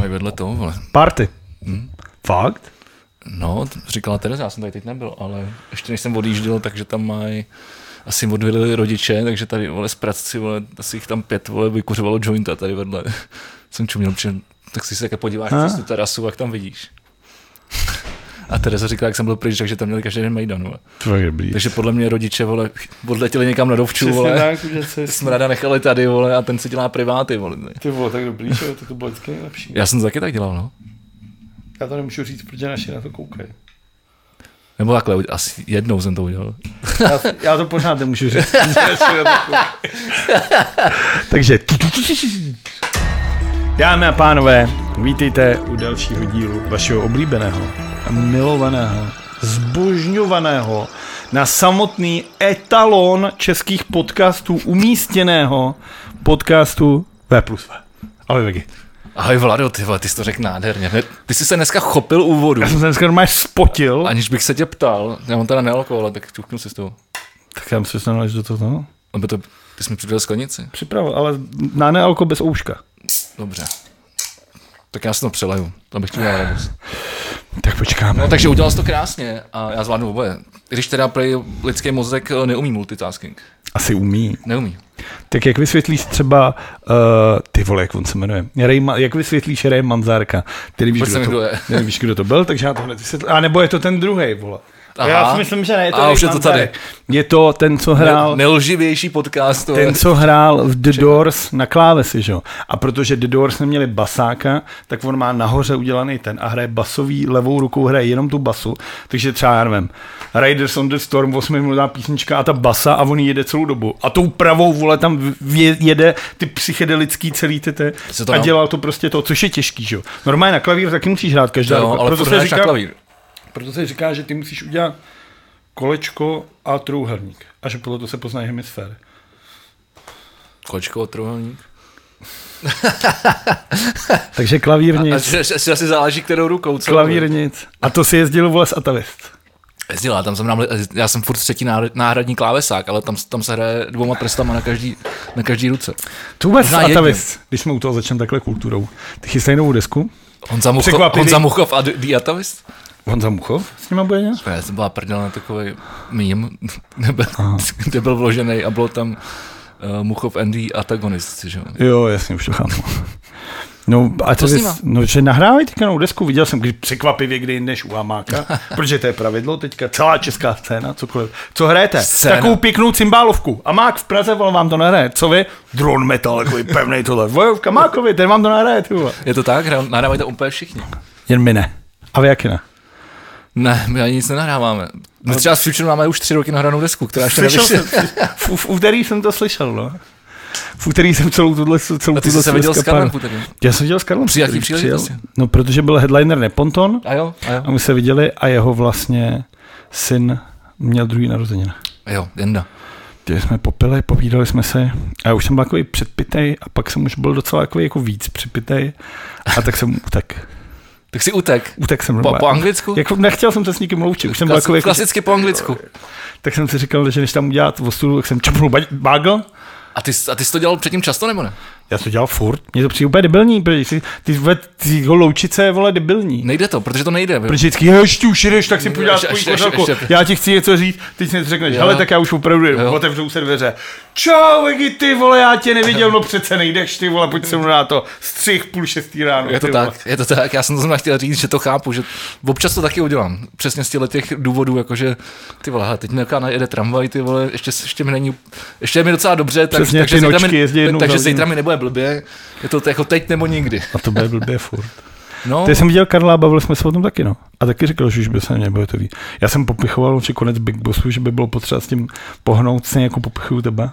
Mají vedle toho, vole. Party. Fakt? No, říkala Tereza, já jsem tady teď nebyl, ale ještě než jsem odjížděl, takže tam mají asi odvedli rodiče, takže tady, vole, z pracci, vole, asi jich tam 5, vole, vykuřovalo jointa tady vedle. Jsem čuměl, tak si se také podíváš přes tu terasu, jak tam vidíš. A Tereza říkala, jak jsem byl pryč, takže tam měli každý den mejdan, vole. Takže podle mě rodiče, vole, odletěli někam na dovču, vole. Smrada nechali tady, vole, a ten si dělá priváty, vole. Ty vole, tak dobrý, že to bylo vždycky nejlepší. Já jsem to taky tak dělal, no. Já to nemůžu říct, protože naši na to koukají. Nebo takhle, asi jednou jsem to udělal. Já to pořád nemůžu říct. Takže, dámy a pánové, vítejte u dalšího dílu vašeho oblíbeného, milovaného, zbožňovaného, na samotný etalon českých podcastů umístěného podcastu V+V. Ahoj, Vegy. Ahoj Vlado, ty jsi to řekl nádherně. Ty jsi se dneska chopil úvodu. Já jsem se dneska normálně spotil. Aniž bych se tě ptal, já mám teda nealkohol, tak čuchnu si z toho. Tak já myslím, že to naleš do toho. Lebo ty jsi mi připravil sklenici. Připravil, ale na nealko bez ouška. Dobře. Tak já si to přeleju, to bych chtěl radost. Tak počkáme. No, takže udělal jsi to krásně a já zvládnu oboje. Když teda prej lidský mozek neumí multitasking. Asi umí. Neumí. Tak jak vysvětlíš třeba, ty vole, jak on se jmenuje, jak vysvětlíš Ray Manzárka, ty nevíš, kdo to byl, takže já to hned vysvětlím. A nebo je to ten druhej, vole. Aha. Já si myslím, že ne, je to už je to tady. Je to ten, co hrál... Nelživější podcast. Ten, co hrál v The Doors na klávesi, že jo. A protože The Doors neměli basáka, tak on má nahoře udělaný ten a hraje basový, levou rukou hraje jenom tu basu. Takže třeba, já nevím, Riders on the Storm, 8minutá písnička a ta basa a on jede celou dobu. A tou pravou, vole, tam jede ty psychedelický celý ty a dělal to prostě to, což je těžký, že jo. Normálně na klavír taky musíš hrát každá ruka. Ale proto se říká na klavír. Proto se říká, že ty musíš udělat kolečko a trůhelník. A že podle toho se poznají hemisféry. Kolečko a trůhelník? Takže klavírnic. A asi záleží, kterou rukou. Co? Klavírnic. A to si jezdil, vole, s Atavist. Jezdil, já jsem furt třetí náhradní klávesák, ale tam se hraje 2 prstama na každý ruce. To vůbec Atavist, když jsme u toho začneme takhle kulturou. Ty chystají novou desku? Honza Muchov a The Atavist? Honza Muchov s nima bude nějak? Já jsem byla prdel na takový mím, kde byl vložený a bylo tam Muchov and the Antagonists, že jo? Jo, jasně, už to chápu. No, a to že nahrávají teďka novou desku, viděl jsem překvapivě kdy než u Hamáka, protože to je pravidlo, teďka celá česká scéna, cokoliv. Co hrajete? Takovou pěknou cymbálovku. Hamák v Praze, vole, vám to nahraje. Co vy? Drone metal, takový pevnej tohle. Vojovka Hamákovi, ten vám to nahraje, ty vole. Je to tak? Nahrávají to úplně všichni. Jen my ne. A vy jaký ne? Ne, my ani nic nenahráváme. My třeba s Future máme už 3 roky nahranou desku, která ještě nevyšla. V úterý jsem to slyšel, no. V úterý jsem celou tuhle A ty jsi se viděl s Karlem v úterý? Já jsem viděl s Karlem. Při jaký příležitosti? No, protože byl headliner Neponton a my se viděli a jeho vlastně syn měl druhý narozeniny. Jo, Jenda. Když jsme popili, povídali jsme se a já už jsem byl takový předpitej a pak jsem už byl docela takový jako víc předpitej a tak jsem utek. Tak si utek? Utek jsem po anglicku? Jako nechtěl jsem se s nikým loučit. Už jsem byl jako, klasicky po anglicku. Tak jsem si říkal, že než tam udělat v ostudu, tak jsem čapnul bagel. A ty jsi to dělal předtím často, nebo ne? Já to dělal furt. Mně to přijde úplně debilní, protože ty loučice je, vole, debilní. Nejde to, protože to nejde. Protože vždycky, ještě už jdeš, tak si podíváš tvojí kořelku. Já ti chci něco říct, ty si řekneš, hele, tak já už opravdu otevřou se dveře. Čau, Vegy, ty vole, já tě neviděl, no přece nejdeš, ty vole, pojď se mnou na to. Střih 5:30 ráno. Je to tak, já jsem to chtěl říct, že to chápu, že občas to taky udělám. Přesně z těch důvodů, jakože ty vole, teď mi jede tramvaj, ty vole, ještě mi docela dobře, takže zítra mi nebude blbě. Je to jako teď nebo nikdy. A to bude blbě furt. No. Teď jsem viděl Karla a bavili jsme se o tom taky, no. A taky říkal, že už by se nebude to ví. Já jsem popichoval že konec Big Bossu, že by bylo potřeba s tím pohnout, stejně jako popichuju tebe.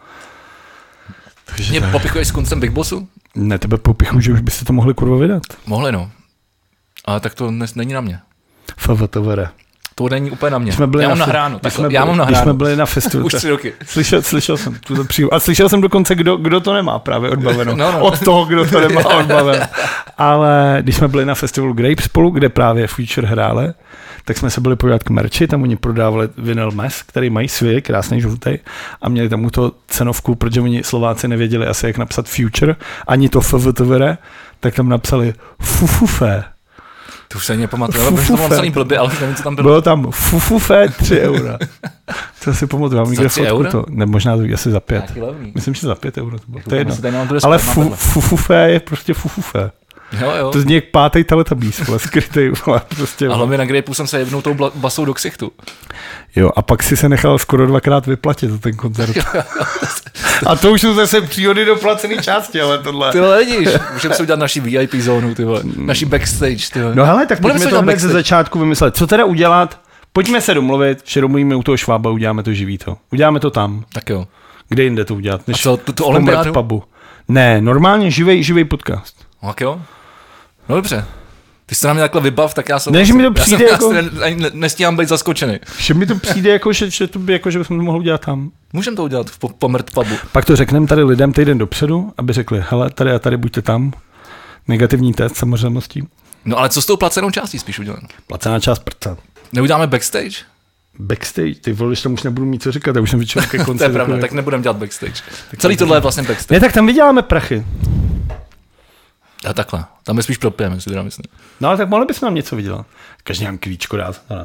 Mě popichuješ s koncem Big Bossu? Ne, tebe popichuju, že už byste to mohli kurva vydat. Mohli, no. Ale tak to není na mě. FVTVR. To není úplně na mě. Já mám nahráno. Když jsme byli na festivalu. Už 3 roky. Slyšel jsem tuto příhodu. A slyšel jsem dokonce, kdo to nemá právě odbaveno. No. Od toho, kdo to nemá odbaveno. Ale když jsme byli na festivalu Grape spolu, kde právě Future hráli, tak jsme se byli podívat k merči, tam oni prodávali vinyl mes, který mají svý, krásný žlutý, a měli tam to cenovku, protože oni Slováci nevěděli asi, jak napsat Future, ani to FVTVR, tak tam napsali Fufufé. To už se ani nepamatuju, ale to bylo celý blbě, ale už nevím, co tam bylo. Bylo tam Fufufé 3 eura. To si pamatuju, mám někde fotku to. Ne, možná to asi za 5. Myslím, že za 5 euro to bylo. To je jedno. Ale Fufufé je prostě Fufufé. Jo. To zní jak 5. Teletubbies, skrytej, prostě. A hlavně na Grapeu jsem se jednou tou basou do ksichtu. Jo, a pak si se nechal skoro 2krát vyplatit za ten koncert. A to už jsou zase příhody do placené části, ale tohle. Ty vole, vidíš, můžeme si udělat naši VIP zónu, ty vole, naši backstage, ty vole. No hele, tak pojďme to hned ze začátku vymyslet. Co teda udělat? Pojďme se domluvit, že domluvíme u toho Švába, uděláme to živý to. Uděláme to tam. Tak jo. Kde jinde to udělat? Než a co, tu olympiádu? Pubu. Ne, normálně živej podcast. Tak jo. No dobře. Ty jsi na mě takhle vybav, tak já jsem... Ne, že mi to přijde jako... nestíhám být zaskočený. Že mi to přijde jako, že bychom to mohli udělat tam. Můžeme to udělat v Pomrt pubu. Pak to řekneme tady lidem týden dopředu, aby řekli, hele, tady a tady buďte tam. Negativní test samozřejmostí. No ale co s tou placenou částí spíš udělat? Placená část prca. Neuděláme backstage? Backstage? Ty vole, že tam už nebudu mít co říkat, já už jsem vyčel ke konci. To je pravda, tak nebudeme dělat backstage. Celý tohle je vlastně backstage. Ne, tak tam vyděláme prachy. A takhle, tam je spíš propijeme, si teda myslím. No ale tak mohli bychom nám něco vydělat. Každý nám klíčko dát. Ne.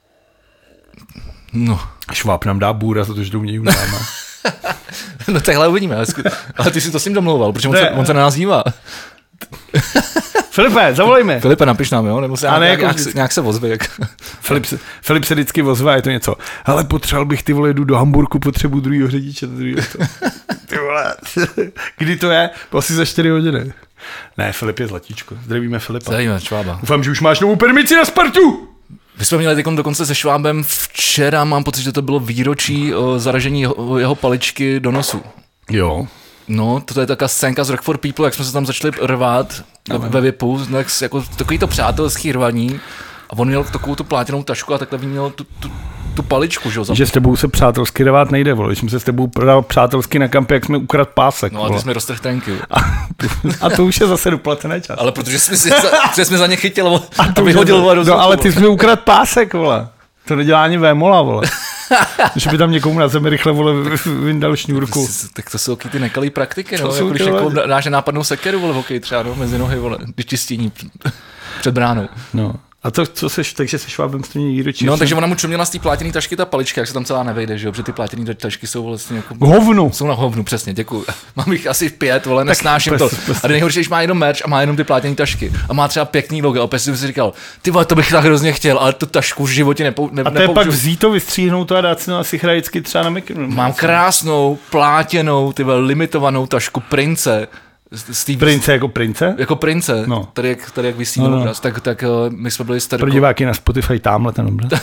No. Šváb nám dá bůra za to, že do mě uděláme. No takhle uvidíme, ale ty si to s ním domlouval, protože on se na nás dívá. Filipe, zavolej mi. Filipe, napiš nám, jo? Nebo se nějak se ozve. Jak... Filip se vždycky ozve, je to něco. Hele, potřeboval bych, ty vole, jdu do Hamburku, potřebuji druhýho řidiče. Ty vole, kdy to je? Asi za 4 hodiny. Ne, Filip je zlatíčko. Zdravíme Filipa. Zdravíme Švába. Doufám, že už máš novou permici na Spartu. My jsme měli dokonce se Švábem včera, mám pocit, že to bylo výročí zaražení jeho paličky do nosu. Jo. No, to je taková scénka z Rock for People, jak jsme se tam začali rvát ve VIPu, jako takový to přátelský rvaní. A on měl takovou tu plátěnou tašku a takhle měl tu paličku, že jo? Že s tebou se přátelsky rvát nejde, vole. Když jsme se s tebou prodal přátelsky na kampě, jak jsme ukradl pásek. No a ty jsme roztrh trenky. A to už je zase doplacené čas. Ale protože jsme za ně chytil a vyhodil ho do no, ale ty jsme ukradl pásek, vole. To nedělá ani vémola, vole. Že by tam někomu na zemi rychle, vole, vyndal šňůrku. Tak to jsou ty nekalý praktiky, no. Jako když někomu dáš nápadnou sekeru, vole, v hokeji třeba, no, mezi nohy, vole, když čistění před bránou. No. A to, takže se Švábem stejně výročí. No, takže ona mu čuměla z té plátěné tašky ta palička, jak se tam celá nevejde, že jo, protože ty plátěné tašky jsou vlastně jako... Hovnu. Jsou na hovnu, přesně, děkuju. Mám jich asi 5, vole, nesnáším to. A nejhorší, když má jenom merch a má jenom ty plátěné tašky. A má třeba pěkný logo. A opět jsem si říkal, ty vole, to bych tak hrozně chtěl, ale tu tašku v životě nepoužiju. A to je pak vzít to, vystříhnout to a dát si no asi chradicky třeba na mikro. Mám krásnou, plátěnou, ty vole, limitovanou tašku Prince. Prince jako prince? Jako Prince, no. tady jak visí obraz, tak my jsme byli s Terkou. Pro diváky na Spotify tamhle ten obraz.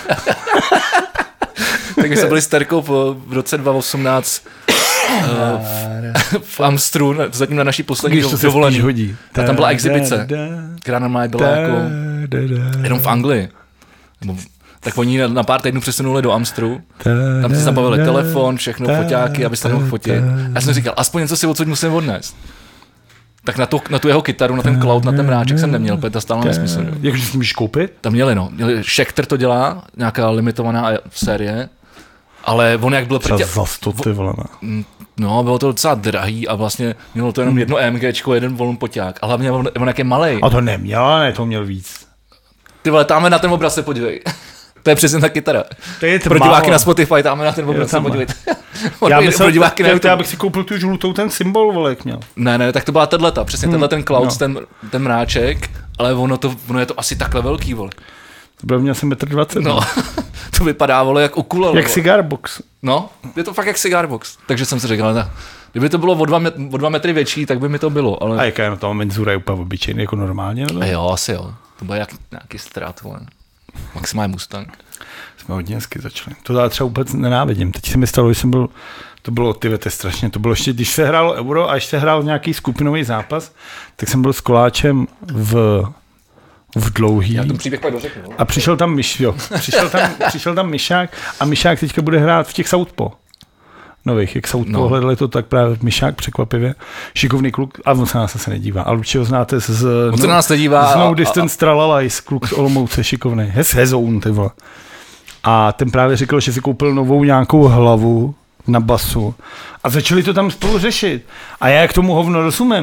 Tak my jsme byli s Terkou v roce 2018 v Amstru, zatím na naší poslední dovolený. Hodí. A tam byla exibice, která normálně byla jako jenom v Anglii. Tak oni na pár týdnů přesunuli do Amstru, tam si zabavili telefon, všechno, foťáky, aby se tam mohl fotit. Já jsem říkal, aspoň něco si odsud musím odnést. Tak na tu jeho kytaru, na ten cloud, na ten mráček jsem neměl, protože to stále nesmysl. Jakže si můžeš koupit? Tam měli, no. Schecter to dělá, nějaká limitovaná série, ale on jak byl za 100, ty vole. No, bylo to docela drahý a vlastně mělo to jenom jedno AMGčko, jeden volný poťák. A hlavně on jak je malej. A to neměl, ne, to měl víc. Ty vole, tamhle na ten obraz se podívej. To je přesně ta kytara. To je pro diváky na Spotify, tamhle na ten obraz se podívejte. Já bych si koupil tu žlutou, ten symbol, vole, jak měl. Ne, tak to byla tato, přesně tenhle ten cloud, ten mráček, ale ono je to asi takhle velký, vole. To bylo, měl jsem 1,20 m. No, to vypadá, vole, jak ukulele. Jak cigarbox. No, je to fakt jak cigarbox. Takže jsem si říkal, ne, kdyby to bylo o 2 metry větší, tak by mi to bylo. Ale... A jaká je na tom menzura, je úplně obyčejný, jako normálně? A jo, asi jo. To byl nějaký Strat, vole. Maximálně Mustang. Jsme hodně hezky začali. To já třeba vůbec nenávidím. Teď se mi stalo, že jsem byl, to bylo strašně, to bylo ještě, když se hrálo Euro a ještě se hrál nějaký skupinový zápas, tak jsem byl s Koláčem v Dlouhý. Já ten příběh pak dořeknu. A přišel tam přišel tam Myšák a Myšák teďka bude hrát v těch Southpaw nových, jak Southpaw hledali to, tak právě Myšák překvapivě. Šikovný kluk, a on se nás asi nedívá. Ale určitě ho znáte z No Distance Tralalajs, kluk z Olomouce, šikovný. Hezoun, ty vole. A ten právě říkal, že si koupil novou nějakou hlavu na basu a začali to tam spolu řešit. A já k tomu hovno rozumím.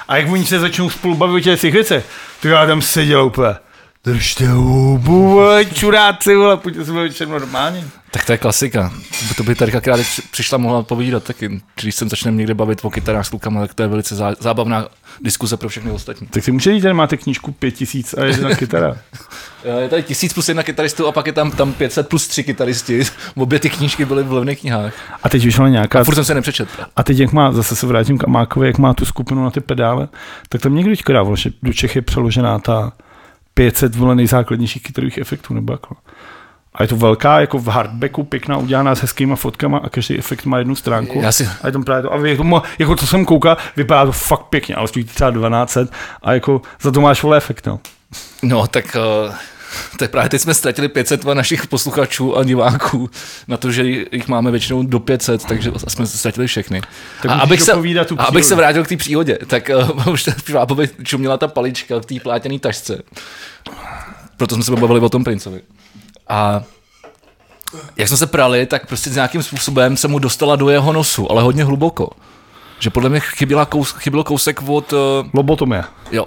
A jak oni se začnou spolu bavit o těch věcech, to já tam seděl úplně. Držte hubu, vole, čuráci, vole, pojďte se bavit všechno normálně. Tak to je klasika. To by tady krát přišla mohla povídat taky. Když jsem začneme někde bavit o kytarách s klukama, tak to je velice zábavná diskuze pro všechny ostatní. Tak si může říct, že máte knížku 5000 a jedna kytara. Je tady 1000 plus 1 kytaristů a pak je tam 500 plus 3 kytaristi. Obě ty knížky byly v levných knihách. A teď vyšla nějaká... A furt jsem se nepřečetl. A teď jak má, zase se vrátím k Amákovi, jak má tu skupinu na ty pedále, tak tam někdo teďka dával, že do Čech je přeložená ta 500 nejzákladnějších kytarových efektů, nebo jako. A je to velká, jako v hardbacku, pěkná, udělaná s hezkýma fotkama a každý efekt má jednu stránku. A je tam právě to, a jako co jsem koukal, vypadá to fakt pěkně, ale stojí třeba 1200 a jako za to máš vole efekt, no. No, tak to je právě teď jsme ztratili 500 našich posluchačů a diváků na to, že jich máme většinou do 500, takže jsme ztratili všechny. A abych se vrátil k té příhodě, tak už Švábovi čuměla ta palička v té plátěné tašce. Proto jsme se bavili o tom princovi. A jak jsme se prali, tak prostě nějakým způsobem se mu dostala do jeho nosu, ale hodně hluboko. Že podle mě chyběl kousek od... Lobotomie. Jo.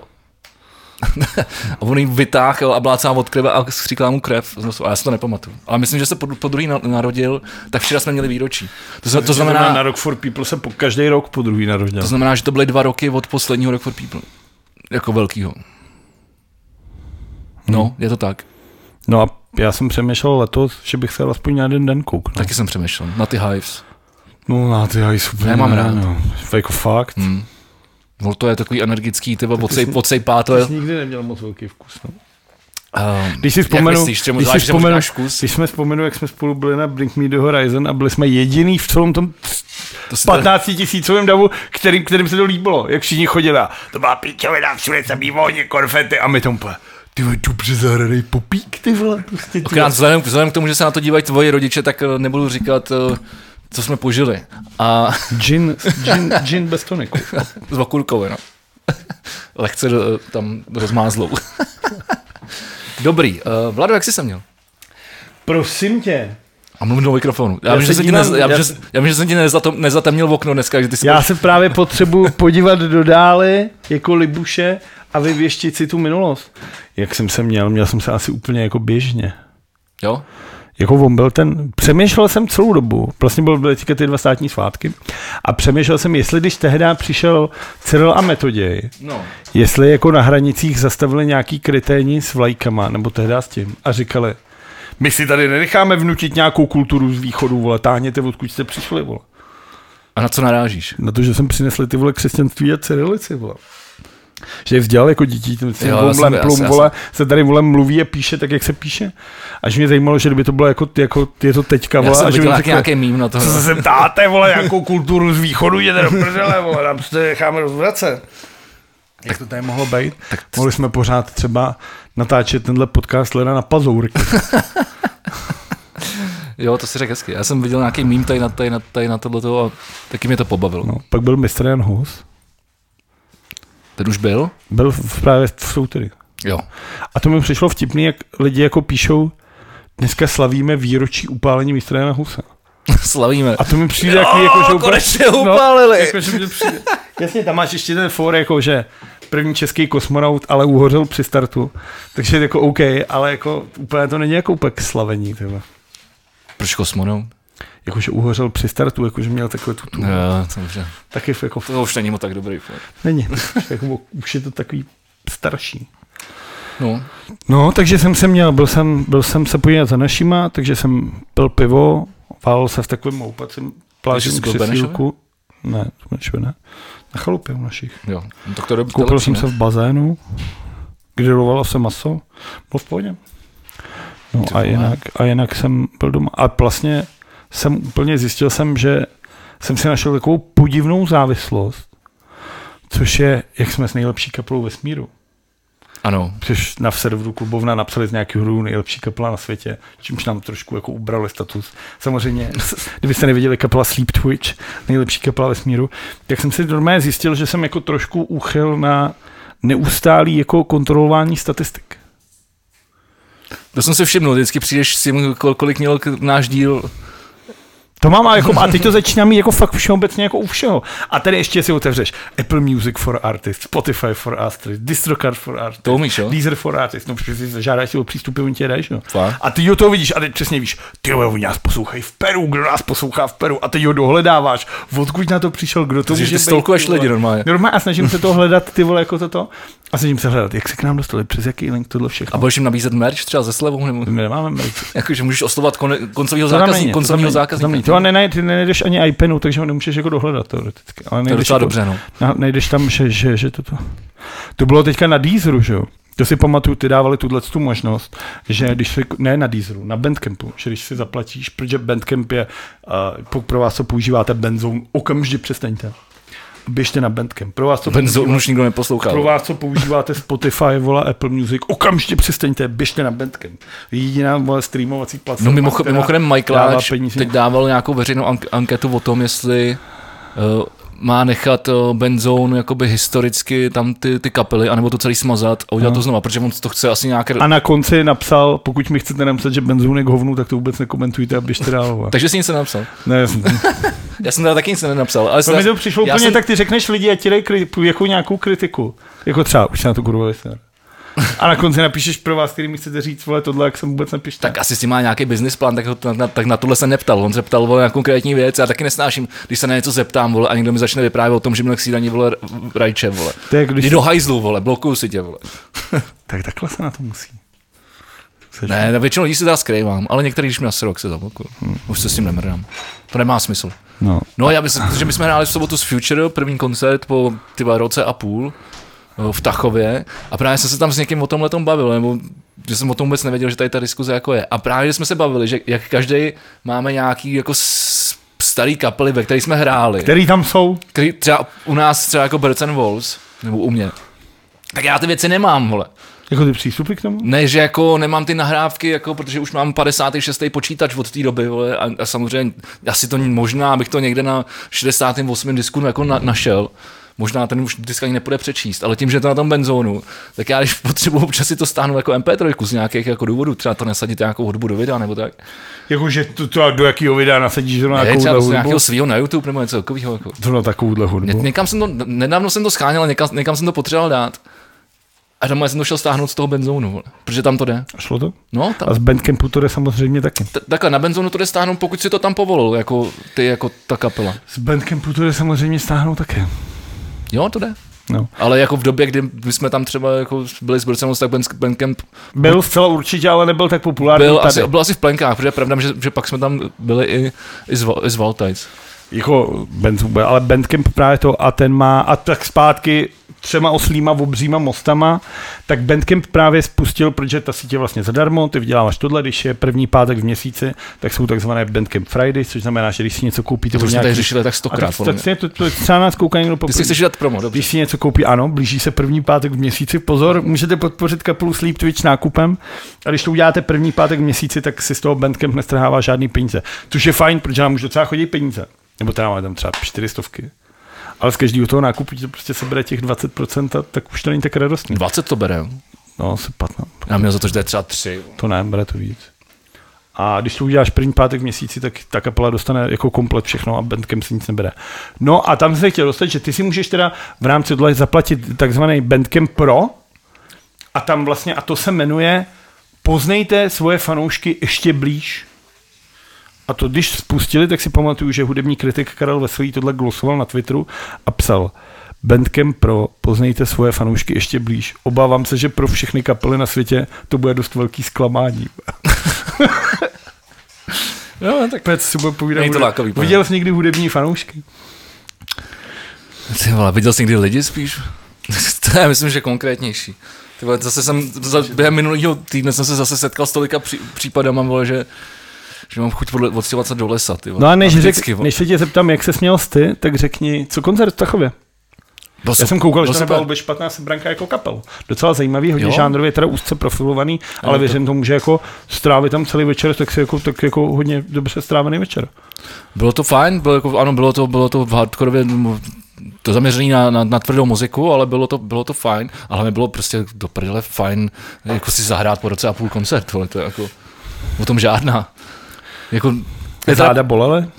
A on jí vytáhl a blácá od krve a skříkla mu krev z nosu. A já si to nepamatuju. Ale myslím, že se po druhý narodil, tak včera jsme měli výročí. To znamená... Na Rock for People se každý rok po druhý narodil. To znamená, že to byly 2 roky od posledního Rock for People. Jako velkýho. No, je to tak. No a já jsem přemýšlel letos, že bych se aspoň na jeden den kouknul. Taky jsem přemýšlel. Na ty Hives. No na ty Hives úplně. Nemám rád. No. Jako fakt. To je takový energický, tyba, odsejpá to. Ty jsi nikdy neměl moc velký vkus, no. Když si vzpomenu, jak jsme spolu byli na Bring Me the Horizon a byli jsme jediný v celém tom 15 000 davu, kterým se to líbilo, jak všichni chodili. To byla píčovina, všude samý vohně, konfety a my tomu ty vole, dobře zahranej popík, ty vole. Prostě, ty vzhledem k tomu, že se na to dívají tvoji rodiče, tak nebudu říkat, co jsme požili. A... Gin bez toniku. S okurkou, no. Lehce tam rozmázlou. Dobrý. Vlado, jak jsi se měl? Prosím tě. A mluvím do mikrofonu. Já vím, že jsem ti nezatemnil okno dneska. Že ty já se právě potřebuji podívat do dály, jako Libuše, a vyvěštit si tu minulost. Jak jsem se měl jsem se asi úplně jako běžně. Jo? Jako on byl přemýšlel jsem celou dobu, vlastně byly ty 2 státní svátky a přemýšlel jsem, jestli když tehdy přišel Cyril a Metoděj, jestli jako na hranicích zastavili nějaký kryténi s vlajkama, nebo tehdy s tím a říkali, my si tady nenecháme vnutit nějakou kulturu z východu, vole, táhněte, odkud jste přišli, vole. A na co narážíš? Na to, že jsem přinesli ty vole křesťanství a cyrilici, vole. Že je vzdělal jako dětí, se tady vole mluví a píše tak, jak se píše. Až mě zajímalo, že kdyby to bylo jako je to teďka, vole. Já jsem viděl nějaký mím na to. Co se ptáte, vole, jakou kulturu z východu jděte do prdele, vole, nám se necháme rozvracet. Jak to tady mohlo být? Mohli jsme pořád třeba natáčet tenhle podcast Lena na Pazourky. Jo, to si řekl hezky. Já jsem viděl nějaký mím tady na tohleto a taky mě to pobavilo. No, pak byl Mr. Jan Hus. Ten už byl? Byl právě v soutedy. Jo. A to mi přišlo vtipný, jak lidi jako píšou, dneska slavíme výročí upálení mistra Jana Husa. Slavíme. A to mi přijde jako že konečně upálili. No, jako, že mi přijde. Jasně, tam máš ještě ten for, jako že první český kosmonaut, ale uhořel při startu. Takže je jako OK, ale jako úplně to není jako úplně k slavení. Tyhle. Proč kosmonaut? Jakože uhořel při startu, jakože měl takové tu. Jo, dobře. Taky jako... To už není moc tak dobrý. Není, jako, už je to takový starší. No, takže jsem se měl, byl jsem se podívat za našima, takže jsem pil pivo, válel se v takovém houpacím plážním křesílku. Ne, ne, na chalupě u našich. Jo, no, tak to koupil jsem se v bazénu, grilovalo se maso, byl v pohodě. No a jinak jsem byl doma. A vlastně jsem úplně zjistil že jsem si našel takovou podivnou závislost, což je, jak jsme s nejlepší kapelou vesmíru. Ano. Přiš na serveru Klubovna napsali z nějakého hru nejlepší kapela na světě, čímž nám trošku jako ubrali status. Samozřejmě, kdybyste neviděli kapela Sleep Twitch, nejlepší kapela vesmíru, tak jsem si normálně zjistil, že jsem jako trošku úchyl na neustálý jako kontrolování statistik. To jsem si všimnul, vždycky přijdeš s tím, kolik měl náš díl To mám jako, a teď to začíná mít jako fakt všeobecně jako u všeho. A tady ještě si otevřeš Apple Music for Artists, Spotify for Artists, DistroCard for Artists, to umíš, jo? Deezer for Artists, no protože si žádáš si o přístupy, oni tě dají, jo. Fakt? A ty to vidíš a teď přesně víš, ty oni nás poslouchají v Peru, kdo nás poslouchá v Peru a ty ho dohledáváš, odkud na to přišel, kdo to může být. Stolkuješ lidi normálně. Normálně a snažím se to hledat, ty vole, jako toto. A snažím se hledat, jak se k nám dostali, přes jaký link, tohle všechno. A budeš jim nabízet merch třeba ze slevou nebo? My nemáme merch. Jakože můžeš oslovovat koncovního zákazníka. To ty nenajdeš ani iPenu, takže ho nemůžeš jako dohledat teoreticky. Ale to je docela dobře, no. Najdeš tam, že toto. To bylo teďka na Deezeru, že jo? To si pamatuju, ty dávali tu možnost, že když si, ne na Deezeru, na Bandcampu, že když si zaplatíš, protože Bandcamp je, pro vás, co používáte Benzone, okamžitě přestaňte. Běžte na Bandcamp. Pro vás, co Benzone už nikdo neposlouchá. Pro vás, co používáte Spotify, vole, Apple Music, okamžitě přestaňte, běžte na Bandcamp. Jediná, vole, streamovací platforma. No mimochodem Michaeláč teď dával nějakou veřejnou anketu o tom, jestli má nechat Benzone jakoby historicky tam ty kapely, anebo to celý smazat a udělat to znova, protože on to chce asi nějaké... A na konci napsal, pokud mi chcete napsat, že Benzone je k hovnu, tak to vůbec nekomentujte a běžte dál. Takže jsi nic nenapsal. Ne, já jsem teda taky nic nenapsal. Ale mi to přišlo úplně, tak ty řekneš lidi a ti dej jako nějakou kritiku. Jako třeba, už se na to kurva vysvět. A na konci napíšeš pro vás, který mi chcete říct, vole, tohle, jak jsem vůbec nepíšte. Tak asi si má nějaký business plán, tak na tohle se neptal. On se ptal, vole, na konkrétní věc. Já taky nesnáším, když se na něco zeptám, vole, a někdo mi začne vyprávět o tom, že měl k snídani, vole, rajče, vole. Jdi do hajzlu, vole, blokuju si tě, vole. Tak takhle se na to musí. Ne, většinou lidí si teda skrývám, ale některý, když mě asi rok se zablokuju. Už se s tím nemrdám. To nemá smysl. No já myslím, že my jsme hráli v sobotu s Future, první koncert po roce a půl v Tachově a právě jsem se tam s někým o tomhletom bavil, nebo že jsem o tom vůbec nevěděl, že tady ta diskuze jako je. A právě jsme se bavili, že jak každý máme nějaký jako starý kapely, ve kterých jsme hráli. Který tam jsou? Který třeba u nás třeba jako Birds and Wolves, nebo u mě. Tak já ty věci nemám, vole. Jako ty přístupy k tomu? Ne, že jako nemám ty nahrávky, jako, protože už mám 56. počítač od té doby, vole, a samozřejmě asi to možná, abych to někde na 68. disku jako našel. Možná ten už disk ani nepůjde přečíst, ale tím, že to na tom Benzonu, tak já když potřebuji občas si to stáhnu jako MP3 z nějakých jako důvodů, třeba to nasadit nějakou hudbu do videa nebo tak. Jakože to do jakého videa nasadíš zrovna takovouhle hudbu? Nějakého svýho na YouTube nebo něco takového. Jako. Zrovna takovouhle hudbu. Nedávno jsem to scháněl, někam jsem to potřeboval dát. A doma jsem to šel stáhnout z toho Benzonu, protože tam to jde. A šlo to? No, tam. A z Bandcampu to jde samozřejmě taky. Takhle, na Benzonu to jde stáhnout, pokud si to tam povolil, jako ty, jako ta kapela. Z Bandcampu to jde samozřejmě stáhnout taky. Jo, to jde. No. Ale jako v době, kdy jsme tam třeba jako byli s Brcenou, tak Bandcamp... Byl zcela určitě, ale nebyl tak populární Byl asi v plenkách, protože je pravda, že pak jsme tam byli i z Valtides. Jako ale Bandcamp právě to a ten má, a tak zpátky 3 oslíma obříma mostama, tak Bandcamp právě spustil, protože ta sítě je vlastně zadarmo, ty vyděláváš tohle, když je první pátek v měsíci, tak jsou takzvané Bandcamp Fridays, což znamená, že když si něco koupíte... To už jsme tady řešili tak 100krát. To třeba nás kouká někdo Ty si chceš dát promo, dobře. Když si něco koupí, ano, blíží se první pátek v měsíci, pozor, můžete podpořit kapelu Sleep Twitch nákupem a když to uděláte první pátek v měsíci, tak si z toho Bandcamp nestrhává žádný peníze, což je fajn, protože nám už docela chodí peníze. Nebo teda máme tam třeba 400. Ale z každého toho nákupu to prostě se bere těch 20%, tak už to není tak radostný. 20 to bere, jo? No, se 15. Já měl za to, že to je třeba 3. To ne, bere to víc. A když to uděláš první pátek v měsíci, tak ta kapela dostane jako komplet všechno a Bandcamp si nic nebere. No a tam se chtěl dostat, že ty si můžeš teda v rámci tohle zaplatit takzvaný Bandcamp Pro a tam vlastně, a to se jmenuje Poznejte svoje fanoušky ještě blíž. A to když spustili, tak si pamatuju, že hudební kritik Karel Veselý tohle glosoval na Twitteru a psal Bandcamp Pro, poznejte svoje fanoušky ještě blíž. Obávám se, že pro všechny kapely na světě to bude dost velký zklamání. No, tak Pec si bude povídat. Viděl jsi někdy hudební fanoušky? Ty vole, viděl jsi někdy lidi spíš? To já myslím, že konkrétnější. Ty vole, během minulého týdne jsem se zase setkal s tolika případama, vole, že mám chuť odstěhovat se do lesa. Ty vole. No a než se tě zeptám, jak se směl ty, tak řekni, co koncert v Tachově? Já jsem koukal, že to nebyla vůbec špatná sebranka jako kapel. Docela zajímavý, hodně žánrově, teda úzce profilovaný, ale věřím tomu, že jako strávit tam celý večer, tak jako hodně dobře strávený večer. Bylo to fajn, bylo to hardkorově to zaměřené na tvrdou muziku, ale bylo to fajn, ale mi bylo prostě do prdele fajn jako si zahrát po roce a půl koncert, vole, to je jako o tom žádná. Jako záda bolely?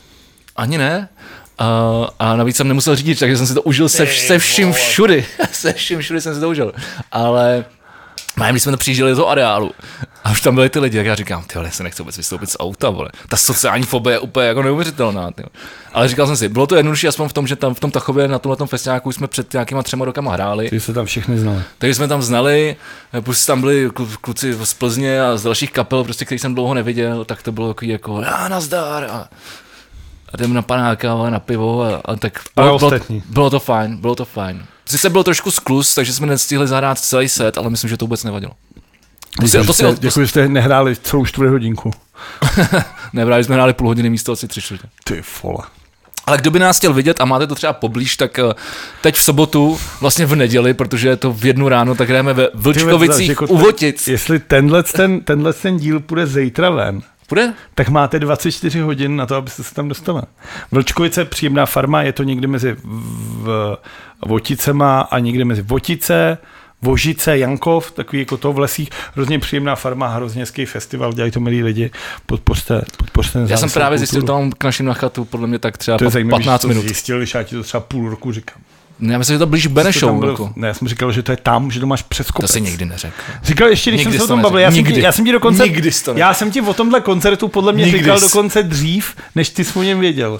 Ani ne. A navíc jsem nemusel řídit, takže jsem si to užil se vším všudy. Se vším všudy jsem si to užil. Ale když jsme to přijížděli do areálu a už tam byli ty lidi, tak já říkám, tyhle, já se nechci vůbec vystoupit z auta, vole. Ta sociální fobie je úplně jako neuvěřitelná. Tyhle. Ale říkal jsem si, bylo to jednodušší aspoň v tom, že tam v tom Tachově na tomhletom festiáku jsme před nějakýma 3 rokama hráli. Ty se tam všechny znali. Takže jsme tam znali, plus tam byli kluci z Plzně a z dalších kapel, prostě, kterých jsem dlouho neviděl, tak to bylo takový jako, nazdar a jdem na panáka, na pivo a tak bylo to fajn. Sice byl trošku skluz, takže jsme nestihli zahrát celý set, ale myslím, že to vůbec nevadilo. Děkuji, že jste nehráli celou 4 hodinku. Nebrali jsme hráli půl hodiny místo asi 3 čtvrtě. Ty vole. Ale kdo by nás chtěl vidět a máte to třeba poblíž, tak teď v sobotu, vlastně v neděli, protože je to v 1 ráno, tak jdeme ve Vlčkovicích u Votic. Jestli tenhle díl půjde zítra ven, tak máte 24 hodin na to, abyste se tam dostali. Vlčkovice, příjemná farma, je to někde mezi Voticema a někde mezi Votice, Vožice, Jankov, takový jako to v lesích, hrozně příjemná farma, hrozně hezký festival, dělají to milí lidi, podpořte Já jsem právě zjistil, že to mám k našim na chatu, podle mě tak třeba 15 minut. Zjistil, když já ti to třeba půl roku říkám. Já myslím, že to blíž Benešov. Jako. Ne, já jsem říkal, že to je tam, že to máš přes kopec. To si nikdy neřekl. Říkal ještě, když jsem se o tom bavil. Já jsem ti dokonce, já jsem ti o tomhle koncertu podle mě říkal dokonce dřív, než ty jsi o něm věděl.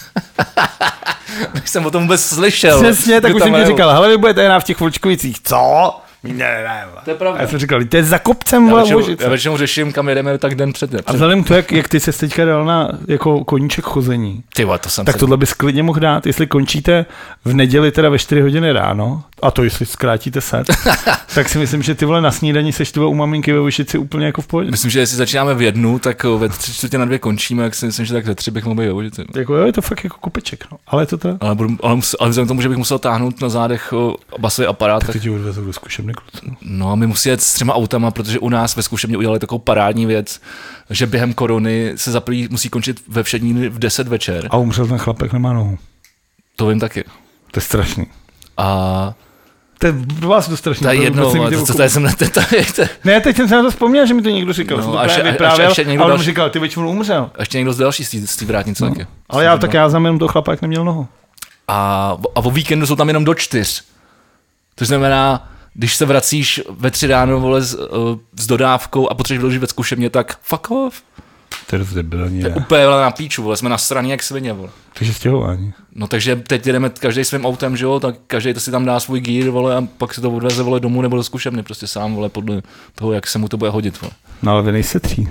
Když jsem o tom vůbec slyšel. Přesně, tak už jsem ti říkal, hele, vy budete hrát v těch Vlčkovicích. Co? Ne. To je pravda. Já jsem říkal, to je za kopcem, vole, Vožice. Já většinou řeším, kam jedeme, tak den před. A vzhledem to, jak ty se teďka dal na jako koníček chození, tak tohle bys klidně mohl dát, jestli končíte v neděli teda ve 4 hodiny ráno, a to jestli zkrátíte set, tak si myslím, že ty vole na snídani seš ty u maminky ve Vošici úplně jako v pohodě. Myslím, že jestli začínáme v 1, tak ve 3/4 končíme, jak si myslím, že tak ve 3 bych mohl být ve Vošici. Jako jo, je to fakt jako kopeček, no. Ale to teda. Ale vzhledem k tomu, že bych musel táhnout na zádech basový aparát. Tak ti odvezou do zkušebny, kluci. No a my musí jet s 3 autama, protože u nás ve zkušebně udělali takovou parádní věc, že během korony se zaprvé musí končit ve všední v 10 večer. A umřel ten chlapek, nemá nohu. To vím taky. To je strašný. A to je vás to strašný. To je jedno, Ne, teď jsem se na to vzpomněl, že mi to někdo říkal. No, jsem to vyprávěl, a on říkal, ty většinou umřel. A ještě někdo z další z té vrátnice taky. Ale já znamenám toho chlapa, jak neměl nohu. A o víkendu jsou tam jenom do 4. To znamená, když se vracíš ve 3 ráno, vole, s dodávkou a potřebuješ vyložit ve zkušebně, tak fuck off. To je rozdebilní. To je úplně na píču, vole, jsme na straně jak svině, vole. Takže stěhování. No takže teď jdeme každý svým autem, že jo, tak každý to si tam dá svůj gear, vole, a pak si to odveze, vole, domů nebo do zkušebny, prostě sám, vole, podle toho, jak se mu to bude hodit, vole. No ale vy nejste 3.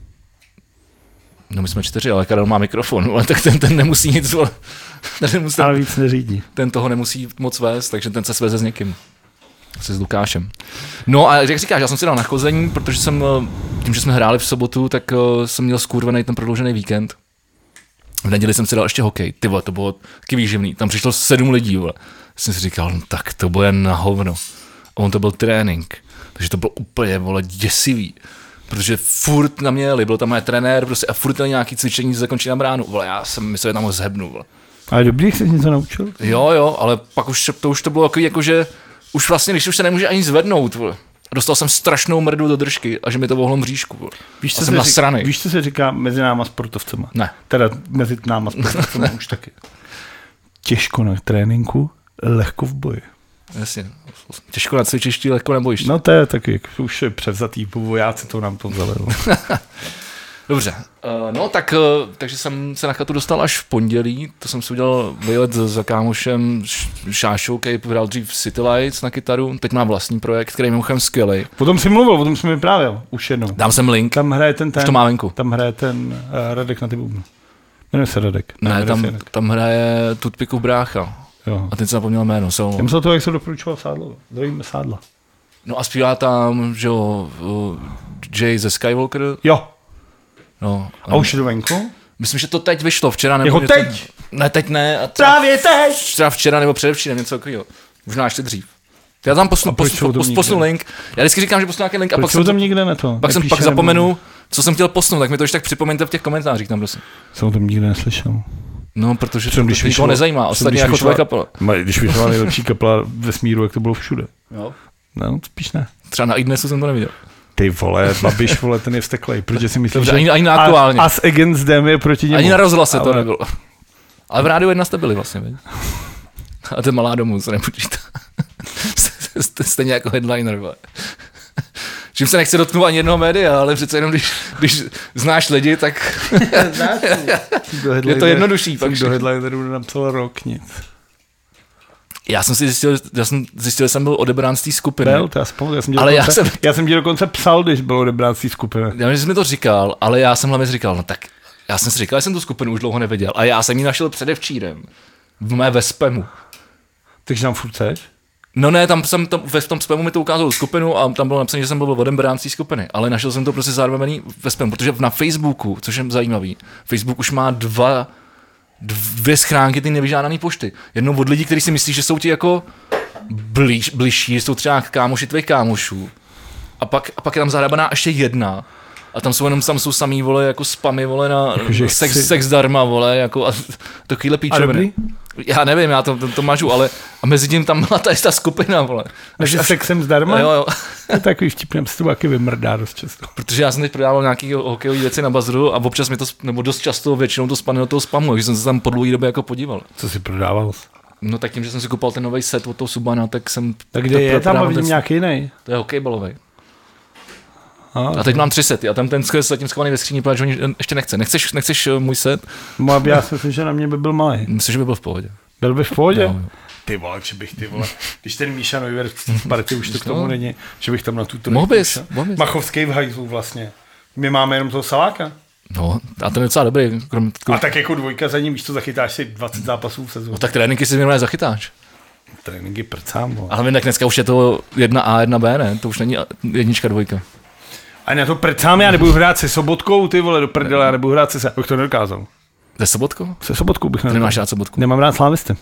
No my jsme 4, ale Karel má mikrofon, vole, tak ten nemusí nic, vole. Ale víc neřídí. Ten toho nemusí moc vést, takže ten se sveze s někým. S Lukášem. No a jak říkáš, já jsem si dal na chození, protože tím, že jsme hráli v sobotu, tak jsem měl skurvený ten prodloužený víkend. V neděli jsem si dal ještě hokej. Ty vole, to bylo taky výživný. Tam přišlo 7 lidí, vole. Jsem si říkal, no tak to bude na hovno. A on to byl trénink. Takže to bylo úplně, vole, děsivý. Protože furt na mě jeli, byl tam můj trenér, prostě a furt nějaký cvičení zakončí na bránu. Vole, já jsem myslel, že tam ho zhebnu, vole. Ale dobrý, jak jsi něco naučil? Jo, ale pak už to bylo takový, jakože už vlastně, když už se nemůže ani zvednout, vole. Dostal jsem strašnou mrdu do držky a že mi to vohlo mřížku, vole. Víš, co se říká mezi náma sportovcema? Ne. Teda mezi náma sportovcema už taky. Těžko na tréninku, lehko v boji. Jasně. Těžko na cvičišti, lehko na bojišti. No to je taky, už je převzatý, vojáci to nám to vzali. Dobře, no takže jsem se na chatu dostal až v pondělí, to jsem si udělal výlet za kámošem Šášou, který hrál dřív City Lights na kytaru, teď má vlastní projekt, který je mimochodem skvělej. Potom jsi mluvil, potom jsi mi vyprávěl, už jednou. Dám sem link, tam hraje ten už to má venku. Tam hraje ten Radek na ty bubny. Jmenuje se Radek. Ne, tam hraje Tutpikův brácha. Jo. A teď jsem zapomněl jméno. Já myslel to, jak se doporučoval Sádlo. Zdravíme Sádla. No a zpívá tam, že jo, Jay ze Skywalker. Jo. No, a už je to venku? Myslím, že to teď vyšlo, včera nebo... Jako teď? Ne, teď ne. Právě teď! Třeba včera nebo předevčírem, něco takového. Možná ještě dřív. Já tam posnu link. Já vždycky říkám, že posnu nějaký link a pak jsem tam nikde na to. Pak zapomenu, co jsem chtěl posnout, tak mi to už tak připomeňte v těch komentářích tam, prosím. Jsem o tom nikdy neslyšel. No, protože to nikoho nezajímá, ostatně jako tvoje kapela. Když vyšla nejlepší kapela vesmíru, jak to bylo všude. Jo. No, spíš ne. Třeba na iDnesu jsem to neviděl. Ty vole, Babiš, vole, ten je vzteklej, protože si myslím, že ani na aktuálně. As Against Them je proti němu. Ani na rozhlase to nebylo. Ale v Rádiu 1 jste byli vlastně, veď? A to Malá domů se nepočítá. Stejně jako headliner, vole. Čím se nechce dotknout ani jednoho média, ale přece jenom, když znáš lidi, tak je to jednodušší. Pak do headlineru napsal rok nic. Já jsem zjistil, že jsem byl odebrán z té skupiny. Byl, to já jsem ti dokonce psal, když byl odebrán z té skupiny. Já vím, že jsi mi to říkal, ale já jsem hlavně říkal, no tak, já jsem si říkal, že jsem tu skupinu už dlouho neviděl a já jsem ji našel předevčírem ve spamu. Takže tam furt seš? No ne, v tom spamu mi to ukázalo skupinu a tam bylo napsané, že jsem byl odebrán z té skupiny, ale našel jsem to prostě zároveň ve spamu, protože na Facebooku, což je zajímavý, Facebook už má dvě schránky ty nevyžádané pošty. Jednou od lidí, kteří si myslí, že jsou ti jako bližší, jsou třeba kámoši tvých kámošů. A pak je tam zahrabaná ještě jedna. A tam jsou samý, vole, jako spamy, vole, na sex darma, vole, jako a takovýhle píčoviny. Já nevím, já to mažu, ale a mezi tím tam byla ta skupina, vole. Takže sexem zdarma? Jo. To takový vtipný, se to taky vymrdá dost často. Protože já jsem teď prodával nějaký hokejový věci na Bazaru a občas mi to, nebo dost často, většinou to spadne do toho spamu, takže jsem se tam po dlouhé době jako podíval. Co jsi prodával? No tak tím, že jsem si koupil ten nový set od toho Subana, tak jsem... Tak kde je tam, vidím nějaký jiný? To je hokejbalový. A teď mám 3 sety a tam ten s tím schovaný ve skříni, protože oni ještě nechce. Nechceš můj set? Já si myslím, že na mě by byl malý. Myslím, že by byl v pohodě. Byl by v pohodě? Jo. Ty vole, když ten Míša Neuwirth v partii už to k tomu není, že bych tam na tu Mohl bys. Machovský v hajzlu vlastně. My máme jenom toho Saláka. No, a ten je docela dobrý. A tak jako dvojka za ním, víš co, zachytáš si 20 zápasů v sezóně. No tak tréninky si minulé zachytáš. Tréninky prcám, vole. Ale tak dneska už je to 1A, 1B, ne? To už není 1, 2. A na to prcám, já nebudu hrát se Sobotkou, ty vole, do prdele, já nebudu hrát se bych to nedokázal. Se Sobotkou? Se Sobotkou bych nedokázal. Nemáš rád Sobotku? Nemám rád Slávisty.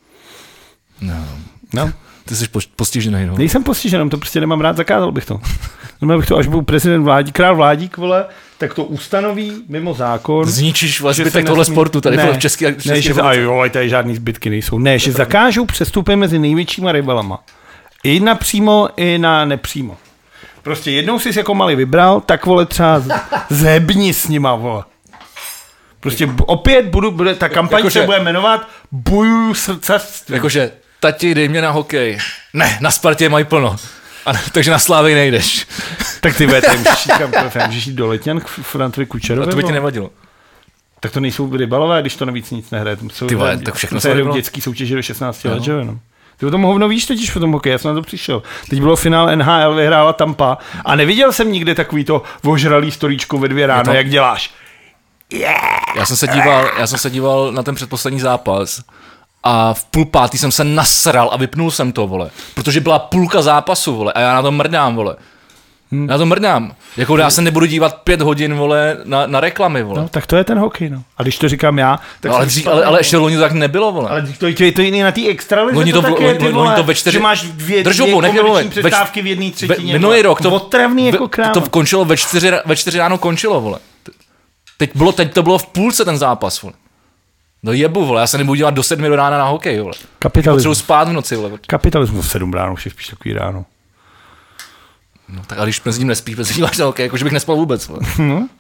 No. Ty jsi postižený, no. Nejsem postižený, to prostě nemám rád, zakázal bych to. Znamená bych to, až byl prezident král Vládík, vole, tak to ustanoví mimo zákon. Zničíš zbytek tohle sportu tady v České tady žádný zbytky nejsou. Ne, že zakážou přestupy mezi největšíma rivalama. I napřímo, i na nepřímo. Prostě jednou jsi jako malý vybral, tak vole třeba zhebni s nima, vole. Prostě opět bude ta kampaň se bude jmenovat Bojuju srdce. Jakože, tati, dej mě na hokej. Ne, na Spartě mají plno. Takže na Slávy nejdeš. Tak ty vete, můžeš jít do Letňan k Frantovi Kučerovi. A to by ti nevadilo. Tak to nejsou rybalové, když to navíc nic nehraje. Ty vole, tak všechno se hrajou dětský soutěže do 16 let, že jo? Ty o tom hovno víš totiž v tom hokeji, já jsem na to přišel. Teď bylo finál NHL, vyhrála Tampa a neviděl jsem nikdy takový to ožralý storíčko ve 2 ráno, jak děláš. Já jsem se díval na ten předposlední zápas a v 4:30 jsem se nasral a vypnul jsem to, vole. Protože byla půlka zápasu, vole, a já na to mrdám, vole. Já to mrdám. Jako já se nebudu dívat 5 hodin, vole, na reklamy, vole. No, tak to je ten hokej, no. A když to říkám já, tak no, ale ještě loni to tak nebylo, vole. Ale to je jiný na té extralize, loni to tak je, ty vole, to ve 4... že máš dvě komerční přestávky v 1/3. Minulý rok to otravný jako kráva. To končilo ve 4 ráno končilo, vole. Teď to bylo v půlce ten zápas, vole. No jebu, vole, já se nebudu dívat do 7 do rána na hokej, vole. Kapitalismus. Spát v noci, vole. Kapitalismus v 7 ráno, už je spíš takový ráno. No tak a když mezi ním nespíš, mezi díváš na hokej, jakože bych nespal vůbec, vole. No,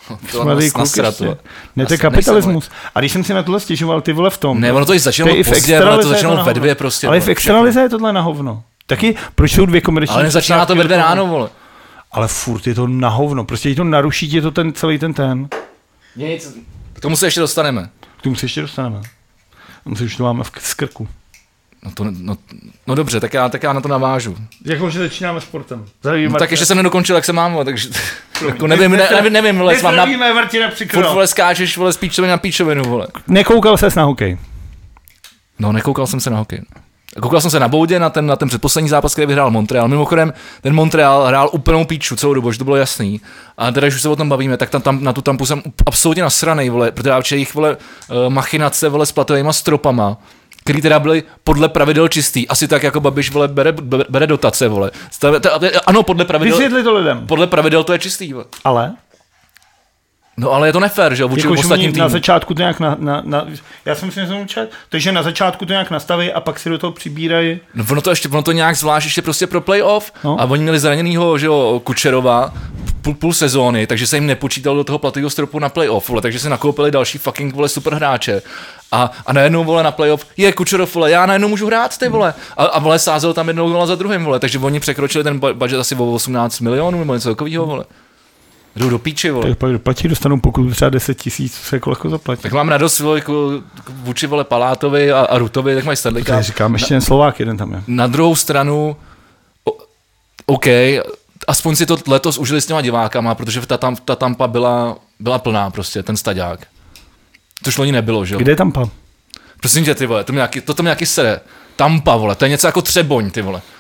to je kapitalismus. A když jsem si na tohle stěžoval, ty vole v tom. Ne, ono to i začalo pozdě, ale to začalo ve 2 prostě. Ale v extralize je tohle na hovno. Taky, proč jsou 2 komerční? Ale nezačíná to ve 2 ráno, vole. Ale furt je to na hovno, prostě to naruší tě to ten celý ten. Nic, k tomu se ještě dostaneme. My už to máme v krku. No dobře, tak já na to navážu. Jako, že začínáme sportem. No, tak ještě jsem nedokončil, jak se mám, takže jako nevím, vole, s vám furt, vole, skáčeš, vole, z píčoviny na píčovinu, vole. Nekoukal ses na hokej? No, nekoukal jsem se na hokej. Koukal jsem se na Boudě, na ten předposlední zápas, který vyhrál Montreal. Mimochodem, ten Montreal hrál úplnou píču celou dobu, že to bylo jasný. A teda, když už se o tom bavíme, tak tam na tu Tampu jsem absolutně nasranej, vole, protože já jejich, vole, machinace, vole, s platovýma stropama, který teda byly podle pravidel čistý. Asi tak, jako Babiš, vole, bere dotace, vole. Ano, podle pravidel. Vysvětli to lidem. Podle pravidel to je čistý, vole. Ale? No ale je to nefér, že jo, vůči ostatním týmům. Na začátku to nějak já si myslím, že jsem učil, takže na začátku to nějak nastaví a pak si do toho přibírají. No ono to nějak zvlášť ještě prostě pro playoff, no. A oni měli zraněnýho, že jo, Kučerova, půl sezóny, takže se jim nepočítalo do toho platového stropu na playoff, vole, takže se nakoupili další fucking, vole, super hráče. A najednou, vole, na playoff je Kučerov, vole, já najednou můžu hrát, ty vole. A vole, sázel tam jednou gola za druhým, vole, takže oni překročili ten budget asi o 18 milionů nebo něco takového, vole. Jdou do píči, vole. Tak pak doplatí, dostanou pokud třeba 10 000, co se jako zaplatí. Tak mám radost, vole, jako vůči, vole, Palátovi a Rutovi, tak mají Stanley Cup. Říkám, ještě jen Slovák jeden tam je. Na druhou stranu, OK, aspoň si to letos užili s těma divákama, protože ta Tampa byla plná prostě, ten staďák. Což loni nebylo, že jo? Kde je Tampa? Prosím tě, ty vole, to tam nějaký sere. Tampa, vole, to je něco jako Třeboň, ty vole.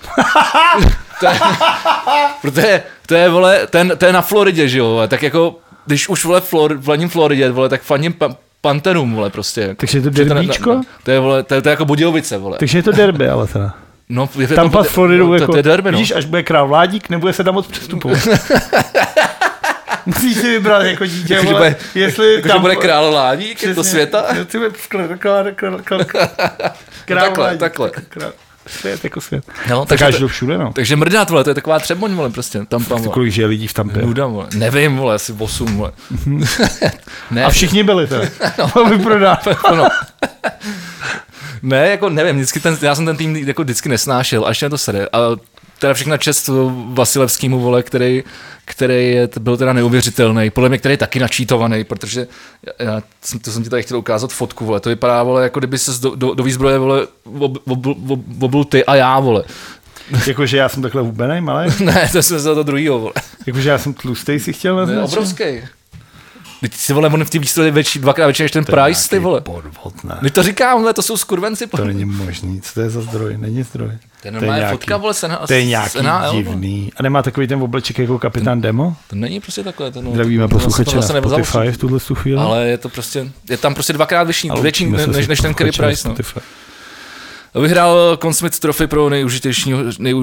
to je, vole, to je na Floridě, že jo, vole, tak jako, když už, vole, v Floridě, vole, tak faním Pantherům, vole, prostě. Takže je to derbíčko? To je, vole, to je jako Budějovice, vole. Takže je to derby, ale teda. No, Tampa s Floridou, jako, to je derby, no. Vidíš, až bude král Vládík, nebude se tam moc přestupovat. Musíš si vybrat jako dítě, vole, jestli jako, že bude král Vládík, jako světa. Takhle. Svět jako svět. No, tak až do všude, no. Takže mrdát, vole, to je taková Třeboň, vole, prostě, Tampa, vole. Kolik žije lidí v Tampě? Nuda, vole. Nevím, vole, asi 8, vole. Ne. A všichni byli teda. No, vyprodá. No. Ne, jako nevím, já jsem ten tým jako vždycky nesnášel, a ještě na to sere. A teda všechna čest Vasilevskýmu, vole, který byl teda neuvěřitelný, podle mě, který je taky načítovaný, protože to jsem ti tady chtěl ukázat fotku, vole, to vypadá, vole, jako kdyby se do výzbroje, vole, oblul ty a já, vole. Jakože já jsem takhle hubenej, malý? Ne, to jsem za to druhýho, vole. Jakože já jsem tlustej, si chtěl naznačit? Obrovský. Teď si, vole, on v té výstroji dvakrát větší než ten Price, ty vole. Podvod, ne. Teď to říkám, vole, to jsou skurvenci. To není možný, co to je za zdroj, není zdroj. To je normální fotka, vole, to je nějaký divný. A nemá takový ten obleček jako kapitán Demo? To není prostě takhle. Zdravíme posluchače na Spotify v tuhle chvíli. Ale je tam prostě dvakrát větší než ten Carey Price. No. Vyhrál Conn Smythe Trophy pro nejužitečního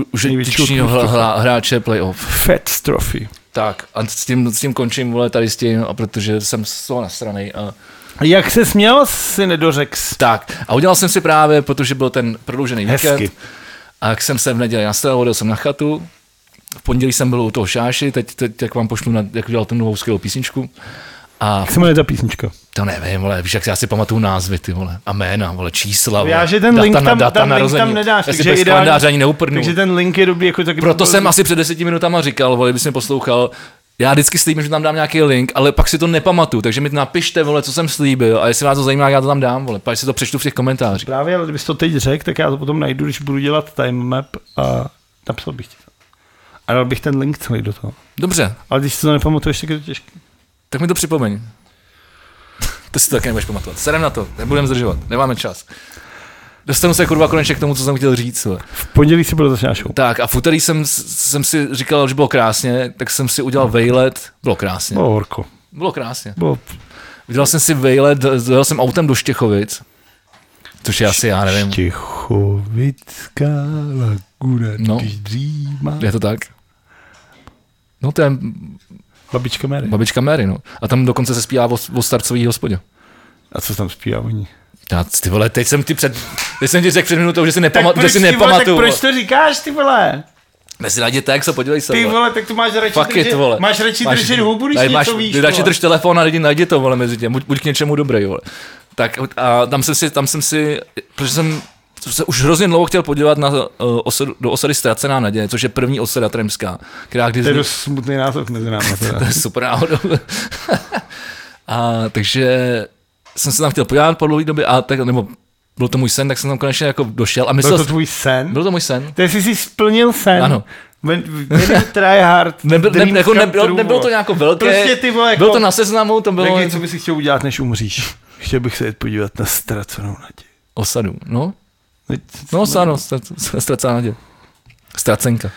hráče playoff. Fats Trophy. Tak, a s tím končím, vole, tady s tím, a protože jsem z toho nasranej. Jak se směl, si nedořekl. Tak, a udělal jsem si právě, protože byl ten prodloužený víkend. A jak jsem se v neděli nastavil, odjel jsem na chatu. V pondělí jsem byl u toho Šáši, teď jak vám pošlu, jak udělal ten novou skvělou písničku. Jak se jmenuje ta písnička? To nevím, vole, víš, jak já si pamatuju názvy, ty vole, a jména, vole, čísla, vole. Já, že ten link tam nedáš, takže ideálně ani neuprnu. Takže ten link je dobrý jako taky. Proto jsem asi před 10 minutama říkal, vole, kdybys mě poslouchal, já vždycky slíbím, že tam dám nějaký link, ale pak si to nepamatuju, takže mi napište, vole, co jsem slíbil, a jestli vás to zajímá, já to tam dám, vole, pak si to přečtu v těch komentářích. Právě, ale kdybys to teď řekl, tak já to potom najdu, když budu dělat time map a napsal bych ti to. A dal bych ten link celý do toho. Dobře. Ale když si to nepamatuješ, tak je to těžké. Tak mi to připomeň. To si to taky nebudeš pamatovat. Sedem na to, nebudeme zdržovat, nemáme čas. Dostanu se kurva konečně k tomu, co jsem chtěl říct. V pondělí si byl za show. Tak a v úterý jsem si říkal, že bylo krásně, tak jsem si udělal vejlet, bylo krásně. Bylo horko. Bylo krásně. Udělal jsem si vejlet, dojel jsem autem do Štěchovic, což je asi, já nevím. Štěchovická laguna, no, když dřímá. Je to tak? No to je... Babička Mary, no. A tam dokonce se zpívá o starcový hospodě. A co tam zpívá oni? Ty vole, teď jsem ti řekl před minutou, že si nepamatuju. Tak proč to říkáš, ty vole? Mezi na text, podívej se. Ty vole, tak tu máš radši držet hubu, když něco víš. Radši drž telefon a najdi to, vole, mezi těm. Buď k něčemu dobrý, vole. Tak a tam jsem si, protože jsem se už hrozně dlouho chtěl podívat do osady Ztracená naděje, což je první osada tremská. To je dost smutný název mezi námi. To je super náhodou. A takže jsem se tam chtěl podívat po dlouhé době, nebo byl to můj sen, tak jsem tam konečně jako došel. A byl to tvůj sen? Byl to můj sen. Ty jsi si splnil sen? Ano. Try hard. Nebylo to nějako velké, prostě ty vole, jako, bylo to na seznamu, to bylo... Tak co bys si chtěl udělat, než umříš? Chtěl bych se jít podívat na Ztracenou naději. Osadu, no. Ano, Ztracená naděje. Ztracenka.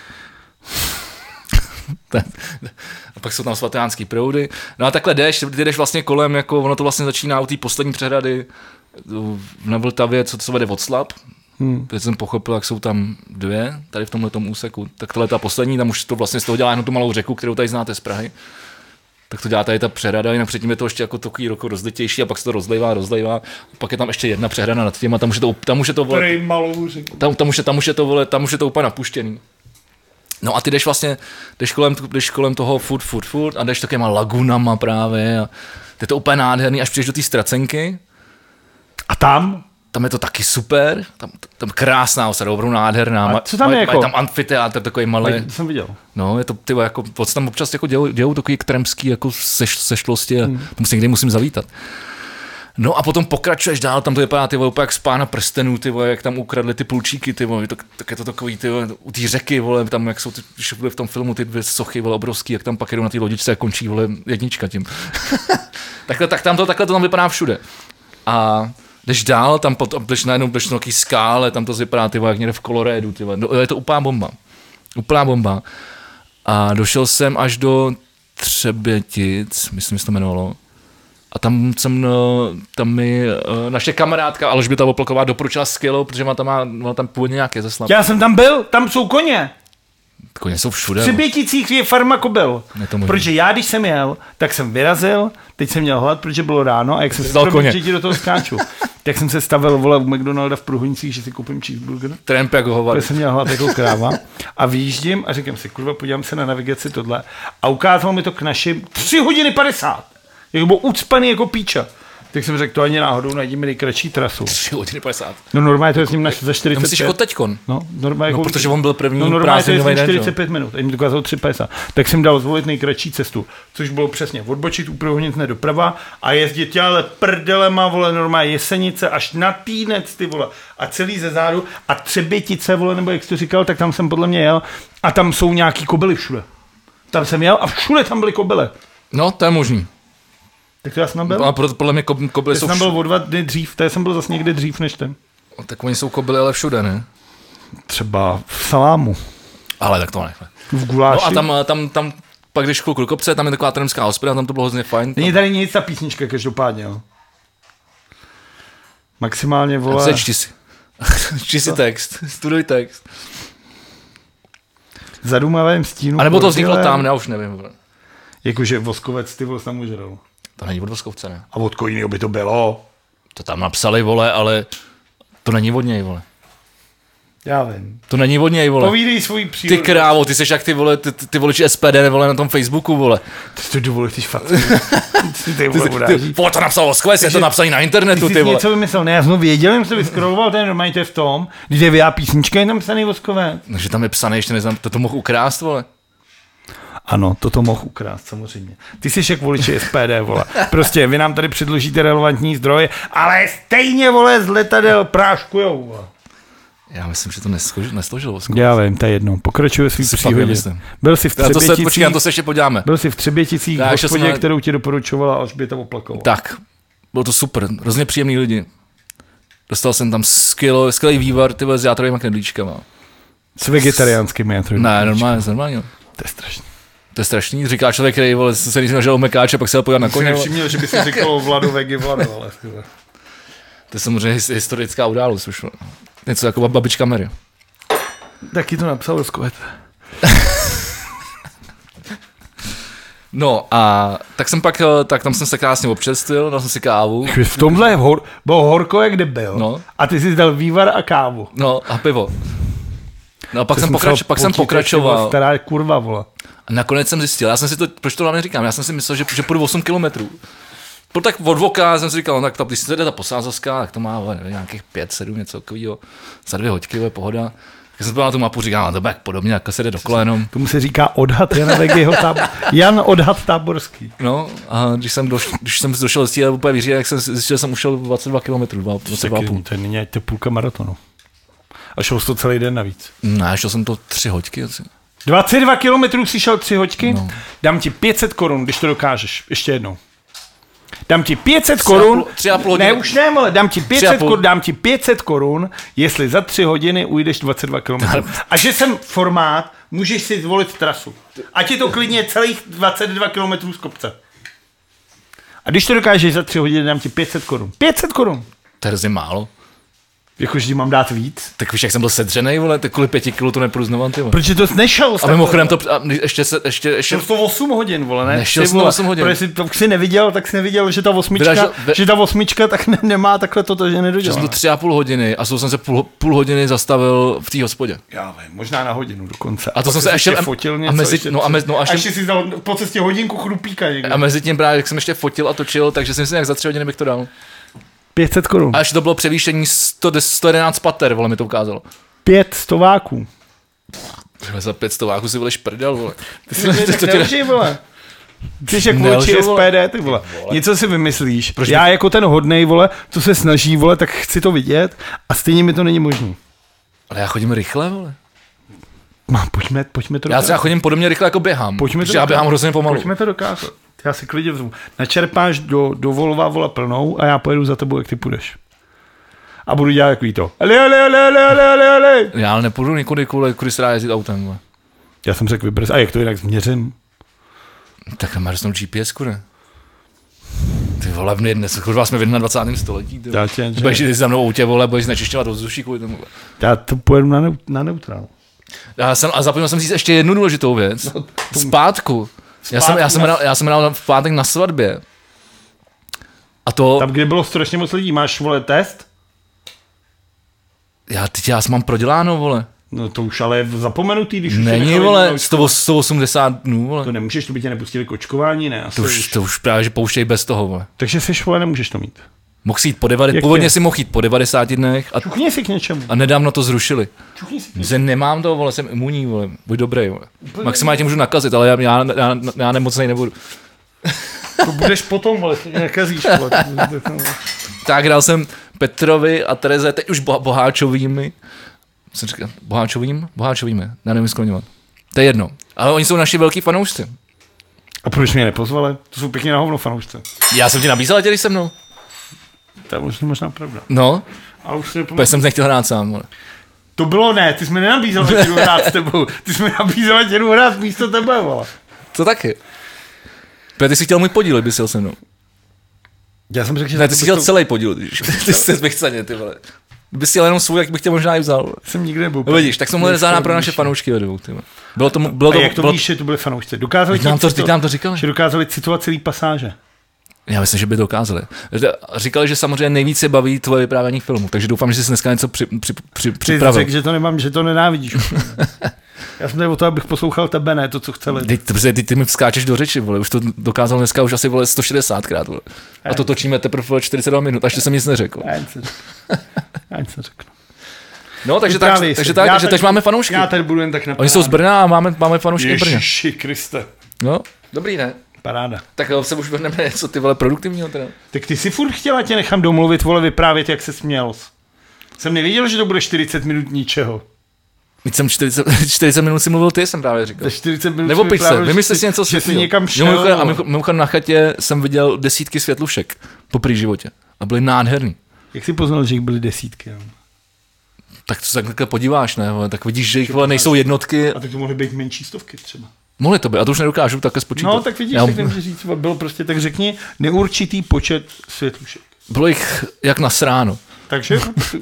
A pak jsou tam svatánský proudy. No a takhle jdeš vlastně kolem, jako ono to vlastně začíná u té poslední přehrady na Vltavě, co vede od Slab. Teď jsem pochopil, jak jsou tam dvě, tady v tomhletom úseku. Tak tohle ta poslední, tam už to vlastně z toho dělá jenom tu malou řeku, kterou tady znáte z Prahy. Tak to dělá tady ta přehrada, jinak předtím je to ještě jako takový jako rozlitější a pak se to rozlejvá. Pak je tam ještě jedna přehrada nad tím a tam už je to vole, tam už je to úplně napuštěný. No a ty jdeš kolem toho furt a jdeš takovýma lagunama právě a to je to úplně nádherný, až přijdeš do té Ztracenky. A tam je to taky super, tam krásná osada, opravdu nádherná. A co tam je jako? Mají tam amfiteátr takový malý. To jsem viděl. No, je to tyvo, jako, tam občas jako dějou takový extrémský jako sešlosti a tam si někdy musím zavítat. No a potom pokračuješ dál, tam to vypadá ty vole, úplně jak z Pána prstenů, ty vole, jak tam ukradli ty půlčíky, ty vole, tak je to takový, ty vole, u té řeky, vole, tam jak jsou v tom filmu ty dvě sochy, vole, obrovský, jak tam pak jedou na té lodičce a končí, vole, jednička tím. takhle to tam vypadá všude. A jdeš dál, tam jdeš najednou jdeš na nějaký skále, tam to vypadá, ty vole, jak někde v Kolorédu, ty vole, no, je to úplná bomba. A došel jsem až do Třebětic, myslím, že se to jmenovalo. A tam mi naše kamarádka Alžběta Voploková doporučila skvělou, protože má tam původně nějaké zeslap. Já jsem tam byl, tam jsou koně. Koně jsou všude. V Třeběticích je farma kobyl. Protože já, když jsem jel, tak jsem vyrazil, teď jsem měl hlad, protože bylo ráno a jak jsem se do toho skáču. Tak jsem se stavil, vole, u McDonalda v Průhonicích, že si koupím cheeseburger. Tramp jako hovado. Jsem měl hlad jako kráva. A vyjíždím a říkám si, kurva, podívám se na navigaci tohle. A ukázalo mi to k našim 3 hodiny 50. Jak byl ucpaný jako píča. Tak jsem řekl, to ani náhodou najdeme nejkratší trasu. 3 hodiny 50. No normálně to je s ním za 45. Myslíš jako teďkon? No, normálně jako, protože on byl první normálně to je s ním den, 45 minut. A jim to ukázalo 3,50. Tak jsem dal zvolit nejkratší cestu, což bylo přesně odbočit u Průhonic doprava a jezdit ale prdelema, vole, normálně Jesenice až na Týnec, ty vole, a celý ze zádu a Třebětice, vole, nebo jak jsi to říkal, tak tam jsem podle mě jel a tam jsou nějaký kobyly všude. Tam jsem jel a všude tam byly kobyle. No, to je možný. Tak to já jsem byl? A podle mě kobily jsou všude. Já jsem byl o 2 dny dřív, to jsem byl zase někde dřív než ten. Tak oni jsou kobily ale všude, ne? Třeba v salámu. Ale tak to nechme. V guláši. No a tam pak když šlu k kopce, tam je taková tremská hospoda, tam to bylo hrozně fajn. Není tady nic, ta písnička každopádně, jo. Maximálně, vole. Čti si text, studuj text. Za dumavém stínu. A nebo to vzniklo tam, já už nevím. Jakože Voskovec, ty vole, tam užeral. To není od Voskovce, ne? A od koho jiného by to bylo? To tam napsali, vole, ale to není od něj, vole. Já vím. To není od něj, vole. Povídej svůj přírodu. Ty krávo, ty seš jak ty, vole, ty voliči SPD, nevole, na tom Facebooku, vole. Ty to dovolíš, ty fakt. Vole, to napsal Voskovec, je to napsaný na internetu, ty vole. Něco vymyslel, ne, já jsem věděl, jsem se vyskroloval, ten normálně to je v tom, když je vyjá písnička, je tam psaný Voskovec. Takže tam je psaný, ještě neznám, to mohl ukrást, vole. Ano, toto mohl ukrást, samozřejmě. Ty jsi jak voliči SPD, vole. Prostě vy nám tady předložíte relevantní zdroje, ale stejně, vole, z letadel práškujou, vole. Já myslím, že to nesložil Voskovec. Já vím, to je jedno. Pokračuje svý příhodě. Byl jsi v Třeběticích. Počkej, to se ještě podíváme. Byl jsi v Třeběticích v hospodě, kterou ti doporučovala Alžběta Voploková. Tak, bylo to super, hrozně příjemný lidi. Dostal jsem tam skvělý vývar, ty s játrovýma knedlíčkama. S vegetariánskými játrovými knedlíčkami. Ne, normálně. To je strašný. To je strašný, říká člověk, který, vole, se když nažil mekáče, pak se podívat na koně. Já si nevšiml, že by si říkal Vlado Vegi Vlado, ale... To je samozřejmě historická událost už. Něco jako babička Mary. Taky to napsal Voskovec. No a tak tam jsem se krásně občerstvil, dal jsem si kávu. V tomhle bylo horko, jak debil. No. A ty jsi dal vývar a kávu. No a pivo. No a pak jsem pokračoval. Stará kurva, vole. A nakonec jsem zjistil, já jsem si to, proč to hlavně říkám, já jsem si myslel, že půjdu 8 kilometrů. Tak od voka jsem si říkal, no, tak když se jde ta Posázovská, tak to má nějakých 5-7, něco takového, za 2 hodiny, pohoda. Tak jsem byl na tu mapu, říkal, no to bude podobně, jako se jde do kolenom. Tomu se říká odhad Jana Vegiho Jan Odhad Táborský. No a když jsem došel z cíle úplně vyřídit, tak jsem zjistil, že jsem ušel 22 km, 22,5. To není to půlka maratonu. A šel jsi to celý den navíc. Ne, šel jsem to 3 hodiny asi. 22 kilometrů si šel 3 hodiny? No. Dám ti 500 korun, když to dokážeš. Ještě jednou. Dám ti 500 korun. 3,5 hodiny. Ne, už ne, ale dám ti 500 korun, jestli za 3 hodiny ujdeš 22 km. A že jsem formát, můžeš si zvolit trasu. Ať je to klidně celých 22 km z kopce. A když to dokážeš za 3 hodiny, dám ti 500 korun. 500 korun. To je hrozně málo. Jakože mám dát víc. Tak víš, jak jsem byl sedřenej, vole, tak kvůli 5 kg to nepůjdu znova, ty vole. Protože to nešel. A mimochodem to, ještě... To 8 hodin, vole, ne? Nešel jsem 8 hodin. Protože to si neviděl, tak jsi neviděl, že ta osmička tak nemá takhle toto, že nedodělá. Šel jsem to 3,5 hodiny a jsem se půl hodiny zastavil v té hospodě. Já vím, možná na hodinu dokonce. A to jsem se ještě fotil něco. A ještě si dal po cestě hodinku chrupíka někde. A mezi tím právě, jak jsem ještě fotil a točil, takže jsem si jak za 3 hodiny bych to dal. 500 korun. A ještě to bylo převýšení 111 pater, vole, mi to ukázalo. 5 stováků. Za 5 stováků si voleš prdel, vole. Ty si to nelží, vole. Ty jsi jak voliči SPD, ty vole. Něco si vymyslíš. Proč já jako ten hodnej, vole, co se snaží, vole, tak chci to vidět a stejně mi to není možný. Ale já chodím rychle, vole. Pojďme to dokázat. Já třeba chodím podobně rychle, jako běhám. Já běhám hrozně pomalu. Pojďme to dokázat. Já si klidně vzmu. Načerpáš do Volva, vole, plnou a já pojedu za tebou, jak ty půjdeš. A budu dělat takový to. Ale. Já ale nepůjdu nikudy, kudy se dá jezdit autem, vole. Já jsem řekl vybrz. A jak to jinak změřím? Tak máš tam GPS, ne? Ty vole, dnes jsme v 21. století. Budeš jít za mnou autě, vole, budeš znečišťovat ovzduší kvůli tomu. Já to pojedu na neutrál. A zapomněl jsem říct ještě jednu důležitou věc. Zpátku. Já jsem hrál v pátek na svatbě. A to... Tam, kde bylo strašně moc lidí, máš, vole, test? Já jsem mám proděláno, vole. No to už ale zapomenutý, když už není, vole, 180 dnů, vole. To nemůžeš, to by tě nepustili k očkování, ne? To už právě, že pouštěj bez toho, vole. Takže jsi, vole, nemůžeš to mít. Mohl si jít původně si mohl jít po 90 dnech. Čukni si k něčemu. A nedávno to zrušili. Čukni si k něčemu. Nemám to, vole, jsem imunní, vole. Buď dobrý, vole. Maximálně tě můžu nakazit, ale já nemocnej nebudu. To budeš potom, vole, nekazíš, vole. Tak dal jsem Petrovi a Tereze, teď už Boháčovými. Jsem říkal, Boháčovými, já nevím skloňovat. To je jedno, ale oni jsou naši velký fanoušci. A proč mě nepozvali? To jsou pěkně na hovno fanoušci. Já jsem ti nabízel, tě se mnou. To je možná pravda. No, ale už jsem nechtěl hrát sám. Ale. To bylo ne, ty jsi mi nenabízel, že jdu hrát s tebou. Ty jsi mi nabízel, že jdu hrát místo tebe, vole. To taky. Ty jsi chtěl můj podíl, kdyby jsi se mnou. Já jsem řekl, že... Ne, ty jsi chtěl celý podíl, ty jsi vychceně, ty vole. Kdyby si jel jenom svůj, jak bych tě možná i vzal. Jsem nikdy nebyl. No vidíš, tak jsem mohli zahrát pro naše fanoušky vedou, ty vole. A jak to víš, že to byly fanoušci? Dokázali teď nám to říkali. Že dokázali citovat celý pasáže. Já myslím, že by dokázali. Říkali, že samozřejmě nejvíce baví tvoje vyprávění filmu, takže doufám, že jsi dneska něco připravil. Řekl, že to nemám, že to nenávidíš. Já jsem tady o to, abych poslouchal tebe, ne to, co chceli. Ty mi vskáčeš do řeči, vole. Už to dokázal dneska už asi, vole, 160krát, vole. A to točíme teprve 42 minut, až jsem nic neřekl. Já nic neřeknu. No, takže teď máme fanoušky. Já tady budu jen tak napadat. Oni jsou z Brna a máme fanoušky v Brně. Ježiši Kriste. No, dobrý, ne? Paráda. Tak se už vrneme něco, ty vole, produktivního teda. Tak ty si furt chtěla, tě nechám domluvit, vole, vyprávět, jak se směl. Jsem nevěděl, že to bude 40 minut ničeho. Teď jsem 40 minut si mluvil ty, jsem právě říkal. 40 minut nebo piš se, vymysli si něco světlého. Někam šel. A mimochodem na chatě jsem viděl desítky světlušek po prý životě. A byly nádherný. Jak jsi poznal, že jich byly desítky? No? Tak to se takhle podíváš, ne? Tak vidíš, že jich nejsou jednotky. A tak to mohly být menší stovky třeba. Mohly to být, a to už nedokážu takhle spočítat. No, tak vidíš, jak nemůžu říct, bylo prostě, tak řekni, neurčitý počet světlušek. Bylo jich jak na sráno. Takže,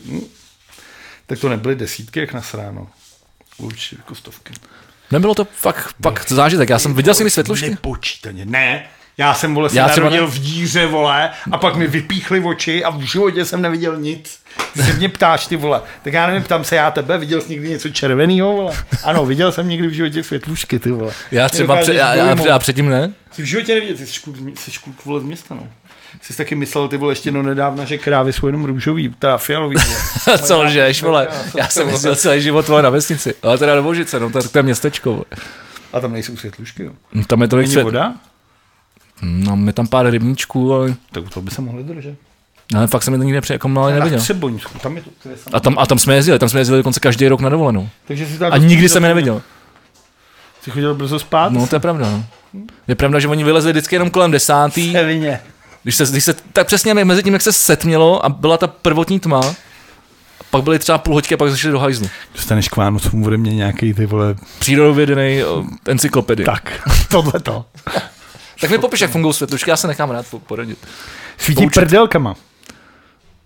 tak to nebyly desítky jak na sráno. Určitě jako stovky. Nebylo to fakt zážitek, já jsem viděl si světlušky. Nepočítaně, ne. Já jsem, vole, se narodil v díře, vole, a pak mi vypíchly oči a v životě jsem neviděl nic. Ty se mě ptáš, ty vole. Tak já nevím, ptám se já tebe, viděl jsi někdy něco červeného, vole? Ano, viděl jsem někdy v životě světlušky, ty vole. Já třeba já předtím ne. Jsi v životě neviděl, ty jsi škůd, vole, z města, no. Jsi taky myslel, ty vole, ještě nedávna, že krávy jsou jenom růžový, teda fialový, vole. Co lžeš, vole? Já jsem myslel celý život vole na vesnici, ale teda do Božice, no, to je městečko, vole. A tam nejsou světlušky, jo? No, tam je to není voda? No, je tam pár rybníčků, ale... Tak to by se mohli držet. Ale fakt jsem je to nikdy neviděl. Tam je to, a tam jsme jezdili dokonce každý rok na dovolenou. Takže a nikdy jsem je neviděl. Jsi chodil brzo spát? No, to je pravda, no. Je pravda, že oni vylezli vždycky jenom kolem 10. Když se tak přesně mezi tím, jak se setmělo a byla ta prvotní tma, pak byly třeba půl hoďky a pak zašli do hajzlu. Dostaneš k Vánocům ode mě nějaký ty vole... přírodovědenej encyklopedii. Tak, tohleto. Tak mi popiš, jak fungují světlušky, já se nechám rád poradit. Svítí prdelkama.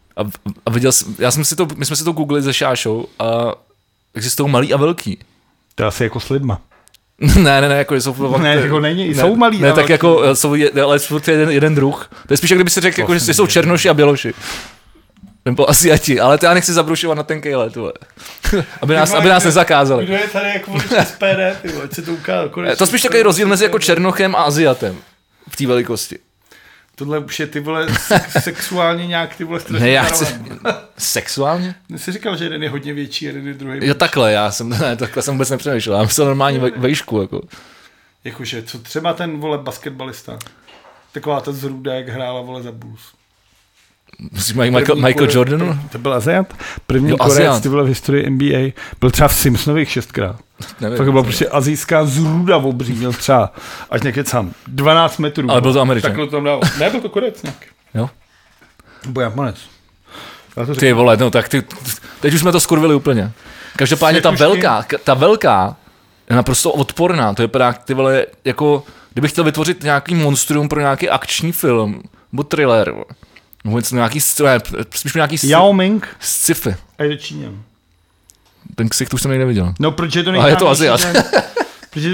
A viděl jsem, my jsme si to googlili se Šášou a existují malý a velký. To je asi jako s lidma. Ne, jako jsou... Ne, jako není, jsou malý. Ne, tak jako jsou, ale jsou jeden druh. To je spíš, jak kdyby si řekl, jako, že jsou černoši a běloši. Nebo Asiati, ale to já nechci zabrušovat na ten kejle, tyhle. aby nás nezakázali. Kdo je tady jako SPD, tyhle, se to ukázalo konečně. To spíš takový rozdíl mezi jako černochem a Aziatem v té velikosti. Tohle už je ty vole sexuálně nějak ty vole strašně. Ne, já chci... Sexuálně? Jsi říkal, že jeden je hodně větší, jeden je druhý. Jo, takhle, takhle jsem vůbec nepřemýšlel. Já myslel normální vejšku, jako. Jakože, co třeba ten, vole, basketbalista? Taková ta zrůda, jak hrála, vole, za Bulls. Michael Jordan? To byl Aziat. První Korejec, ty vole, v historii NBA. Byl třeba v Simpsonových 6krát. Nevím, tak byla prostě azijská zrůda v obří, měl třeba, až nekecám, 12 metrů. Ale byl to Američan. Takhle to tam dával. Ne, byl to Korejec nějak. Jo. Byl Japonec. Ty vole, no tak teď už jsme to skurvili úplně. Každopádně ta velká je naprosto odporná. To je právě ty vole, jako kdybych chtěl vytvořit nějaký monstrum pro nějaký akční film, nebo thriller, vůbec nějaký, spíš nějaký Yao Ming sci-fi. A je to Číňan. Ten ksicht už jsem někde viděl. No, proč je to nejznámější? Ale je to Aziat. Protože...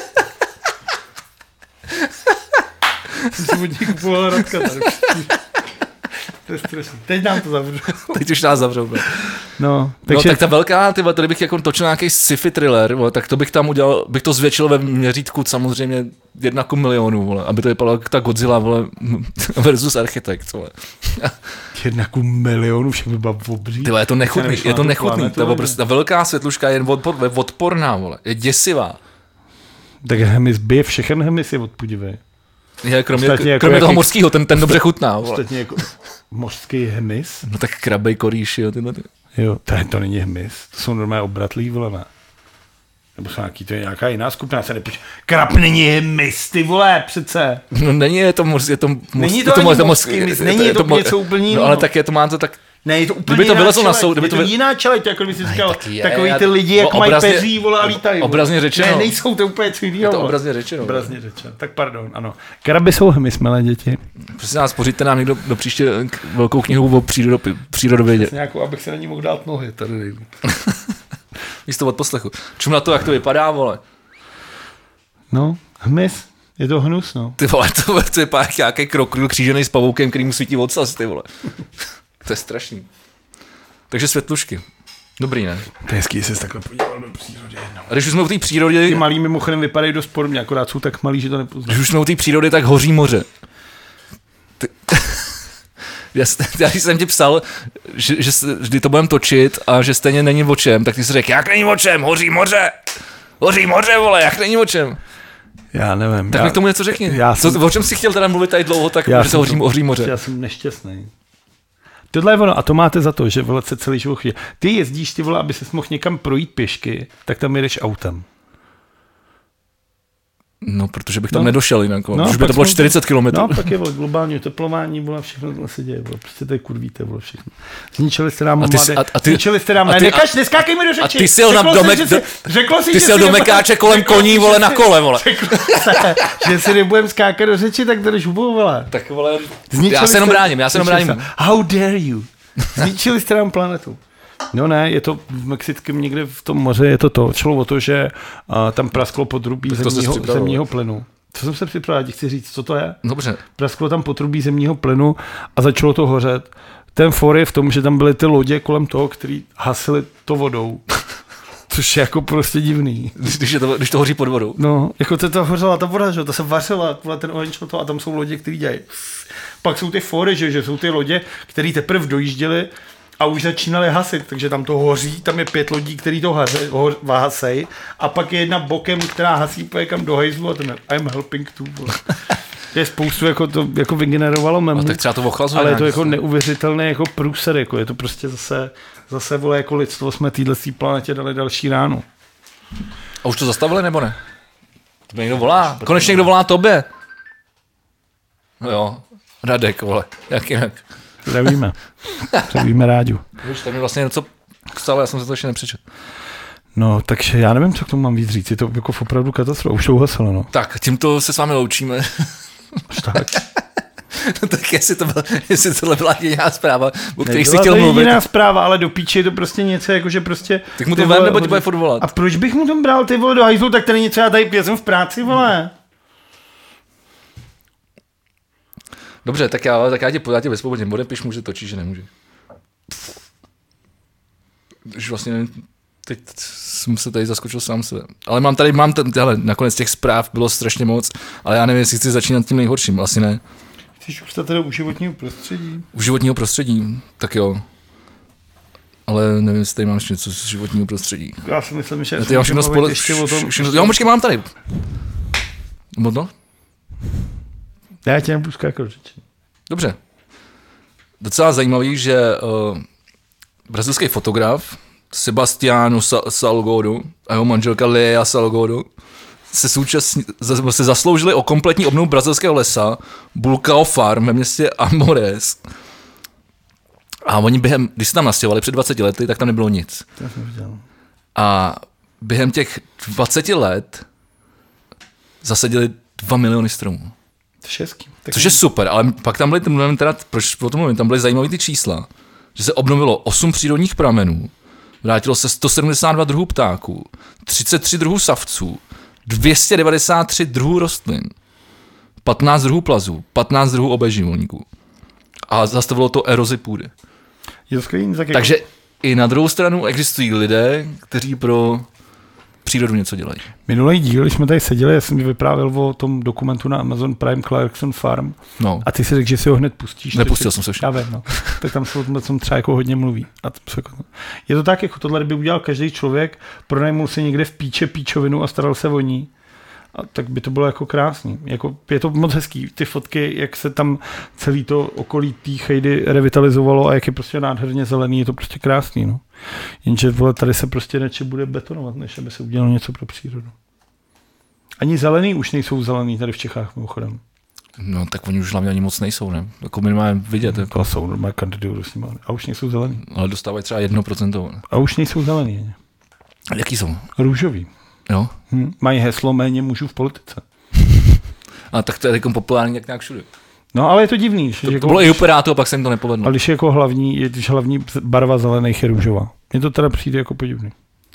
jsem si od ní kupoval Radka tady. To je stresný. Teď nám to zavřou. Teď už nás zavřou. No, tak ta velká, tyhle, to kdybych jako točil nějaký sci-fi thriller, vole, tak to bych tam udělal, bych to zvětšil ve měřítku samozřejmě 1:1,000,000, vole, aby to vypadalo jak ta Godzilla, vole, versus Architekt, vole. 1:1,000,000, však by byla obří. Tyhle, je to nechutný, ta velká světluška je odporná, vole, je děsivá. Tak Hemis bije, všechen Hemis je odpudivý. Je, kromě toho mořského, ten dobře chutná. Ostatně jako mořský Hemis. No tak krabej korýši, jo, tyhle. Jo, to není Hemis, to jsou normálně obratlí, vole, ne? Nebo jsou nějaký, to je nějaká jiná skupina, se nepíš. Krab není Hemis, ty vole, přece. No není, je to mořský, není to mořský Hemis, není to něco úplně jiného. No ale tak je to, má to tak... Ne, je to úplně jiná čeleď, je to jiná čeleď, jako kdyby si říkal, takový ty lidi, jak mají peří, vole, a lítají. Obrazně řečeno. Ne, nejsou to úplně co jiného. Je to obrazně řečeno. Obrazně řečeno, tak pardon, ano. Kraby jsou Hemis, milé děti. Prosím nás, pořiďte nám někdo do příště velkou knihu o přírodovědě. Nějakou, abych se na ní mohl dát nohy, tady nejdu. Místo od poslechu. Čum na to, jak to vypadá, vole. No, Hemis. Je to hnus, no. Ty vole, to je pár nějaký krokodil křížený s pavoukem, který mu svítí ocas, ty vole. To je strašný. Takže světlušky. Dobrý, ne? To je hezký, jsi takhle podíval do přírody. No. A když už jsme u té přírody... Ty malý mimochodem vypadají dost podobně, akorát jsou tak malý, že to nepoznáš. Když už jsme u té přírody, tak hoří moře. Já jsem ti psal, že vždy to budeme točit a že stejně není o čem, tak ty jsi řekl, jak není o čem, hoří moře. Hoří moře, vole, jak není o čem. Já nevím. Tak mi k tomu něco řekni. O čem jsi chtěl teda mluvit tady dlouho, tak že se hoří moře. Já jsem nešťastný. Tohle je ono, a to máte za to, že vole se celý život chodí. Ty jezdíš, ty vole, aby ses mohl někam projít pěšky, tak tam jedeš autem. No, protože bych tam nedošel jinak, protože by to bylo 40 km. No, pak je globální oteplování, vole, všechno tohle se děje, vole, prostě tady kurvíte, vole, všechno. Zničili jste nám zničili jste nám, neskákej mi do řeči. A ty jsi jel do Mekáče kolem koní, vole, na kole, vole. Že si nebudem skákat do řeči, tak to jdeš hubou, vole. Tak, vole, já se jenom bráním. How dare you? Zničili jste nám planetu. No ne, je to v Mexickém někde v tom moře, je to. Šlo o to, že tam prasklo potrubí zemního plynu. Co jsem se připravil, chci říct, co to je? Dobře. Prasklo tam potrubí zemního plynu a začalo to hořet. Ten for je v tom, že tam byly ty lodě kolem toho, který hasily to vodou. Což je jako prostě divný. Když to hoří pod vodou. No, jako to hořela ta voda, že to se vařila, ten oheň šlo to a tam jsou lodě, které dělají. Pak jsou ty fory, že jsou ty lodě, které teprve dojížděly a už začínali hasit, takže tam to hoří, tam je 5 lodí, který to hasej a pak je jedna bokem, která hasí poje kam do hejzlu a ten I'm helping too. Je spoustu, jako to jako vygenerovalo memu, tak třeba to ochlazuje, ale je to jako neuvěřitelné jako průser, jako je to prostě zase vole, jako lidstvo jsme téhle planetě dali další ránu. A už to zastavili nebo ne? To někdo volá, konečně někdo volá tobě. No jo, Radek, vole, jak jinak. Zdravíme Ráďu. Víš, tam mi vlastně něco stalo, já jsem se to ještě nepřečet. No, takže já nevím, co k tomu mám víc říct. Je to jako opravdu katastrofa. Už to uhasilo, no. Tak, tímto se s vámi loučíme. Tak. No tak jestli tohle byla jediná zpráva, o kterých jsi chtěl mluvit. Nebyla to jediná zpráva, ale do píči je to prostě něco, jakože prostě... Tak mu to vem, nebo tě bude furt volat. A proč bych mu to bral, ty vole, do hajzlu, tak to není třeba tady jsem v práci, vole. Dobře, tak já tě bezpodobně odepiš, může točit, že nemůže. Už vlastně nevím, teď jsem se tady zaskočil sám sebe. Ale hele, nakonec těch zpráv bylo strašně moc, ale já nevím, jestli chci začínat tím nejhorším, asi ne. Chceš ustat teda u životního prostředí? U životního prostředí, tak jo. Ale nevím, jestli tady mám ještě něco z životního prostředí. Já si myslím, že... Já všechno jo, počkej, mám tady. No? Já tě nebudu skákat řeči. Dobře. Docela zajímavý, že brazilský fotograf Sebastiano Salgado a jeho manželka Lea Salgado se zasloužili o kompletní obnovu brazilského lesa Bulcao Farm ve městě Amores. A oni když se tam nastěhovali před 20 lety, tak tam nebylo nic. A během těch 20 let zasadili 2 miliony stromů. Což je super, ale pak tam byly, proč o tom mluvím, tam byly zajímavé ty čísla, že se obnovilo 8 přírodních pramenů, vrátilo se 172 druhů ptáků, 33 druhů savců, 293 druhů rostlin, 15 druhů plazů, 15 druhů obejživelníků. A zastavilo to erozi půdy. Takže i na druhou stranu existují lidé, kteří pro přírodu něco dělají. Minulý díl, když jsme tady seděli, já jsem mi vyprávěl o tom dokumentu na Amazon Prime Clarkson Farm. No. A ty si řekl, že si ho hned pustíš. Nepustil jsem se však. Já vím, no. Tak tam se o tom třeba jako hodně mluví. A je to tak, jako tohle by udělal každý člověk, pronajmul si někde v píčovinu a staral se o ní. A tak by to bylo jako krásný. Jako, je to moc hezký. Ty fotky, jak se tam celý to okolí té chejdy revitalizovalo a jak je prostě nádherně zelený, je to prostě krásný. No. Jenže tady se prostě radši bude betonovat, než aby se udělalo něco pro přírodu. Ani zelený už nejsou zelený tady v Čechách mimochodem. No tak oni už hlavně ani moc nejsou, ne? Jako minimálně vidět. Jako. To jsou normálně kandidují s nimi. A už nejsou zelený. Ale dostávají třeba 1%. Ne? A už nejsou zelený. A jaký jsou? Růžový. Jo? Mají heslo méně mužů v politice. A tak to je jako populární jak nějak všude. No ale je to divný. To jako, bylo i u Pirátu a pak se jim to nepovedlo. Ale když je jako hlavní barva zelených je růžová. Mně to teda přijde jako podivný.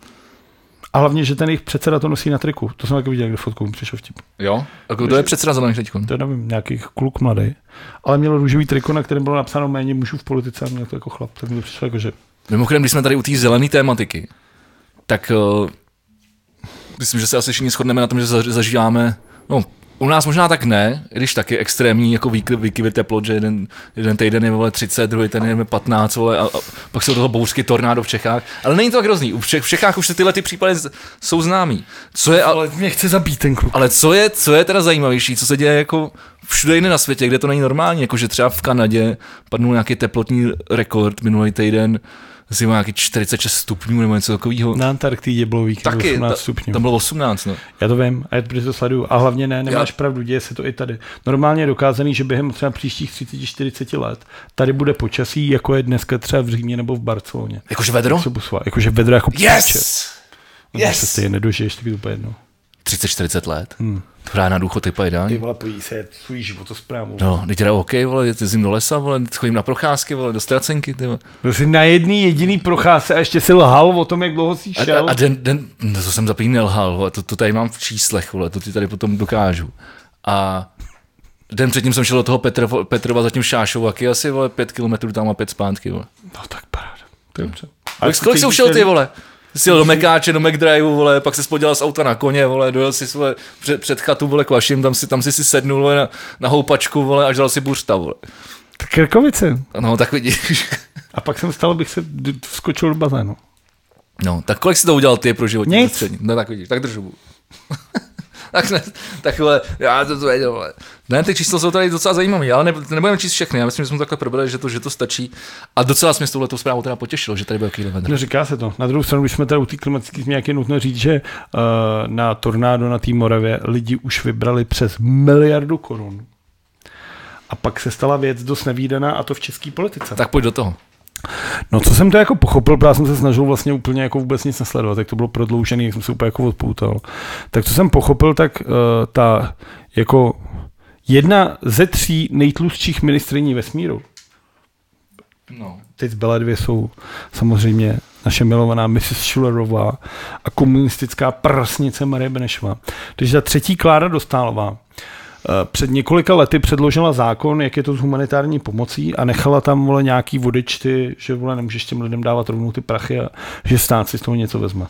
A hlavně, že ten jejich předseda to nosí na triku. To jsem taky viděl, kde fotkou mi přišel vtip. Jo? A kdo je předseda zelených teďkon? To nevím, nějaký kluk mladý. Ale měl růžový triko, na kterém bylo napsáno méně mužů v politice a měl to jako chlap. Tak mi to přišlo jako, že... Mimochodem, když jsme tady u té zelené tématiky, tak myslím, že se asi všichni shodneme na tom, že zažíváme, no u nás možná tak ne, i když taky extrémní jako výkyvy teplot, že jeden týden je vole 30, druhý týden je 15 vole, a pak jsou toho bouřky, tornádo v Čechách, ale není to tak hrozný, v Čechách už tyhle ty případy jsou známý. Ale mě chce zabít ten kluk. Ale co je teda zajímavější, co se děje jako všude jinde na světě, kde to není normální, jakože třeba v Kanadě padnul nějaký teplotní rekord minulý týden, asi má nějaký 46 stupňů nebo něco takového. Na Antarktidě bylo víkend 18 stupňů. Tam bylo 18, no. Já to vím, a já to sleduju. A hlavně nemáš pravdu, děje se to i tady. Normálně je dokázaný, že během třeba příštích 30-40 let tady bude počasí, jako je dneska třeba v Římě nebo v Barceloně. Jakože vedro? Jakože vedro jako yes! Yes! Se stejně nedožiješ, tak je to jedno. 30-40 let. To hrá na důchod typa ideální. Ty vole, podívej se, svůj životosprávu. No, teď jdou hokej, vole, jezdím do lesa, vole, chodím na procházky, vole, do Ztracenky, ty vole. Byl jsi na jediný procházce a ještě si lhal o tom, jak dlouho jsi šel. A to jsem zapíň nelhal, vole, to tady mám v číslech, vole, to ti tady potom dokážu. A den předtím jsem šel do toho Petrova za tím Šášovaky, asi, vole, 5 kilometrů tam a 5 zpátky, vole. No tak paráda, to je dobře. Kolik jsi ušel ty, vole? Jsi jel do Mekáče, do McDriveu, vole, pak se spodělal z auta na koně, vole, dojel si vole, před chatu, vole, k vašim, tam si sednul, vole, na houpačku, vole, a žral si buřta, vole. Tak Krkovice. No, tak vidíš. A pak jsem stál, bych se vskočil do bazénu. No, tak kolik jsi to udělal ty pro životní prostředí? No, tak vidíš, tak držu. tak vole, já to věděl, vole. Ne, ty čísla jsou tady docela zajímavé, ale nebudeme číst všechny. Já myslím, že jsme takhle probrali, že to stačí. A docela jsme s touhletou zprávou teda potěšilo, že tady byl takový vedro. No, říká se to. Na druhou stranu, když jsme tady u té klimatické změny, je nutno říct, že na tornádo na té Moravě lidi už vybrali přes 1 miliardu korun. A pak se stala věc dost nevídaná, a to v české politice. Tak pojď do toho. No, co jsem to jako pochopil, protože já jsem se snažil vlastně úplně jako vůbec nic nesledovat, tak to bylo prodloužený, jak jsem se úplně jako odpoutal. Tak co jsem pochopil, tak ta jako Jedna ze 3 nejtlustších ministryní vesmíru. No. Teď zbylé 2 jsou samozřejmě naše milovaná Mrs. Schillerová a komunistická prsnice Marie Benešová. Takže ta 3. Klára Dostálová před několika lety předložila zákon, jak je to s humanitární pomocí a nechala tam vole nějaký vodičty, že vole nemůžeš těm lidem dávat rovnou ty prachy a že stát si z toho něco vezme.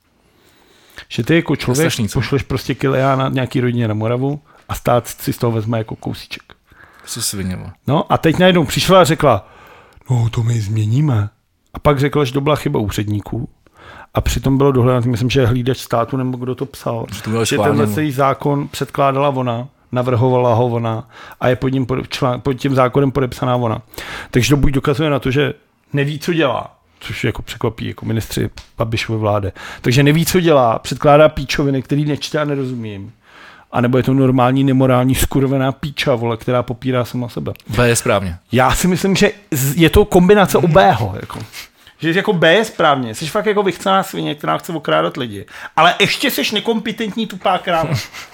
Že ty jako člověk pošleš prostě Kiliána nějaký rodině na Moravu a stát si z toho vezme jako kousíček. Co svině. No a teď najednou přišla a řekla, no to my změníme. A pak řekla, že to byla chyba úředníků. A přitom bylo dohledat, myslím, že hlídač státu nebo kdo to psal. Že tenhle celý zákon předkládala ona, navrhovala ho ona a je pod tím zákonem podepsaná ona. Takže to buď dokazuje na to, že neví, co dělá, což jako překvapí jako ministři Babišovy vlády. Takže neví, co dělá, předkládá píčoviny, který nečte a nerozumím. A nebo je to normální, nemorální, skurvená píča, vole, která popírá sama sebe. B je správně. Já si myslím, že je to kombinace obého. Jako. Že jako B je správně. Jsi fakt jako vychcená svině, která chce okrádat lidi. Ale ještě jsi nekompetentní tupá kráva.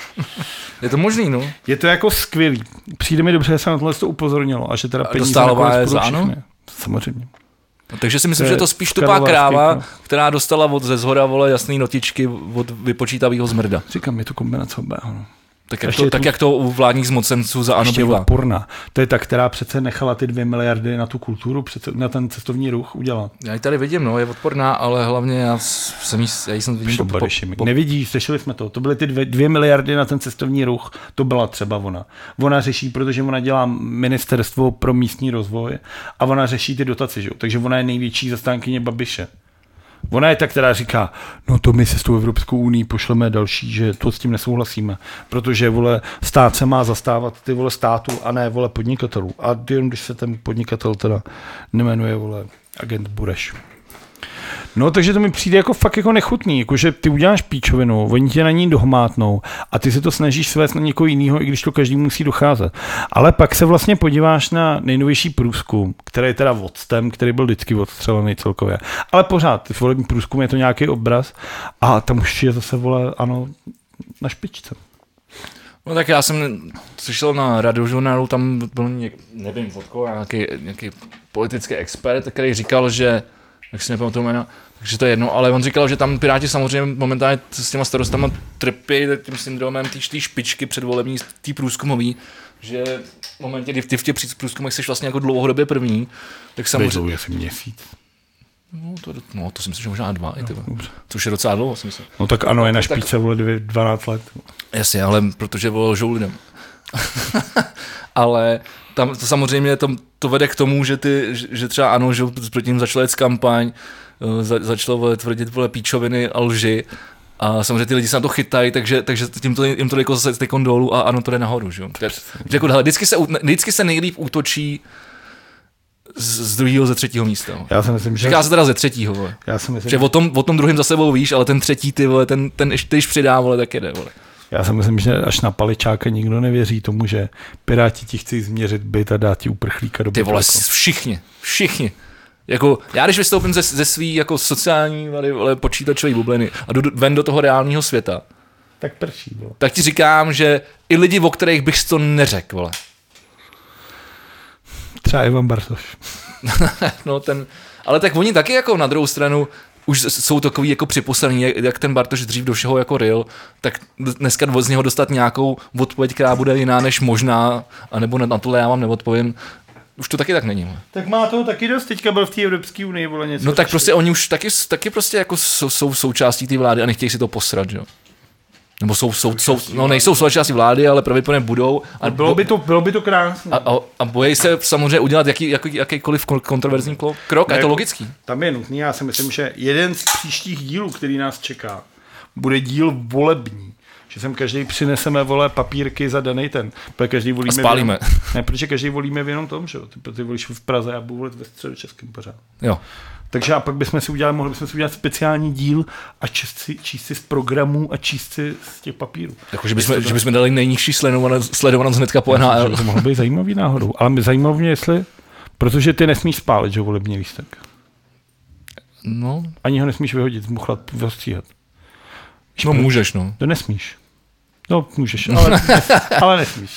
Je to možný, no. Je to jako skvělý. Přijde mi dobře, že se na tohle to upozornilo a že teda peníze Dostálová je za ANO? Samozřejmě. No, takže si myslím, že to spíš tupá kráva, která dostala ze zhora, vole, jasný notičky od vypočítavýho zmrda. Říkám, je to kombinace obého. No. Tak jak to u vládních zmocnenců za ANO bývá. Odporná. To je ta, která přece nechala ty 2 miliardy na tu kulturu, přece na ten cestovní ruch udělat. Já ji tady vidím, no, je odporná, ale hlavně já jsem vidím Nevidíš, řešili jsme to. To byly ty 2 miliardy na ten cestovní ruch, to byla třeba ona. Ona řeší, protože ona dělá ministerstvo pro místní rozvoj a ona řeší ty dotace, že? Takže ona je největší zastánkyně Babiše. Ona je ta, která říká, no to my se s tou Evropskou unií pošleme další, že to s tím nesouhlasíme, protože vole stát se má zastávat ty vole státu a ne vole podnikatelů. A jen když se ten podnikatel teda nemenuje vole agent Bureš. No, takže to mi přijde jako fakt jako nechutný, jakože ty uděláš píčovinu, oni tě na ní dohmátnou a ty se to snažíš svést na někoho jiného, i když to každý musí docházet. Ale pak se vlastně podíváš na nejnovější průzkum, který je teda vodstem, který byl vždycky odstřelený celkově. Ale pořád, ty volební průzkum je to nějaký obraz a tam už je zase vole, ano, na špičce. No tak já jsem slyšel na Radiožurnálu, tam byl nevím, vodko, nějaký politický expert, který říkal, že jak si nepamatuju jména, takže to je jedno, ale on říkal, že tam Piráti samozřejmě momentálně s těma starostama trpí tím syndromem té špičky předvolební, té průzkumový, že v momentě, kdy ty v těch průzkumech jsi vlastně jako dlouhodobě první, tak samozřejmě... Bejzou asi měsíc. No, to si myslím, že možná 2, což je docela dlouho, si myslím. No tak ano, je na špičce, vole 12 let. Jasně, ale protože lžou lidem. Ale tam to samozřejmě to vede k tomu, že třeba ano, že proti ním začala jet kampaň, začalo tvrdit píčoviny a lži a samozřejmě ty lidi se na to chytají, takže jim to jako zase tekon dolů a ano, to jde nahoru. Že? Jako, hele, vždycky se nejlíp útočí z 2. ze 3. místa. Já si myslím, že... Říká se teda ze 3. Vole. Já si myslím, že o tom druhém za sebou víš, ale ten 3. ty vole, ten když přidá, vole, tak jede, vole. Já si myslím, že až na Paličáka nikdo nevěří tomu, že Piráti ti chci změřit byt a dát ti uprchlíka do bytu. Ty vole, všichni. Jako, já když vystoupím ze svý jako sociální počítačové bubliny a jdu ven do toho reálného světa, tak prší, vole. Tak ti říkám, že i lidi, o kterých bych to neřekl, vole. Třeba Ivan Bartoš. No ale tak oni taky jako na druhou stranu už jsou takový jako připoslení, jak ten Bartoš dřív do všeho jako ryl, tak dneska z něho dostat nějakou odpověď, která bude jiná než možná, anebo na tohle já vám neodpovím. Už to taky tak není. Tak má toho taky dost, teďka byl v té Evropské unii, vole něco. No tak prostě oni už taky prostě jako jsou součástí té vlády a nechtějí si to posrat, že jo. Nebo nejsou součástí vlády, ale pravděpodobně budou. A bylo by to krásné. A bojí se samozřejmě udělat jakýkoliv kontroverzní krok, a je to logický. Tam je nutný, já si myslím, že jeden z příštích dílů, který nás čeká, bude díl volební. Že sem každý přineseme, vole, papírky za daný ten. Každý volíme a spálíme. Ne, protože každý volíme v jenom tom, že jo. Ty volíš v Praze a budu volit ve Středočeském pořád. Jo. Takže a pak mohli bychom si udělat speciální díl a číst si z programů a číst si z těch papírů. Jako, že bychom dali nejnižší sledovanost hnedka po NHL. To mohlo být zajímavý náhodou. Ale mě zajímalo mě, jestli, protože ty nesmíš spálit, že volební lístek. No. Ani ho nesmíš vyhodit, zmuchlat, vystříhat. No můžeš, no. To nesmíš. No, můžeš, ale nesmíš.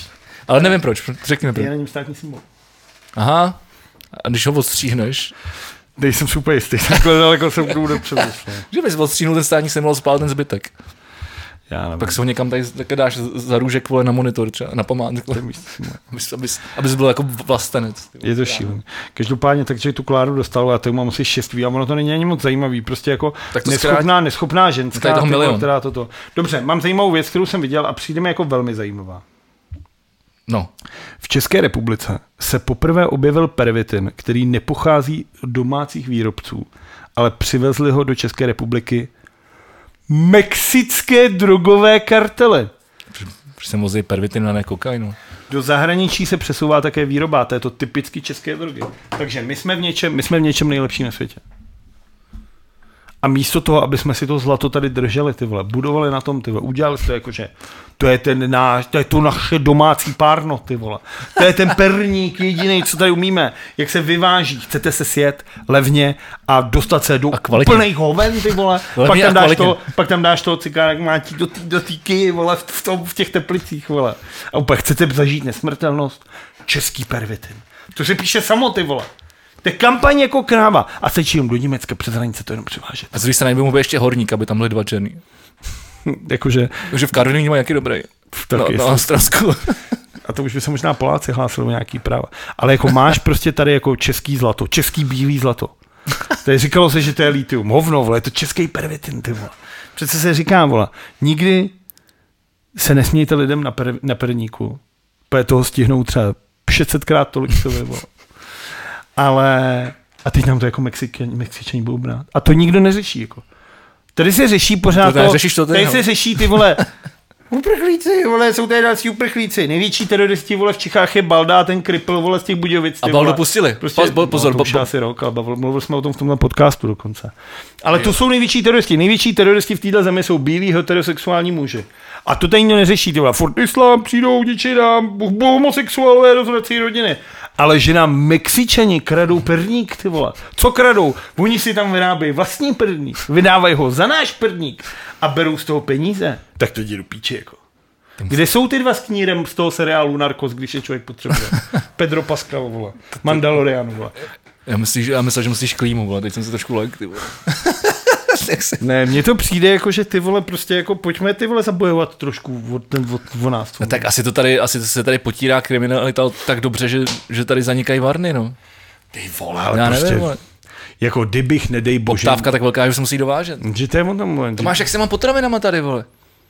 Ale nevím proč, řekni mi proč. Je na něm státní symbol. Aha, a když ho odstříhneš, Nejsem super jistý, takhle daleko jsem k tomu nepřemýšlel. že bys odstříhnul ten státní symbol a spál ten zbytek. Já nevím. Pak se ho někam tady dáš za růžek, vole, na monitor třeba, na památku. Abys byl jako vlastenec. Je to šílený. Každopádně, takže tu Kláru dostal, a to mám asi 6 a ono to není ani moc zajímavý, prostě jako neschopná ženská, která toto. Dobře, mám zajímavou věc, kterou jsem viděl a přijde mi jako velmi zajímavá. No. V České republice se poprvé objevil pervitin, který nepochází od domácích výrobců, ale přivezli ho do České republiky mexické drogové kartely. Protože se vozí pervitin a ne kokainu. Do zahraničí se přesouvá také výroba této typicky české drogy. Takže my jsme v něčem nejlepší na světě. A místo toho, aby jsme si to zlato tady drželi, ty vole, budovali na tom, ty vole, udělali to jakože, to je to naše domácí párno, ty vole. To je ten perník jediný, co tady umíme. Jak se vyváží, chcete se sjet levně a dostat se do úplnej hoven, ty vole. Pak tam dáš toho cikánek mátí do té ky, vole, v těch teplicích, vole. A úplně chcete zažít nesmrtelnost. Český pervitin. To se píše samo, ty vole. To je kampaň jako kráva. A se do Německa přes hranice to jenom přivážet. A když se najde mu ještě horník, aby tam byly 2 černý. Jakože v Karolíně mají jaký dobrý. Na Ostravsku. A to už by se možná Poláci hlásili o nějaký práva. Ale jako máš prostě tady jako český zlato, český bílý zlato. Tady říkalo se, že to je litium. Hovno, vole, je to český pervitin, ty vole. Přece se říká, vole, nikdy se nesmějte lidem na perníku. Protože toho stihnou třeba 600krát tolik, co vy, vole. Ale a teď nám to jako Mexičani budou brát. A to nikdo neřeší. Jako. Tady se řeší pořád tady se řeší ty vole uprchlíci, vole, jsou tady další uprchlíci. Největší teroristi, vole, v Čechách je Balda, ten kripl, vole, z těch Budějovic. A Baldu pustili. Prostě, pozor. To už asi rok, ale mluvili jsme o tom v tomhle podcastu dokonce. Ale to jsou největší teroristi. Největší teroristi v této zemi jsou bílí heterosexuální muži. A to tady nikdo neřeší, ty vole. Furt islám, přijdou děti nám, homosexuálové, rozvrací rodiny. Ale že nám Mexičani kradou perník, ty vole. Co kradou? Oni si tam vyrábějí vlastní perník. Vydávají ho za náš perník a berou z toho peníze. Tak to jde do píči, jako. Kde jsou ty dva s knírem z toho seriálu Narcos, když je člověk potřebuje? Pedro Pascal, vole. Mandalorian, vole. Já myslím, že myslíš Klímu, vole. Teď jsem se trošku lek, ty vole. Ne, mně to přijde jako, že ty vole prostě jako pojďme ty vole zabojovat trošku o nás. No, tak asi se tady potírá kriminalita tak dobře, že tady zanikají varny, no. Ty vole, ale já prostě, nevím, vole. Jako kdybych, nedej bože. Poptávka tak velká, že se musí dovážet. Že to je o tom. To máš, jak se mám potravinama tady, vole.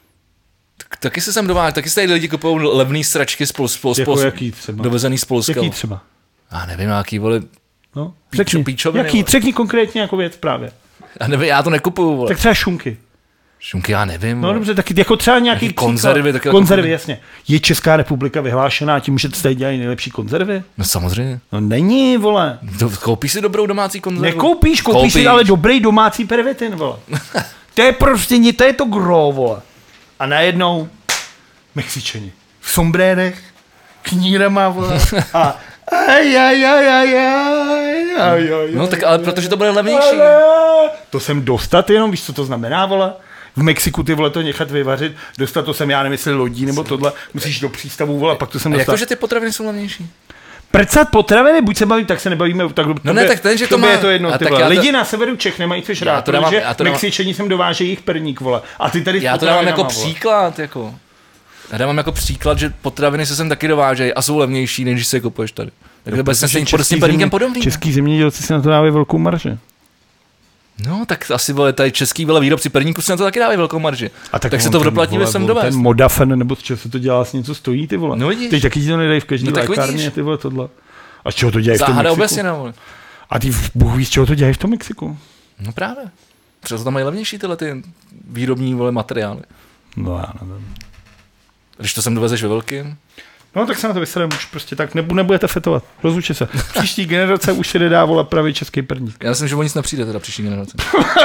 Taky se sem dovážet, taky se tady lidi kupují levný sračky jako jaký třeba? Dovezený z Polska. Jaký třeba? Já nevím, jaký, vole. No, píčoviny. Řekni konkrétně jako věc právě. Já nevím, já to nekupuju, vole. Tak třeba šunky. Šunky já nevím. No dobře, tak jako třeba nějaký konzervy. Konzervy, jasně. Je Česká republika vyhlášená tím, že tady dělají nejlepší konzervy? No samozřejmě. No není, vole. Koupíš si dobrou domácí konzervu? Nekoupíš, koupíš si ale dobrý domácí pervitin, vole. To je prostě, to je to gro, vole. A najednou Mexičani. V sombrérech, knírama, vole. A no tak ale protože to bude levnější. To sem dostat jenom, víš, co to znamená, vole? V Mexiku ty vole to nechat vyvařit, dostat to sem, já nemyslím lodí nebo tohle, musíš do přístavu, vole, pak to sem dostat. Jak to, že ty potraviny jsou levnější? Prcat potraviny, buď se baví, tak se nebavíme, tak no ne, tak ten, že to má... je to jedno, ty vole. Lidi na severu Čech nemají což rád, protože Mexičani sem dovážejí jich perník, vole. A ty tady já to dávám jako příklad, jako. Já dávám jako příklad, že potraviny se sem taky dovážejí a jsou levnější, než když se kupuješ tady. Takže bez se s tím perníkem podobný. Český zemědělci si na to dávají velkou marži. No, tak asi vole, tady český vole výrobci perníku si na to taky dávají velkou marži. A tak se to doplatí, sem dovést. Ten Modafen, nebo z čeho se to dělá, s něco stojí, ty vole. No vidíš. Teď taky ti to nedají v každé lékárně, ty vole, tohle. A z čeho to dělají v tom Mexiku? Obecně, no, vole. A ty Bůh ví, z čeho to dělají v tom Mexiku? No právě. Třeba tam mají levnější tyhle ty výrobní vole materiály. No já nevím. Když to sem dovezeš ve velkým. No tak se na to vysadem, už prostě tak nebudete fetovat. Rozlučte se. Příští generace už se nedá volat pravý český perník. Já myslím, že o nic nepřijde teda příští generace.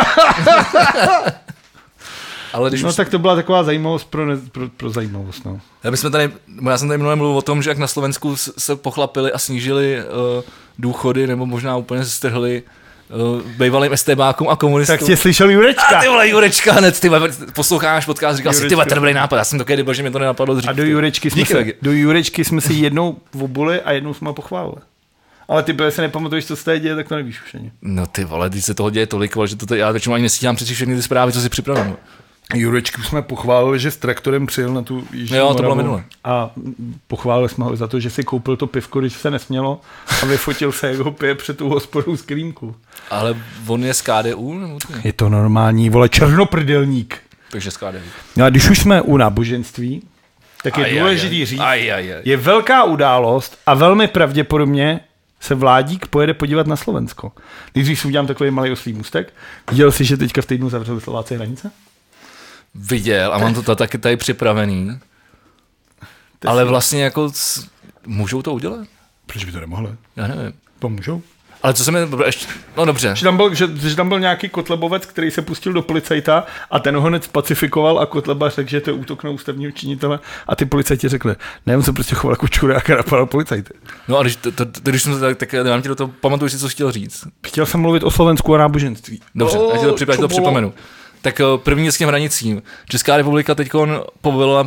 Ale když no tak to byla taková zajímavost pro zajímavost. No. Já jsem tady minule mluvil o tom, že jak na Slovensku se pochlapili a snížili důchody, nebo možná úplně strhli bývalým STBákům a komunistům. Tak tě slyšel Jurečka. A ty vole, Jurečka hned, ty vole, posloucháš podcast, říkal si, ty vole, to je dobrý nápad, já jsem takový debil, že mě to nenapadlo dřív. A do Jurečky jsme si jednou obuli a jednou jsme ho pochválili. Ale ty se nepamatuješ, co se tady děje, tak to nevíš už ani. No ty vole, když se toho děje tolik, že to já většinou ani nestíhám přečíst všechny ty zprávy, co si připravím. Jurečku jsme pochválili, že s traktorem přijel na tu Jižní Jo, Moravu. to bylo minule. A pochválili jsme ho za to, že si koupil to pivko, když se nesmělo a vyfotil se, jak ho pije před tu hospodou z Klímku. Ale on je z KDU? Nebo to je to normální, vole, černoprdelník. Takže z KDU. No a když už jsme u náboženství, tak je důležitý říct, je velká událost a velmi pravděpodobně se Vládík pojede podívat na Slovensko. Když si udělám takový malý oslý můstek, viděl jsi, že teďka v týdnu zavřeli Slováci hranice? Viděl a mám to taky tady připravený. Ale vlastně jako můžou to udělat? Proč by to nemohli? Já nevím. Pomůžou? Ale co se mi ještě... No dobře. Že tam byl nějaký kotlebovec, který se pustil do policajta a ten ho hned pacifikoval a Kotleba řekl, že to je útok na ústavního činitele a ty policajti řekli, ne, on se prostě choval jako čurák a napadal policajty. No a když jsem tak nemám ti do toho, pamatuju si, co chtěl říct. Chtěl jsem mluvit o Slovensku a náboženství. Dobře, já ti to připomenu. Tak první s tím hranicím. Česká republika teď povolila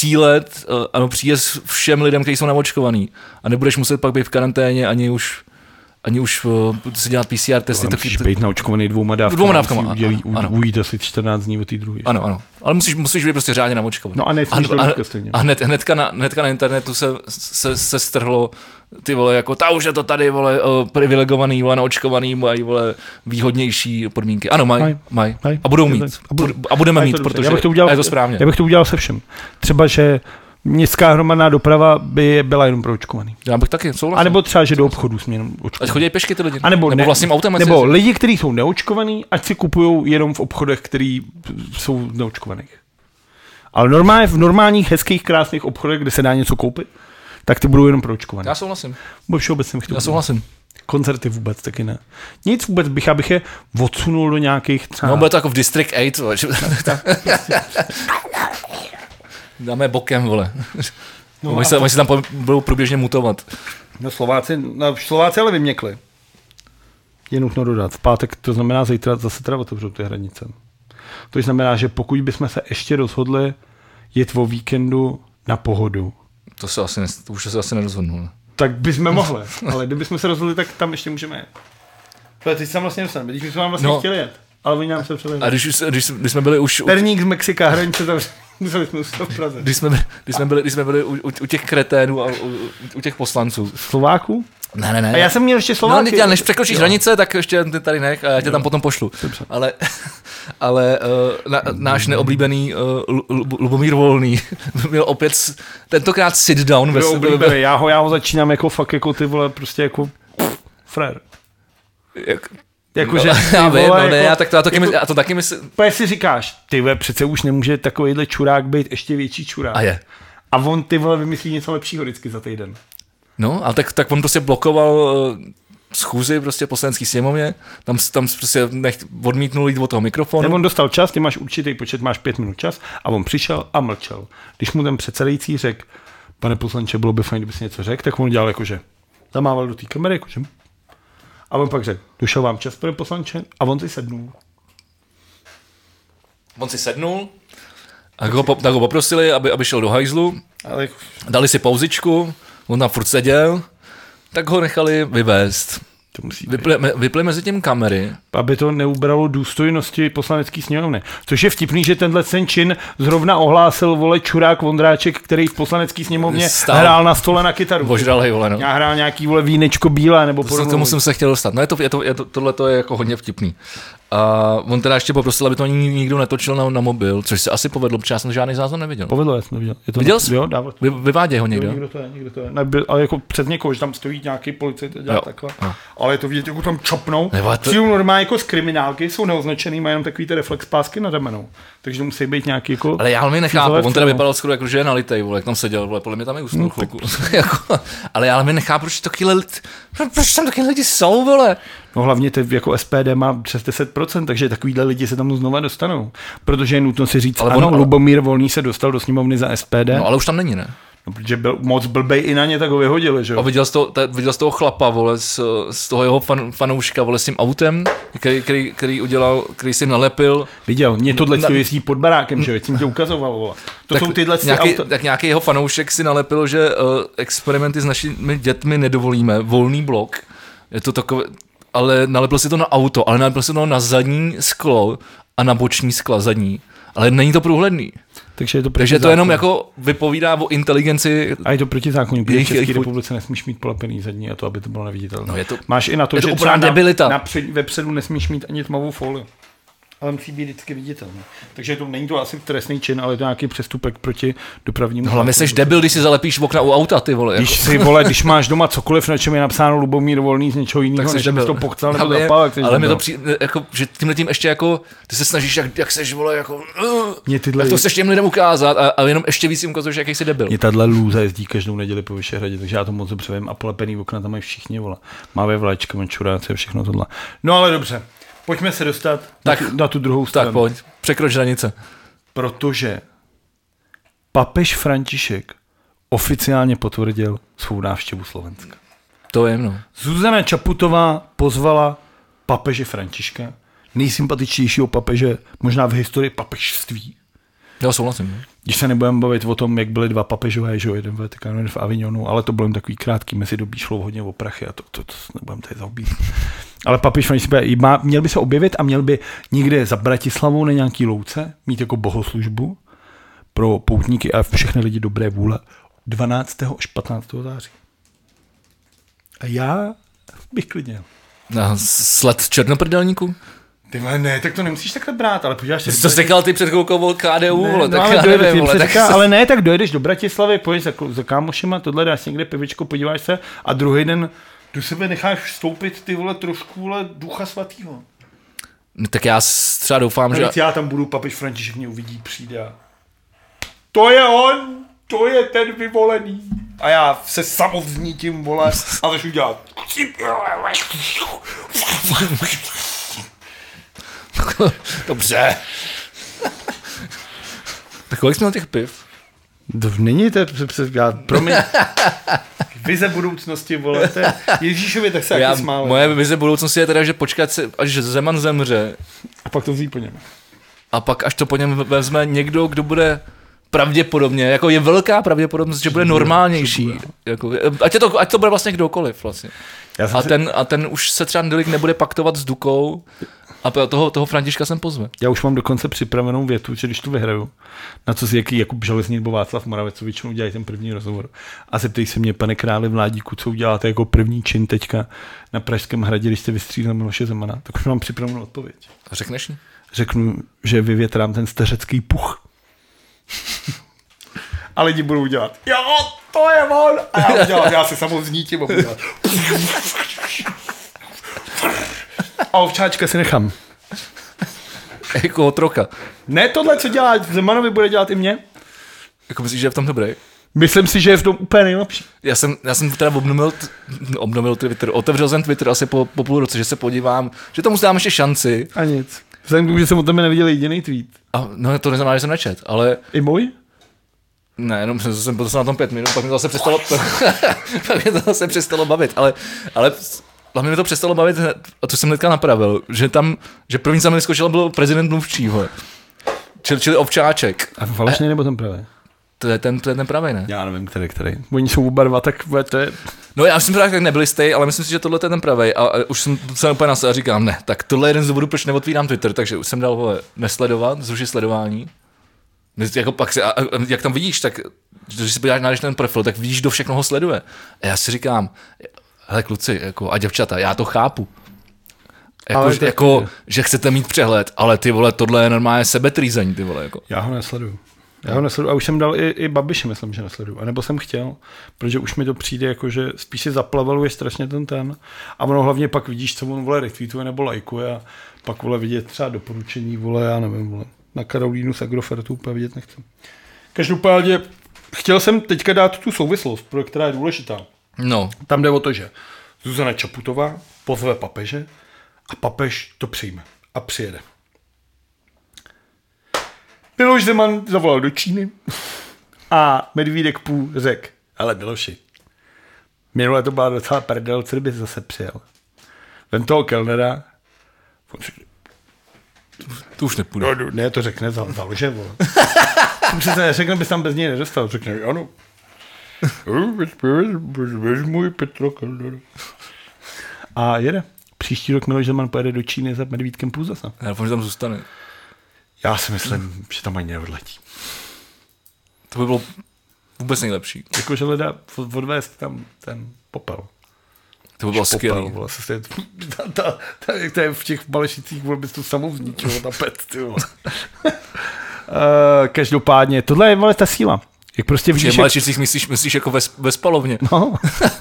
příjezd všem lidem, kteří jsou naočkovaný. A nebudeš muset pak být v karanténě ani už si dělat PCR testy. Ale musíš být naočkovaný dvouma dávkama. Ujít asi 14 dní od té druhé. Ano. Ale musíš být prostě řádně naočkovaný. No a hnedka na internetu se strhlo ty vole, jako ta už je to tady, vole, privilegovaný, vole, naočkovaný, mají, vole, výhodnější podmínky. Ano, mají. A budou mít. A budeme mít, protože je to správně. Já bych to udělal se všem. Třeba, že městská hromadná doprava by byla jenom pro očkovaný. Já bych taky souhlasil. A nebo třeba, že do obchodu jsme jenom očkovaný. Ať chodí pešky ty lidi. A nebo vlastním autem. Nebo lidi, kteří jsou neočkovaný, ať si kupují jenom v obchodech, který jsou neočkovaných. Ale normálně v normálních, hezkých, krásných obchodech, kde se dá něco koupit, tak ty budou jenom pro očkovaný. Já souhlasím. Já souhlasím. Koncerty vůbec taky ne. Nic vůbec abych je odsunul do nějakých třeba... No bude to jako v District 8, dáme bokem, vole. No my se tam budou průběžně mutovat. No Slováci ale vyměkli. Je nutno dodat. V pátek, to znamená zítra zase teda otevřou ty hranice. To znamená, že pokud bychom se ještě rozhodli jet o víkendu na Pohodu. To už se asi nerozhodnu. Ne? Tak bychom mohli, ale kdybychom se rozhodli, tak tam ještě můžeme jet. Ale teď se tam vlastně dostaneme, když jsme vám vlastně chtěli jet. Ale oni nám se přelehli. A když jsme byli už... Perník z Mexika, hranice tam... Museli jsme v Praze. Když jsme byli u těch kreténů a u těch poslanců. Slováků? Ne. A já jsem měl ještě Slováky. No, než překročíš hranice, tak ještě ty tady nech a já tě tam potom pošlu. Ale náš neoblíbený Lubomír Volný měl opět tentokrát sit down. Já ho začínám jako fakt jako ty vole, prostě jako frér. Jakože já vím, já to taky myslím. Pojď si říkáš, ty vole, přece už nemůže takovýhle čurák být ještě větší čurák. A je. A on ty vole vymyslí něco lepšího vždycky za týden. No, ale tak on prostě blokoval schůzi prostě poslanecký sněmovně, tam prostě odmítnul jít od toho mikrofonu. Nebo on dostal čas, ty máš určitý počet, máš 5 minut čas a on přišel a mlčel. Když mu ten předsedající řekl, pane poslanče, bylo by fajn, kdyby si něco řekl, tak on dělal jakože, zamával do té kamery, jakože. A on pak řekl, došel vám čas, pane poslanče, a on si sednul. A tak ho poprosili, aby šel do hajzlu, dali si pauzičku, on tam furt seděl, tak ho nechali vyvést. Vypli mezi tím kamery. Aby to neubralo důstojnosti poslanecký sněmovny. Což je vtipný, že tenhle čin zrovna ohlásil, vole, čurák Vondráček, který v poslanecký sněmovně hrál na stole na kytaru. Vožralej, vole, no. Já hrál nějaký, vole, vínečko bílé, nebo podobně. K tomu jsem se chtěl dostat. No tohle je jako hodně vtipný. A on teda ještě poprosil, aby to nikdo netočil na mobil, což se asi povedlo, protože já jsem žádný záznam neviděl. Povedlo, já jsem neviděl. Viděl jsi? Jo, dávno. Vyváděj ho někdo. Někdo to je. Nebyl, ale jako před někoho, že tam stojí nějaký policajt a dělá takhle. Jo. Ale je to vidět, jako tam čapnou. Jsou normálně jako z kriminálky, jsou neoznačený, mají jenom takový ty reflex pásky na ramenou. Takže to musí být nějaký jako... Ale já mi nechápu, on teda vypadal skoro jako, že je nalitej, vole, jak tam seděl, vole, podle mě tam je usnul chvilku. Ale já mi nechápu, proč tam taky lidi jsou, vole. No hlavně ty jako SPD má přes 10%, takže takovýhle lidi se tam znova dostanou. Protože je nutno si říct, Lubomír Volný se dostal do sněmovny za SPD. No ale už tam není, ne? No, protože byl moc blbej i na ně, tak ho vyhodili, že jo? A viděl jsi toho chlapa, vole, z toho jeho fanouška, vole, s tím autem, který si nalepil. Viděl, mě tohle jezdí pod barákem, že jo, jsem tě ukazoval, vole. To tak jsou tyhle auta. Tak nějaký jeho fanoušek si nalepil, že experimenty s našimi dětmi nedovolíme, volný blok. Je to takové, ale nalepil si to na auto, ale nalepil si to na zadní sklo a na boční skla zadní. Ale není to průhledný. Takže to jenom jako vypovídá o inteligenci. A je to proti zákonu, protože v České republice nesmíš mít polepený zadní a to, aby to bylo neviditelné. No máš i na to, je že to třeba debilita. Vepředu nesmíš mít ani tmavou folii. Ale musí být vždycky viditelný. Takže to není to asi trestný čin, ale je to nějaký přestupek proti dopravnímu. No, hlavně seš debil, když si zalepíš okna u auta, ty vole. Když máš doma cokoliv, na čem je napsáno Lubomír Volný z něčeho jiného, než bys to pochcel nebo zapal, ale mi to přijde, jako, že tímhletím ještě jako, ty se snažíš, jak seš, vole, jako, tak to chceš těm lidem ukázat a jenom ještě víc jim ukazuješ, jaký jsi debil. Mě tahle lůza jezdí každou neděli po Vyšehradě, takže já to moc dobře vím a polepený okna tam mají všichni, vole. Máme vlaječka, mančuráce, všechno tohle. No ale dobře. Pojďme se dostat na tu druhou stranu. Tak pojď, překroč hranice. Protože papež František oficiálně potvrdil svou návštěvu Slovenska. To je no. Zuzana Čaputová pozvala papeže Františka, nejsympatičtějšího papeže možná v historii papežství. Já souhlasím. Když se nebudeme bavit o tom, jak byly dva papežové, že jeden v Vatikánu, jeden v Avignonu, ale to bylo jen takový krátký mezidobí, šlo hodně o prachy a to nebudeme tady zaobírat. Ale papež František měl by se objevit a měl by někde za Bratislavou na nějaký louce mít jako bohoslužbu pro poutníky a všechny lidi dobré vůle 12. až 15. září. A já bych klidně. Na sled černoprdelníku? Ty ne, tak to nemusíš takhle brát, ale podíváš se. Co jsi říkal ty před chvilkou o KDU, vole, tak ale já nevím, vole. Ale ne, tak dojedeš do Bratislavy, půjdeš za kámošima, tohle dáš někde pivičko, podíváš se a druhý den do sebe necháš vstoupit ty vole trošku vole Ducha Svatýho. No, tak já třeba doufám, že... Já tam budu, papež František mě uvidí, přijde a... To je on, to je ten vyvolený. A já se samovznítím, vole, a začnu dělat. Dobře. Tak kolik jsi měl těch piv? Není to, promiň. Vize budoucnosti, vole, to je Ježíšovi, tak se jaký smále. Moje vize budoucnosti je teda, že počkat se, až Zeman zemře. A pak to vzít po něm. A pak až to po něm vezme někdo, kdo bude pravděpodobně, jako je velká pravděpodobnost, že bude normálnější. Jako, ať to bude vlastně kdokoliv vlastně. A ten už se třeba nebude paktovat s Dukou a toho Františka jsem pozve. Já už mám dokonce připravenou větu, že když tu vyhraju, na co si jaký Jakub Železný nebo Václav Moravec, co většinou dělají ten první rozhovor. A zeptej se mě, pane králi Vládíku, co uděláte jako první čin teďka na Pražském hradě, když jste vystřídali Miloše Zemana. Tak už mám připravenou odpověď. A řekneš mi? Řeknu, že vyvětrám ten stařecký puch. A lidi budou dělat, jo, to je on. A já se samoznítím a budu dělat. A ovčáčka si nechám. Jako otroka. Ne tohle, co dělá Zemanovi, bude dělat i mě. Jako myslíš, že je v tom dobrý? Myslím si, že je v tom úplně nejlepší. Já jsem teda obnovil Twitter. Otevřel jsem Twitter asi po půl roce, že se podívám, že tomu dám ještě šanci. A nic. Vzhledem k tomu, že jsem o tebe neviděl jediný tweet. No to neznamená, že jsem nečet, ale... I můj? Ne, jenom jsem byl na tom 5 minut, pak mi to zase přestalo bavit, ale hlavně mi to přestalo bavit, a to jsem hnedka napravil, že první, co mi vyskočilo, byl prezident mluvčího. Čili ovčáček. A falešný nebo ten pravý? To je ten pravý, ne? Já nevím, který. Oni jsou oba dva, tak to je... No já myslím, že tak nebyli stej, ale myslím si, že tohle je ten pravý. A už jsem se úplně nasadil a říkám, ne, tak tohle je jeden z důvodů, proč neotvírám Twitter, takže už jsem dal nesledovat, zrušit sledování. Jako pak jak tam vidíš, tak když si podíváš na ten profil, tak vidíš, kdo všechno ho sleduje. A já si říkám, hele kluci, jako, a děvčata, já to chápu. Že chcete mít přehled, ale ty vole, tohle je normálně sebetrýzení, ty vole. Jako. Já ho nesleduju a už jsem dal i Babiše, myslím, že nesleduju. A nebo jsem chtěl, protože už mi to přijde jako, že spíš si zaplaveluje strašně ten. A ono hlavně pak vidíš, co on vole retweetuje nebo lajkuje a pak vole vidět třeba doporučení, vole, já nevím, vole. Na Karolínu z Agrofertu úplně vidět nechci. Každopádně chtěl jsem teďka dát tu souvislost, která je důležitá. No. Tam jde o to, že Zuzana Čaputová pozve papeže a papež to přijme a přijede. Miloš Zeman zavolal do Číny, A Medvídek půl řekl, ale Miloši, minule to byla docela prdel, co kdyby zase přijel. Vem toho kelnera, to už nepůjde. No, ne, to řekne založe, vole. Přesně neřekne, bys tam bez něj nedostal. Řekne, ano. Bez můj Petro kelner. A jede. Příští rok Miloš Zeman pojede do Číny za Medvídkem půl zase. Já doufám, že tam zůstane. Já si myslím, že tam ani neodletí. To by bylo vůbec nejlepší. Jakože hledá odvést tam ten popel. To by bylo skvělý. Jak to je v těch Malešicích, bys tu samou zničil, ta pet, ty vole. Každopádně, tohle je, vole, ta síla. Jak prostě v Malešicích myslíš jako ve spalovně. No.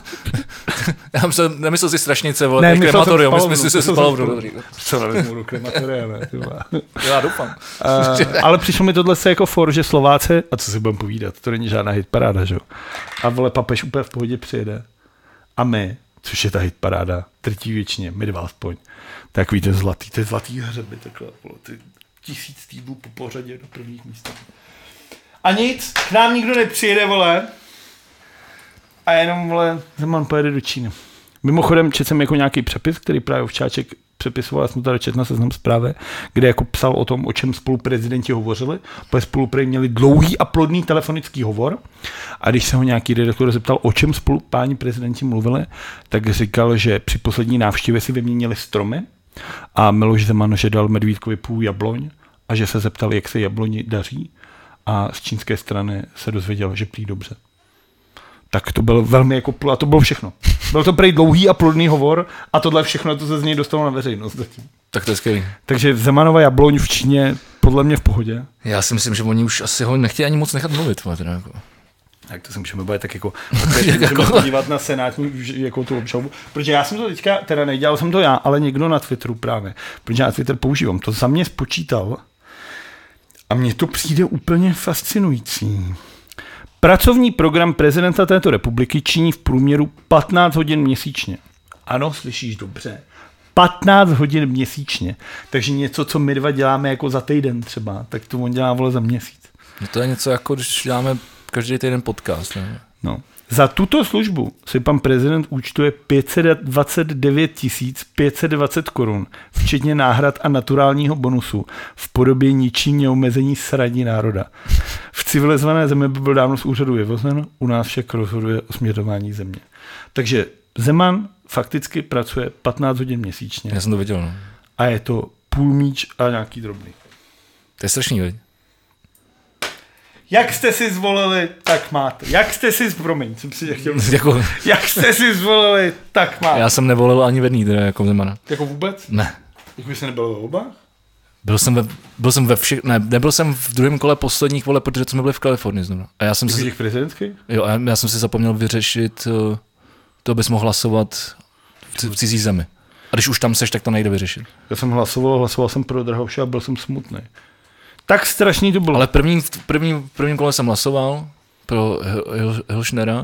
Já nemyslel si strašnice, vole, to je krematorium, myslíš si spalovnu. Co nevezmu do krematoria, ne? Já doufám. Ale přišlo mi tohle se jako for, že Slováci, a co si budeme povídat, to není žádná hitparáda, že jo? A vole, papež úplně v pohodě přijede. A my, což je ta hitparáda, trtí většině, my dva aspoň, takový ten zlatý hřeby, takhle, vole, ty 1000 týdnů po pořadě do prvních míst. A nic, k nám nikdo nepřijede, vole. A jenom, vole, Zeman pojede do Číny. Mimochodem, četl jsem jako nějaký přepis, který právě Ovčáček přepisoval, já jsem tady četl na Seznam Zprávy, kde jako psal o tom, o čem spolu prezidenti hovořili, protože spolu měli dlouhý a plodný telefonický hovor a když se ho nějaký redaktor zeptal, o čem spolu páni prezidenti mluvili, tak říkal, že při poslední návštěvě si vyměnili stromy a Miloš Zeman, že dal Medvídkovi půl jabloň a že se zeptal, jak se jabloni daří a z čínské strany se dozvěděl, že prý dobře. Tak to bylo velmi jako, a to bylo všechno. Byl to prej dlouhý a plodný hovor a tohle všechno to se z něj dostalo na veřejnost zatím. Tak to je skvělý. Takže Zemanova jabloň v Číně podle mě v pohodě. Já si myslím, že oni už asi ho nechtějí ani moc nechat mluvit. Teda jako. Tak to se můžeme bavit tak jako podívat na senátní jako tu obžalobu. Protože já jsem to teďka, teda nedělal jsem to já, ale někdo na Twitteru právě. Protože já Twitter používám. To za mě spočítal a mně to přijde úplně fascinující. Pracovní program prezidenta této republiky činí v průměru 15 hodin měsíčně. Ano, slyšíš dobře. 15 hodin měsíčně. Takže něco, co my dva děláme jako za týden třeba, tak to on dělá, vole, za měsíc. No to je něco jako, když děláme každý týden podcast. Ne? No. Za tuto službu si pan prezident účtuje 529 520 korun, včetně náhrad a naturálního bonusu v podobě ničím neomezení sradí národa. V civilizované zemi by byl dávno z úřadu vyvozen, u nás však rozhoduje o směřování země. Takže Zeman fakticky pracuje 15 hodin měsíčně. Já jsem to viděl. No. A je to půl míč a nějaký drobný. To je strašný, veď? Jak jste si zvolili, tak máte. Jak jste si, promiň, jsem si chtěl jako... Jak jste si zvolili, tak máte. Já jsem nevolil ani v jedný, teda jako Zemana. Jako vůbec? Ne. Jako jsi nebyl ve volbách? Byl jsem ve všech, ne, nebyl jsem v druhém kole posledních voleb, protože jsme byli v Kalifornii znovu. A já jsem si těch prezidentských? Jo, a já jsem si zapomněl vyřešit to, abys mohl hlasovat v cizí zemi. A když už tam seš, tak to nejde vyřešit. Já jsem hlasoval jsem pro Drahoše a byl jsem smutný. Tak strašný to bylo. Ale v prvním kole jsem hlasoval pro Hilšnera.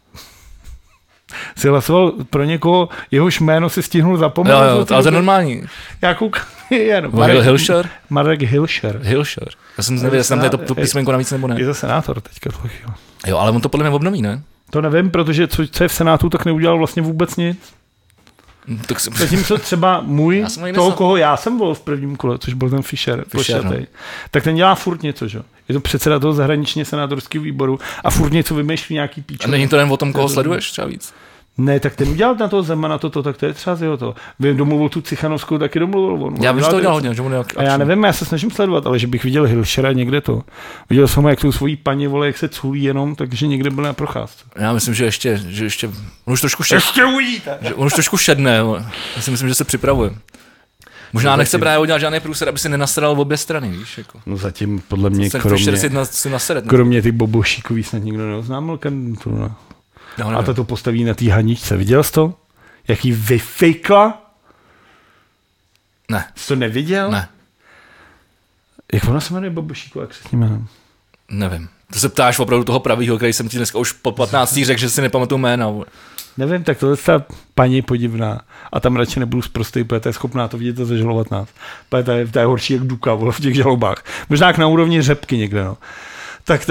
Jsi hlasoval pro někoho, jehož jméno si stihnul zapomenout? Jo, ale to je normální. Já koukám. Hilšer? Marek Hilšer. Hilšer. Já jsem nevěděl, jestli tam to písmenko navíc nebo ne. Je to senátor teďka. Chvíli. Jo, ale on to podle mě obnoví, ne? To nevím, protože co je v Senátu, tak neudělal vlastně vůbec nic. Zatímco třeba koho já jsem volil v prvním kole, což byl ten Fischer no. Tak ten dělá furt něco, že? Je to předseda toho zahraničně senátorského výboru a furt něco vymýšlí nějaký píčo. A není to jen o tom, koho sleduješ třeba víc? Ne, tak ten udělal na toho Zemana tak to je třeba z jeho to. Vy domluvil tu Cichanovskou, taky domluvil on. Já bych to udělal hodně, že on je a já nevím, já se snažím sledovat, ale že bych viděl Hilšera někde to. Viděl jsem ho, jak tu svojí paní, vole, jak se culí jenom, takže někde byl na procházce. Já myslím, že ještě on už trošku šedne. Ještě uvidíte. On už trošku šedne, já si myslím, že se připravuje. Možná nechce právě udělat žádný průser, aby si nenastradal v obě strany, víš? Jako. No zatím podle mě kromě ty bobošíkový snad nikdo neoznámil kandidáturu, ne? No, a to postaví na té haničce. Viděl jsi to? Jak jí vyfejkla? Ne. Jsi to neviděl? Ne. Jak ona se jmenuje Bobošíková křestním jménem? Nevím. To se ptáš opravdu toho pravýho, který jsem ti dneska už po 15. řekl, že si nepamatuju jména. Nevím, tak tohle je ta paní podivná. A tam radši nebudu zprostý, protože ta je schopná to vidět a zažalovat nás. Ta je horší jak Duka v těch žalobách. Možná jak na úrovni řepky někde, no. Tak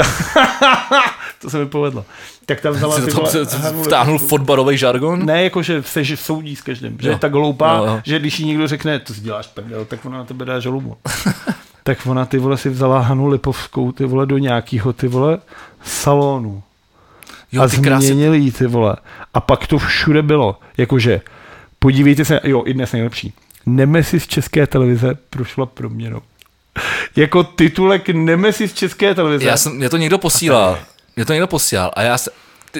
to se mi povedlo. Tak tam vzala ty vole... Vtáhnul fotbalový žargon? Ne, jakože se že soudí s každým, že je tak hloupá, že když jí někdo řekne, to si děláš prdel, tak ona na tebe dá žalobu. Tak ona ty vole si vzala Hanu Lipovskou ty vole do nějakýho ty vole salonu. Jo, a změnili jí ty vole. A pak to všude bylo. Jakože, podívejte se, jo, i dnes nejlepší. Nemesis České televize prošla proměnou. Jako titulek Nemesis České televize. Mě to někdo posílal. A já se...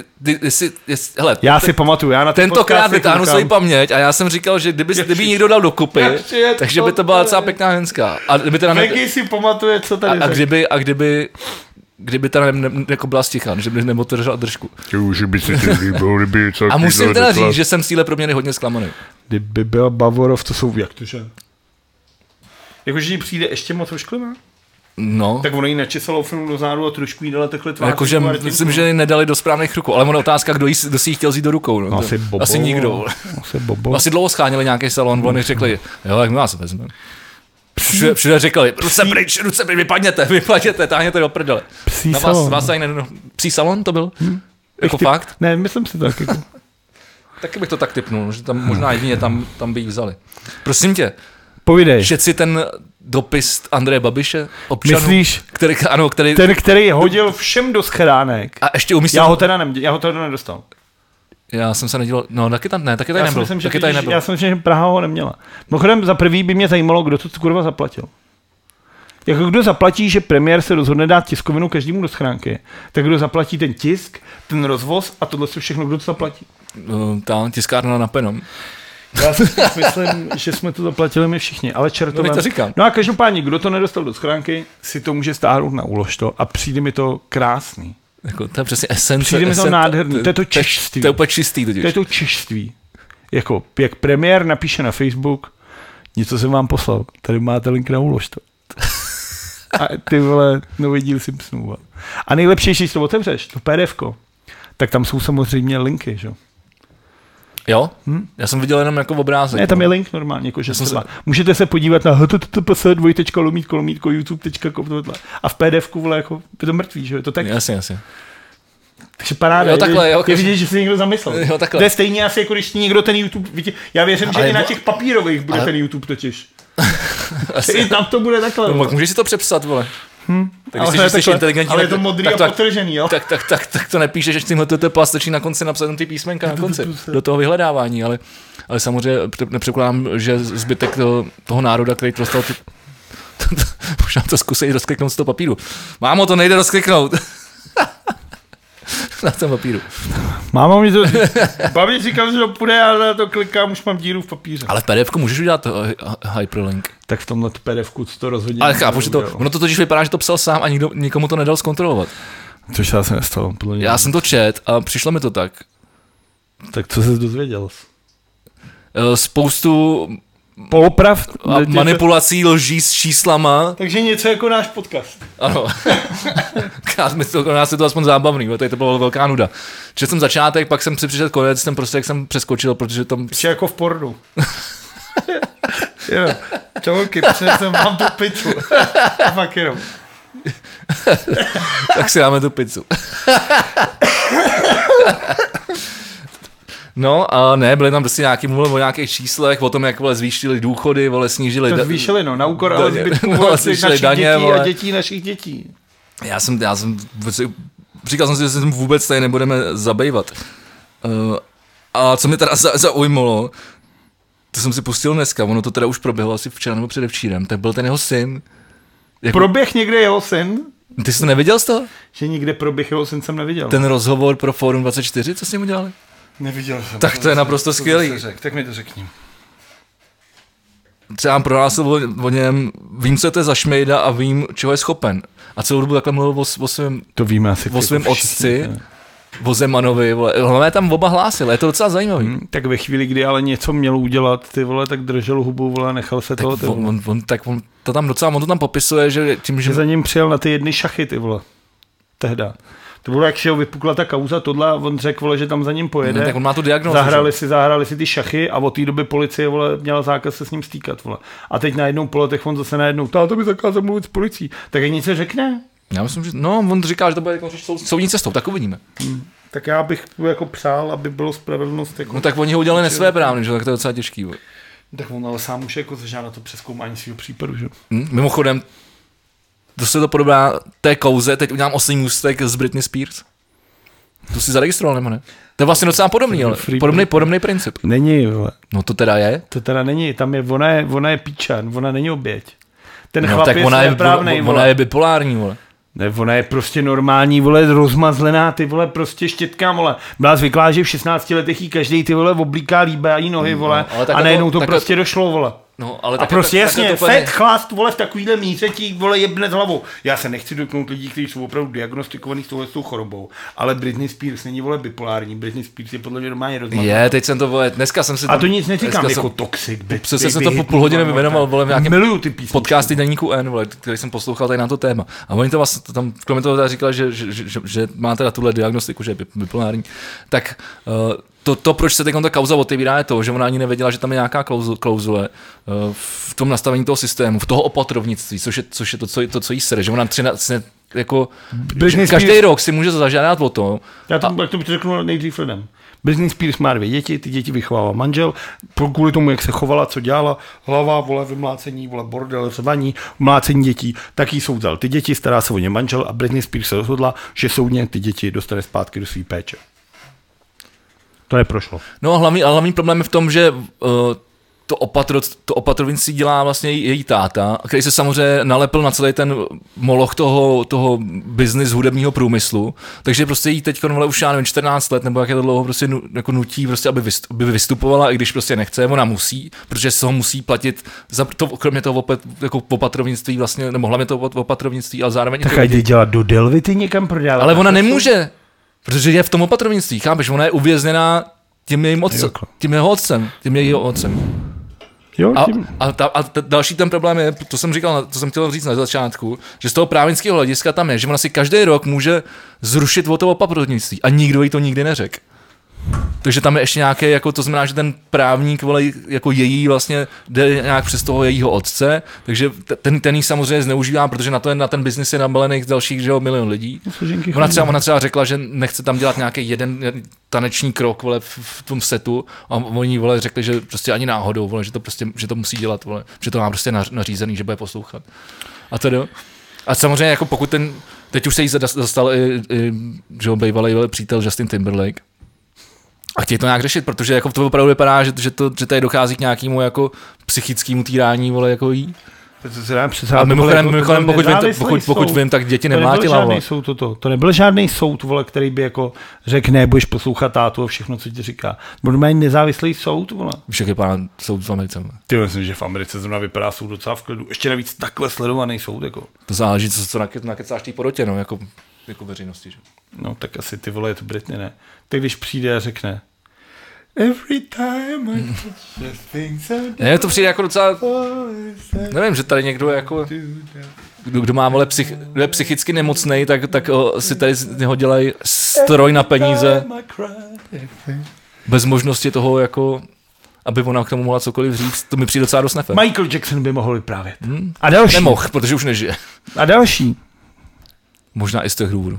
Hele, já si pamatuju, já na tentokrát vytáhnu svoji paměť a já jsem říkal, že kdyby někdo dal dokupy, takže by to byla docela pěkná ženská. A kdyby teda si pamatuje, co tady kdyby teda jako byla sticha, že by neotevřela držku. Že by si kdyby a musím teda říct, že jsem z téhle proměny hodně zklamaný. Kdyby byl Bavorov, to jsou jak to, že? Jakože jí přijde ještě moc ošklivá? No. Tak ono jí načesalo film do zádu a trošku jí dala takhle tvář. Jakože myslím, že ji nedali do správných rukou, ale ono otázka, kdo si ji chtěl vzít do rukou. No. Asi nikdo. Asi dlouho scháněli nějaký salon, oni řekli, jo, tak my vás vezmeme. Všude řekli, ruce pryč, vypadněte, táhněte do prdele. Psí salon to byl? Jako fakt? Ne, myslím si tak. Jako. Taky bych to tak tipnul, že tam možná jedině tam by ji vzali. Prosím tě, povídej. Čet si ten dopis Andreje Babiše, občanů, myslíš? Který hodil všem do schránek. A ještě umístil... Já ho teda nedostal. Já jsem se nedělal, no taky tady nebyl. Já si myslím, že Praha ho neměla. Mimochodem za prvý by mě zajímalo, kdo to kurva zaplatil. Jako kdo zaplatí, že premiér se rozhodne dát tiskovinu každému do schránky, tak kdo zaplatí ten tisk, ten rozvoz a tohle všechno, kdo to zaplatí? Ta tiskárna na Penom. Já si myslím, že jsme to zaplatili my všichni, ale čertové. No, to říkám. No a každopádně, kdo to nedostal do schránky, si to může stáhnout na úložto a přijde mi to krásný. Jako, to je přesně esence. Přijde mi to nádherný, to je to češství. To je úplně čistý totiž. To je to češství. Jako, jak premiér napíše na Facebook, něco jsem vám poslal, tady máte link na úložto. A ty vole, nový díl Simpsonů. A nejlepší, když to otevřeš, to PDFko, tak tam jsou samozřejmě linky, že? Jo? Já jsem viděl jenom jako obrázek. Ne, tam je link normálně, jako, že můžete se podívat na https://youtube.com a v PDFku vole, jako, je to mrtvý, že? Je to tak? Jasně. Takže paráda, jo, takhle, je vidět, že si někdo zamyslel. Jo, to je stejně asi, jako když někdo ten YouTube, já věřím, že i na těch papírových bude ten YouTube totiž. I tam to bude takhle. No, můžeš si to přepsat, vole. Tak ale je to modrý a potržený, jo? Tak to nepíšeš, že tímhle to stačí na konci napsat ty písmenka na konci, do toho vyhledávání, ale samozřejmě nepředpokládám, že zbytek toho národa, který to dostal, možná to zkusí rozkliknout z toho papíru. Mámo, to nejde rozkliknout. Na tom papíru. Máma mi to... Babi říkal, že to půjde, ale já to klikám, už mám díru v papíře. Ale v PDFku můžeš udělat hyperlink. Tak v tomhle PDFku to rozhodně... Ale chápu, že ono to totiž vypadá, že to psal sám a nikomu to nedal zkontrolovat. Což já se nestalo. Já jsem to čet a přišlo mi to tak. Tak co jsi dozvěděl? Spoustu... Polopravd. Manipulací, lží s číslama. Takže něco jako náš podcast. Ano. Nás je to aspoň zábavný, tady to byla velká nuda. Četl jsem začátek, pak jsem si přišel konec, ten prostě jak jsem přeskočil, protože tam... Ještě jako v pornu. Jo, čauky, přinesem vám tu pizzu. A fakt jenom. Tak si dáme tu pizzu. No a ne, byly tam prostě nějaký mluvili o nějakých číslech, o tom, jak vole zvýšili důchody, vole snížili... To zvýšili, no, na úkor ale zbytku našich daně, dětí a dětí našich dětí. Já jsem říkal jsem si, že se vůbec tady nebudeme zabývat. A co mě teda zaujmulo, to jsem si pustil dneska, ono to teda už proběhlo asi včera nebo předevčírem, tak byl ten jeho syn. Proběh někde jeho syn? Ty jsi to neviděl z toho? Že nikde proběh jeho syn jsem neviděl. Ten rozhovor pro Forum 24, co s ním udělali? Neviděl jsem. Tak to je naprosto skvělý. Tak mi to řekni. Třeba prohlásil o něm, vím, co to je za šmejda a vím, čeho je schopen. A celou dobu takhle mluvil o svém otci, o Zemanovi, hlavně tam oba hlásili, je to docela zajímavý. Tak ve chvíli, kdy ale něco měl udělat, ty vole, tak držel hubu, vole, nechal se tak toho. On to tam popisuje, že tím, že za ním přijel na ty jedny šachy, ty vole, tehda. To bylo, jak ho vypukla ta kauza, tohle, a on řekl, vole, že tam za ním pojede. No, tak on má tu diagnózu. Zahráli si ty šachy a od té doby policie, vole, měla zákaz se s ním stýkat, vole. A teď najednou po letech on zase najednou, táto by zakázal mluvit s policií. Tak jak něco řekne, Já myslím, že on říká, že to bude jako soudní cestou, tak uvidíme. Tak já bych jako přál, aby bylo spravedlnost. Jako... No tak oni ho udělali nesvéprávně, že tak to je docela těžký. Tak on ale sám už jako zažádá to přezkoumání svého případu, že? Mimochodem, to se to podobá té kauze, teď udělám oslý můstek z Britney Spears. To si zaregistroval, nebo ne? To je vlastně docela podobný, ale podobný princip. Není, vole. No to teda je. To teda není, tam je, ona je píčan, ona není oběť. Ten No chlap tak je neprávnej, ona je bipolární, vole. Ne, ona je prostě normální, vole, rozmazlená, ty vole, prostě štětka, vole. Byla zvyklá, že v 16 letech jí každý ty vole oblíká líbe a jí nohy, vole, a najednou to prostě došlo, vole. No, ale a prostě jasně, fet, chlast, vole, v takovýhle míře ti, vole, jebne z hlavou. Já se nechci dotknout lidí, kteří jsou opravdu diagnostikovaní s touhletou chorobou, ale Britney Spears není, vole, bipolární, Britney Spears je podle mě normálně rozmazlená. Je, teď jsem to, vole, dneska jsem si... A to nic neříkám, jako toxic, přesně jsem to po půl hodiny vyjmenoval, vole, v nějakém podcasty Deníku N, vole, který jsem poslouchal tady na to téma. A oni to vlastně tam kromě toho říkali, že má teda tuhle diagnostiku, že je bipolární. Tak to, proč se teď ta kauza otevírá, je to, že ona ani nevěděla, že tam je nějaká klauzule v tom nastavení toho systému, v toho opatrovnictví, což je to, co jí sere, že ona jako, že každý rok si může zažádat o to. Já to řeknu nejdřív lidem. Britney Spears má 2 děti, ty děti vychovává manžel, kvůli tomu, jak se chovala, co dělala, hlava, vole, vymlácení, vole, bordel, řvaní, mlácení dětí, tak jí soud vzal ty děti, stará se o ně manžel a Britney Spears se rozhodla, že soudně ty děti dostane zpátky do své péče. To neprošlo. No a hlavní problém je v tom, že to opatrovnictví dělá vlastně její táta, který se samozřejmě nalepil na celý ten moloch toho business hudebního průmyslu, takže prostě jí teď už já nevím 14 let, nebo jak je to dlouho, prostě jako nutí, prostě, aby vystupovala, i když prostě nechce, ona musí, protože se ho musí platit za to, kromě toho jako opatrovnictví vlastně, nebo hlavně toho opatrovnictví, ale zároveň... Tak jde dělat do Delvity někam prodávat. Ale ona nemůže, protože je v tom opatrovnictví, chápeš, ona je uvězněná tím jeho otcem. Jo, a další ten problém je, to jsem chtěl říct na začátku, že z toho právnického hlediska tam je, že ona si každý rok může zrušit o to opatrovnictví a nikdo jí to nikdy neřekl. Takže tam je ještě nějaké, jako to znamená, že ten právník, vole, jako její vlastně jde nějak přes toho jejího otce, takže ten jí samozřejmě zneužívá, protože na ten biznis je nabalených dalších, že 1 milion lidí. Ona třeba řekla, že nechce tam dělat nějaký jeden taneční krok, vole, v tom setu a oni, vole, řekli, že prostě ani náhodou, vole, že to musí dělat, vole, že to má prostě nařízený, že bude poslouchat. A samozřejmě jako pokud teď už se jí dostal i že bývalý přítel Justin Timberlake. A chtějí to nějak řešit, protože jako to opravdu vypadá, že tady dochází k nějakému jako psychickému týrání, vole, jako jí. A mimochodem, pokud vím, tak děti nemlátila. To nebyl žádný soud, vole, který by jako řekl, ne, budeš poslouchat tátu a všechno, co ti říká. Byl mají nezávislý soud, vole. Víš, jak vypadá soud v Americe? Ty myslím, že v Americe zrovna vypadá soud docela v klidu. Ještě navíc takhle sledovaný soud, jako. To záleží, co nakecáš té porotě, no, jako veřejnosti, že? No, tak asi ty vole, je to Britney, ne? Tak když přijde a řekne Every time I touch the things I do. Ne, to přijde jako docela, nevím, že tady někdo jako, kdo má, vole, je psychicky nemocnej, tak si tady z něho dělají stroj na peníze. Bez možnosti toho, jako, aby ona k tomu mohla cokoliv říct, to mi přijde docela dost nefér. Michael Jackson by mohl vyprávět. A další. Nemohl, protože už nežije. A další. Možná i z těch důvodů.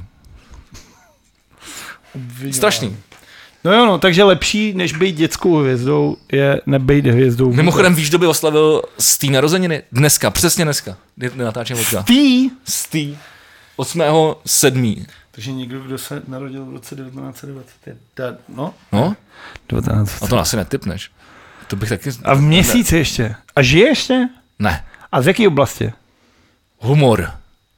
Strašný. No jo, no, takže lepší, než být dětskou hvězdou, je nebejt hvězdou. Mimochodem, víš, kdo by oslavil z té narozeniny? Dneska, přesně dneska. Natáčím vodka. Z té 8.7. Takže někdo, kdo se narodil v roce 1920. No? 1920. A to asi netipneš. To bych taky... A v měsíci ještě? A žije ještě? Ne. A z jaké oblasti? Humor.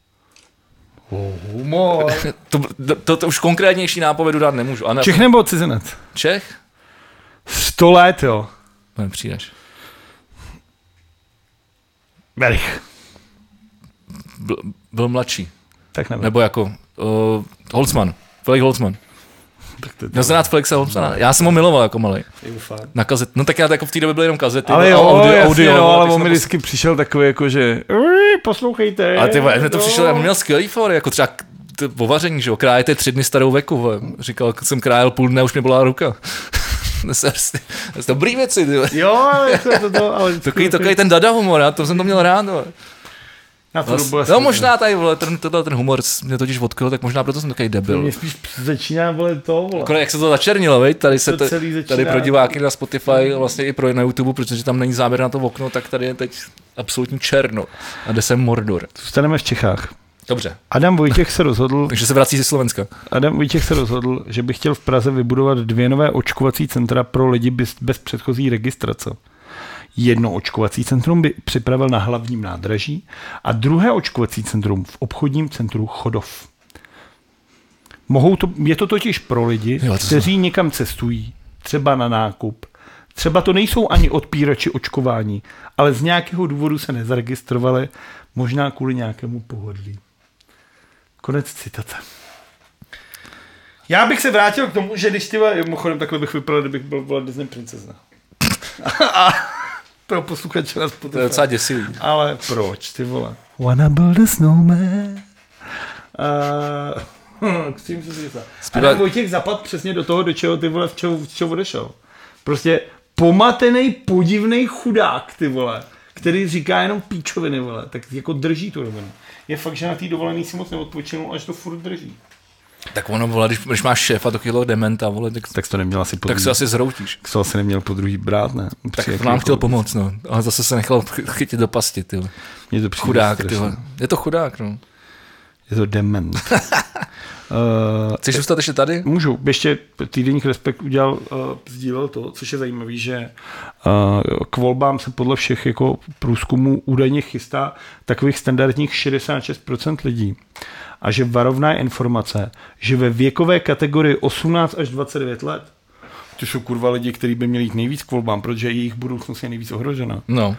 Humor. To už konkrétnější nápovědu dát nemůžu. Čech nebo cizinec? Čech? 100 let, jo. Nepřijdeš. Berich. Byl mladší. Tak nebyl. Nebo jako Holzman. Felix Holzman. Já jsem rád Felixa Holzmana. Já jsem ho miloval jako malej. Na kazet. No tak já jako v té době byly jenom kazety. Ale jo, audio, no, ale on mi vždycky přišel takový jako, že poslouchejte. Ale ty mě to přišel, já měl skvělý for, jako třeba o vaření, že jo, krájete 3 dny starou veku. Říkal, jsem krájel půl dne, už mě bola ruka. To jsou dobrý věci, ty. Jo, ale Takový ten dada humor, to jsem to měl rád. No možná tady, vole, ten humor mě totiž odkryl, tak možná proto jsem takový debil. Mě spíš začíná, vole, to, vole. Jak se to začernilo, veď? Tady pro diváky na Spotify, vlastně i pro na YouTube, protože tam není záběr na to okno, tak tady je teď absolutní černo. A jde sem Mordor. Zůstaneme v Čechách. Dobře. Adam Vojtěch se rozhodl... Takže se vrací ze Slovenska. Adam Vojtěch se rozhodl, že by chtěl v Praze vybudovat 2 nové očkovací centra pro lidi bez předchozí registrace. Jedno očkovací centrum by připravil na hlavním nádraží a druhé očkovací centrum v obchodním centru Chodov. Je to totiž pro lidi, kteří někam cestují, třeba na nákup. Třeba to nejsou ani odpírači očkování, ale z nějakého důvodu se nezaregistrovali, možná kvůli nějakému pohodlí. Konec citace. Já bych se vrátil k tomu, že když ty mimochodem takhle bych vypadal, kdybych byl Walt Disney princezna. A pro posluchače na Spotify. To je docela děsivý. Ale proč, ty vole? Wanna build a snowman. K čím se říká? A Vojtěch zapad přesně do toho, do čeho ty vole, v čeho odešel. Prostě pomatený, podivnej chudák, ty vole, který říká jenom píčoviny, vole, tak jako drží tu rovinu. Je fakt, že na té dovolený si moc neodpočinul, až to furt drží. Tak ono, vole, když máš šéfa takového dementa, vole, tak to neměl asi tak se asi zroutíš. Tak to asi neměl po druhý brát, ne? Tak nám chtěl pomoct, no. Ale zase se nechal chytit do pasti, ty. Chudák, ty. Je to chudák, no. Je to dement. Chceš zůstat ještě tady? Můžu. Ještě týdeník Respekt sdílel to, což je zajímavý, že k volbám se podle všech jako průzkumů údajně chystá takových standardních 66% lidí. A že varovná informace, že ve věkové kategorii 18 až 29 let, to jsou kurva lidi, kteří by měli jít nejvíc k volbám, protože jejich budoucnost je nejvíc ohrožena. No.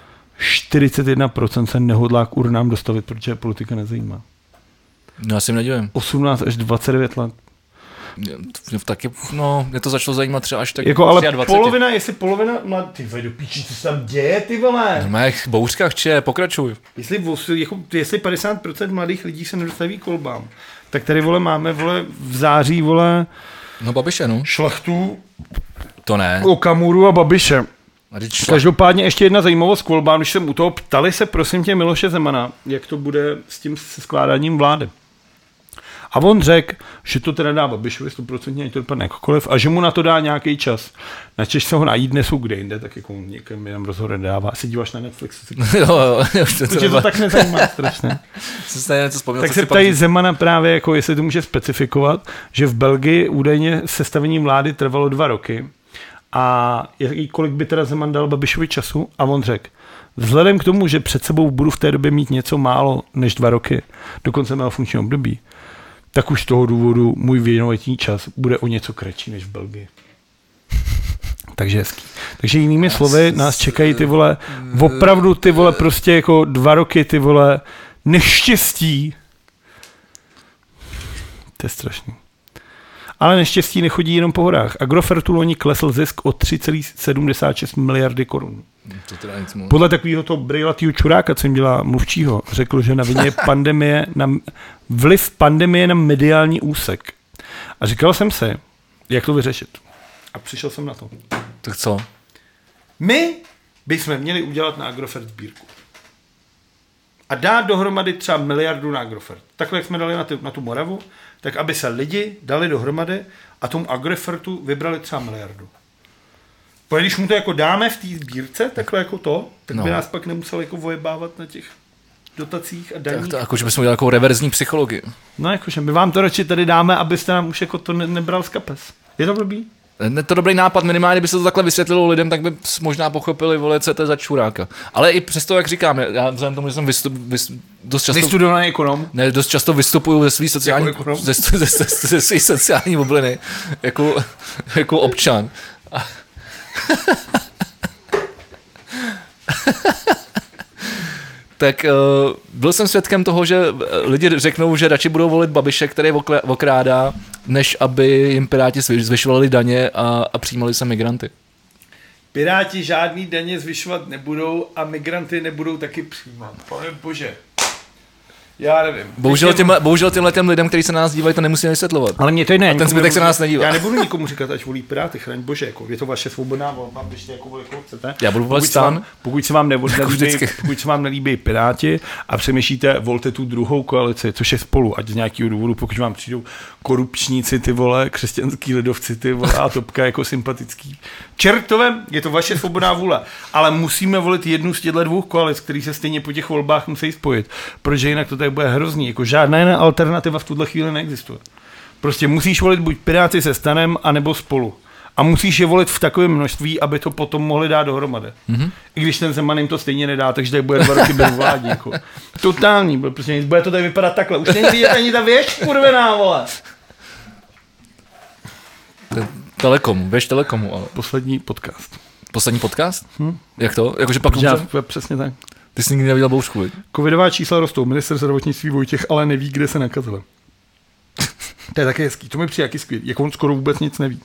41% se nehodlá k urnám dostavit, protože politika nezajímá. No, já si nedivím. 18 až 29 let. Taky, no, mě to začalo zajímat třeba až tak jako, ale 23. polovina, jestli polovina, ty vej do píči, co se tam děje, ty vole. No, mých bouřkách pokračuj. Jestli 50% mladých lidí se nedostaví k volbám, tak tady, vole, máme, vole, v září, vole, no Babiše, no. Šlachtu, to ne. Okamuru a Babiše. Každopádně ještě jedna zajímavost k volbám, když jsem u toho ptali se, prosím tě, Miloše Zemana, jak to bude s tím skládáním vlády. A on řekl, že to teda dá Babišovi 100%, ať to dopadne jakokoliv, a že mu na to dá nějaký čas. Načež se ho najít nesou kde jinde, tak jako někam jenom rozhovor dává. Se díváš na Netflix. Jo, protože to tak nezajímá strašně. Tak se ptají Zemana právě, jako jestli to může specifikovat, že v Belgii údajně sestavení vlády trvalo 2 roky a kolik by teda Zeman dal Babišovi času, a on řekl, vzhledem k tomu, že před sebou budu v té době mít něco málo než 2 roky, do konce mého funkčního období, tak už z toho důvodu můj věnovatní čas bude o něco kratší než v Belgii. Takže hezký. Takže jinými slovy nás čekají ty vole, opravdu ty vole prostě jako 2 roky ty vole neštěstí. To je strašný. Ale neštěstí nechodí jenom po horách. Agrofertu loni klesl zisk o 3,76 miliardy korun. Podle takového toho brejlatýho čuráka, co jim dělá mluvčího, řekl, že na vině vliv pandemie na mediální úsek. A říkal jsem si, jak to vyřešit. A přišel jsem na to. Tak co? My bychom měli udělat na Agrofert sbírku. A dát dohromady třeba 1 miliardu na Agrofert. Takhle, jak jsme dali na tu Moravu, tak aby se lidi dali dohromady a tomu Agrofertu vybrali třeba 1 miliardu. Protože když mu to jako dáme v té sbírce, takhle jako to, tak by nás pak nemuseli jako vojebávat na těch dotacích a daních. Tak to jakože bychom udělali jako reverzní psychologii. No jakože my vám to radši tady dáme, abyste nám už jako to nebral z kapes. Je to blbý? Je to dobrý nápad, minimálně by se to takhle vysvětlilo lidem, tak by možná pochopili, vole, co to je za čuráka. Ale i přesto, jak říkám, já vzhledem tomu, že jsem dost často... Vystudovaný ekonom? Ne, dost často vystupuju ze svý sociální... ze svý sociální bubliny, jako občan. Tak byl jsem svědkem toho, že lidi řeknou, že radši budou volit Babiše, který okrádá, než aby jim Piráti zvyšovali daně a přijímali se migranty. Piráti žádný daně zvyšovat nebudou a migranty nebudou taky přijímat. Pane bože. Já nevím. Bohužel těm lidem, kteří se na nás dívají, to nemusíme vysvětlovat. Ale mě to ne. A ten zbytek se na nás nedívá. Já nebudu nikomu říkat, ať volí Piráty, chraň bože, jako, je to vaše svobodná volba, běžte jako volit, koho chcete. Já budu volit STAN. Pokud se vám nelíbí Piráti a přemýšlíte, volte tu druhou koalici, což je Spolu, ať z nějakého důvodu, pokud vám přijdou korupčníci, ty vole, křesťanský lidovci, ty vole, a Topka jako sympatický. Čertové, je to vaše svobodná vůle, ale musíme volit jednu z těchto dvou koalic, který se stejně po těch volbách musí spojit, protože jinak to tady bude hrozný, jako žádná jiná alternativa v tuhle chvíli neexistuje. Prostě musíš volit buď Piráty se STANem, anebo Spolu. A musíš je volit v takovém množství, aby to potom mohli dát dohromady. Mm-hmm. I když ten Zeman jim to stejně nedá, takže tady bude 2 roky bez vládní. Jako. Totální, prostě bude to tady vypadat takhle. Už není vidět ani ta věž, kurvená, vole. Telekomu, věž Telekomu, ale. Poslední podcast. Poslední podcast? Jak to? Jakože pak můžem? Přesně tak. Ty jsi nikdy neviděl boušku, viď? Covidová čísla rostou. Minister zdravotnictví Vojtěch ale neví, kde se nakazil. To je taky hezký. To mi přijde jaký skvělý. Jak on skoro vůbec nic neví.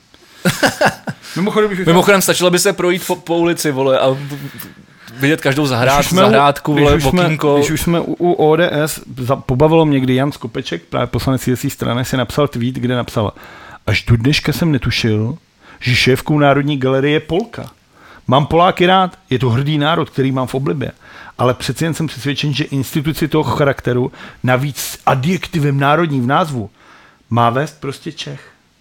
Mimochodem stačilo by se projít po ulici, vole, a vidět každou zahrádku, vole, okýnko. Když už jsme u ODS, pobavilo mě, kdy Jan Skopeček, právě poslanec JSC strany, si napsal tweet, kde napsal: až do dneška jsem netušil, že šéfkou Národní galerie je Polka. Mám Poláky rád, je to hrdý národ, který mám v oblibě, ale přeci jen jsem přesvědčen, že instituci toho charakteru, navíc s adjektivem národní v názvu, má vést prostě Čech.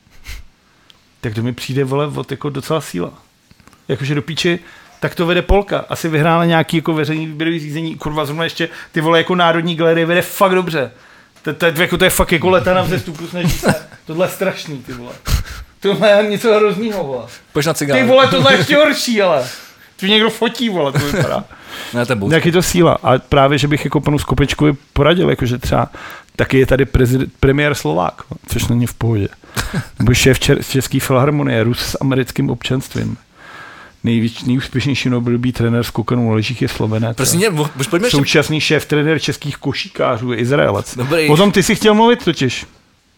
Tak to mi přijde, vole, jako docela síla. Jakože do píči, tak to vede Polka. Asi vyhrála nějaký jako veřejný výběrový řízení. Kurva, zrovna ještě ty, vole, jako Národní galerie vede fakt dobře. To je fakt jako leta na vzestupu, snaží se. Tohle je strašný, ty vole. Tohle je něco hroznýho, vole. Pojď na cigánu. Ty vole, tohle je ještě horší, ale. Tu někdo fotí, vole, to vypadá. Ne, to jak je to síla. A právě, že bych jako panu Skopečkovi poradil, jakože třeba taky je tady premiér Slovák, což není v pohodě. Nebo šéf České filharmonie, Rus s americkým občanstvím. Nejúspěšnější novodobý trenér skokanů na lyžích je Slovenec. Současný šéf trenér českých košíkářů je Izraelec. Dobrý. O tom ty si chtěl mluvit totiž.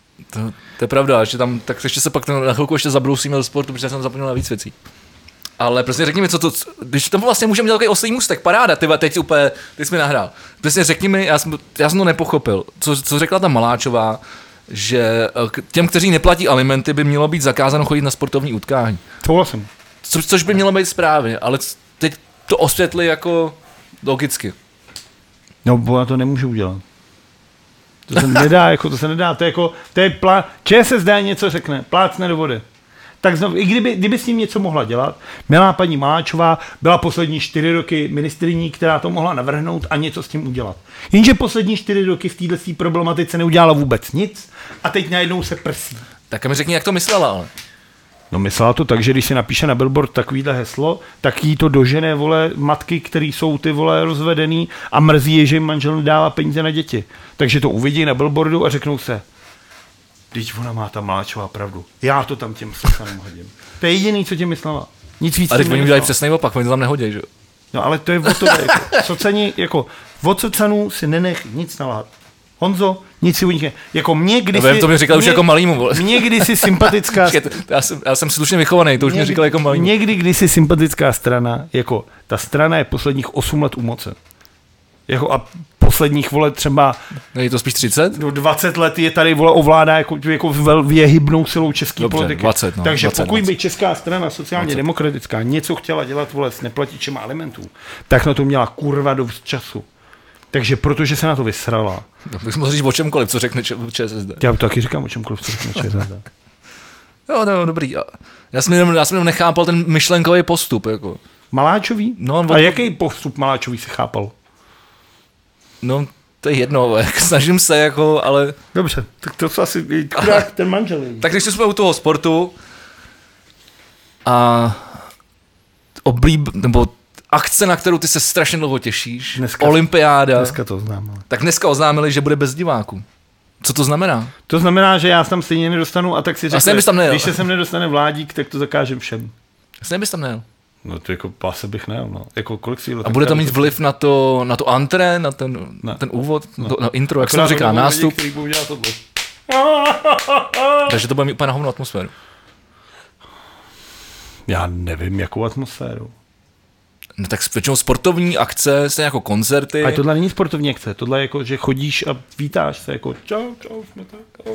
To je pravda, že tam, tak ještě se pak na chvilku ještě zabrousíme do sportu, protože jsem zapomněl na víc věcí. Ale prostě řekni mi, když tam vlastně můžeme dělat takový oslý můstek, paráda, teď jsi mi nahrál. Prostě řekni mi, já jsem to nepochopil, co řekla ta Maláčová, že těm, kteří neplatí alimenty, by mělo být zakázáno chodit na sportovní utkání. Souhlasím. Což by mělo být správně, ale teď to osvětli jako logicky. No, ona to nemůže udělat. To se nedá, to je ČSSD něco řekne, plácne do vody. Tak znovu, i kdyby s tím něco mohla dělat, milá paní Maláčová byla poslední 4 roky ministryní, která to mohla navrhnout a něco s tím udělat. Jenže poslední 4 roky v této problematice neudělala vůbec nic a teď najednou se prsí. Tak mi řekni, jak to myslela, ale. No myslela to tak, že když si napíše na billboard takovýhle heslo, tak jí to dožene, vole, matky, který jsou ty, vole, rozvedený a mrzí je, že jim manžel nedává peníze na děti. Takže to uvidí na billboardu a řeknou se: teď ona má ta Maláčová pravdu. Já to tam těm socanům hodím. To je jediný, co tě myslela. Nic víc. A teď oni udělají přesný opak, oni to tam nehodí, že jo? No ale to je o tobě. Socani, jako od socanů si nenech nic nalhat. Honzo, nic si u nich ne. Jako mě kdysi... To mi říkal už jako malýmu, vole. Mě kdysi sympatická... já jsem slušně vychovaný, to už mě říkal jako malýmu. Někdy kdysi sympatická strana, jako ta strana je posledních 8 let u moci. Jako a posledních, vole, třeba... Je to spíš 30? No 20 let je tady, vole, ovládá jako věhybnou silou české politiky. 20, no. Takže 20, pokud by česká strana sociálně demokratická něco chtěla dělat, vole, s neplatičema alimentů, tak na to měla kurva dost času. Takže protože se na to vysrala. No, bych mohl říct o čemkoliv, co řekne ČSSD. Já to taky říkám o čemkoliv, co řekne ČSSD. No, dobrý. Já jsem jenom nechápal ten myšlenkový postup. Jako. Maláčový? No, a jaký postup Maláčový si chápal? No, to je jedno, snažím se, jako, ale... Dobře, tak to co asi ten manžel. Tak když jsme u toho sportu a nebo akce, na kterou ty se strašně dlouho těšíš, olympiáda. Dneska to oznámili. Tak dneska oznámili, že bude bez diváků. Co to znamená? To znamená, že já tam stejně nedostanu a tak si řekli, když se sem nedostane Vládík, tak to zakážem všem. Asi bys tam nejel. No to jako pase bych nejel, no. Jako kolik síl. A bude to mít vliv na to antré, na ten úvod, na intro, jak se to říká, nástup. Takže to bude mít úplně na hovnou atmosféru. Já nevím, jakou atmosféru. No tak většinou sportovní akce, stejně jako koncerty. A tohle není sportovní akce, tohle je jako, že chodíš a vítáš se jako čau, jsme tak.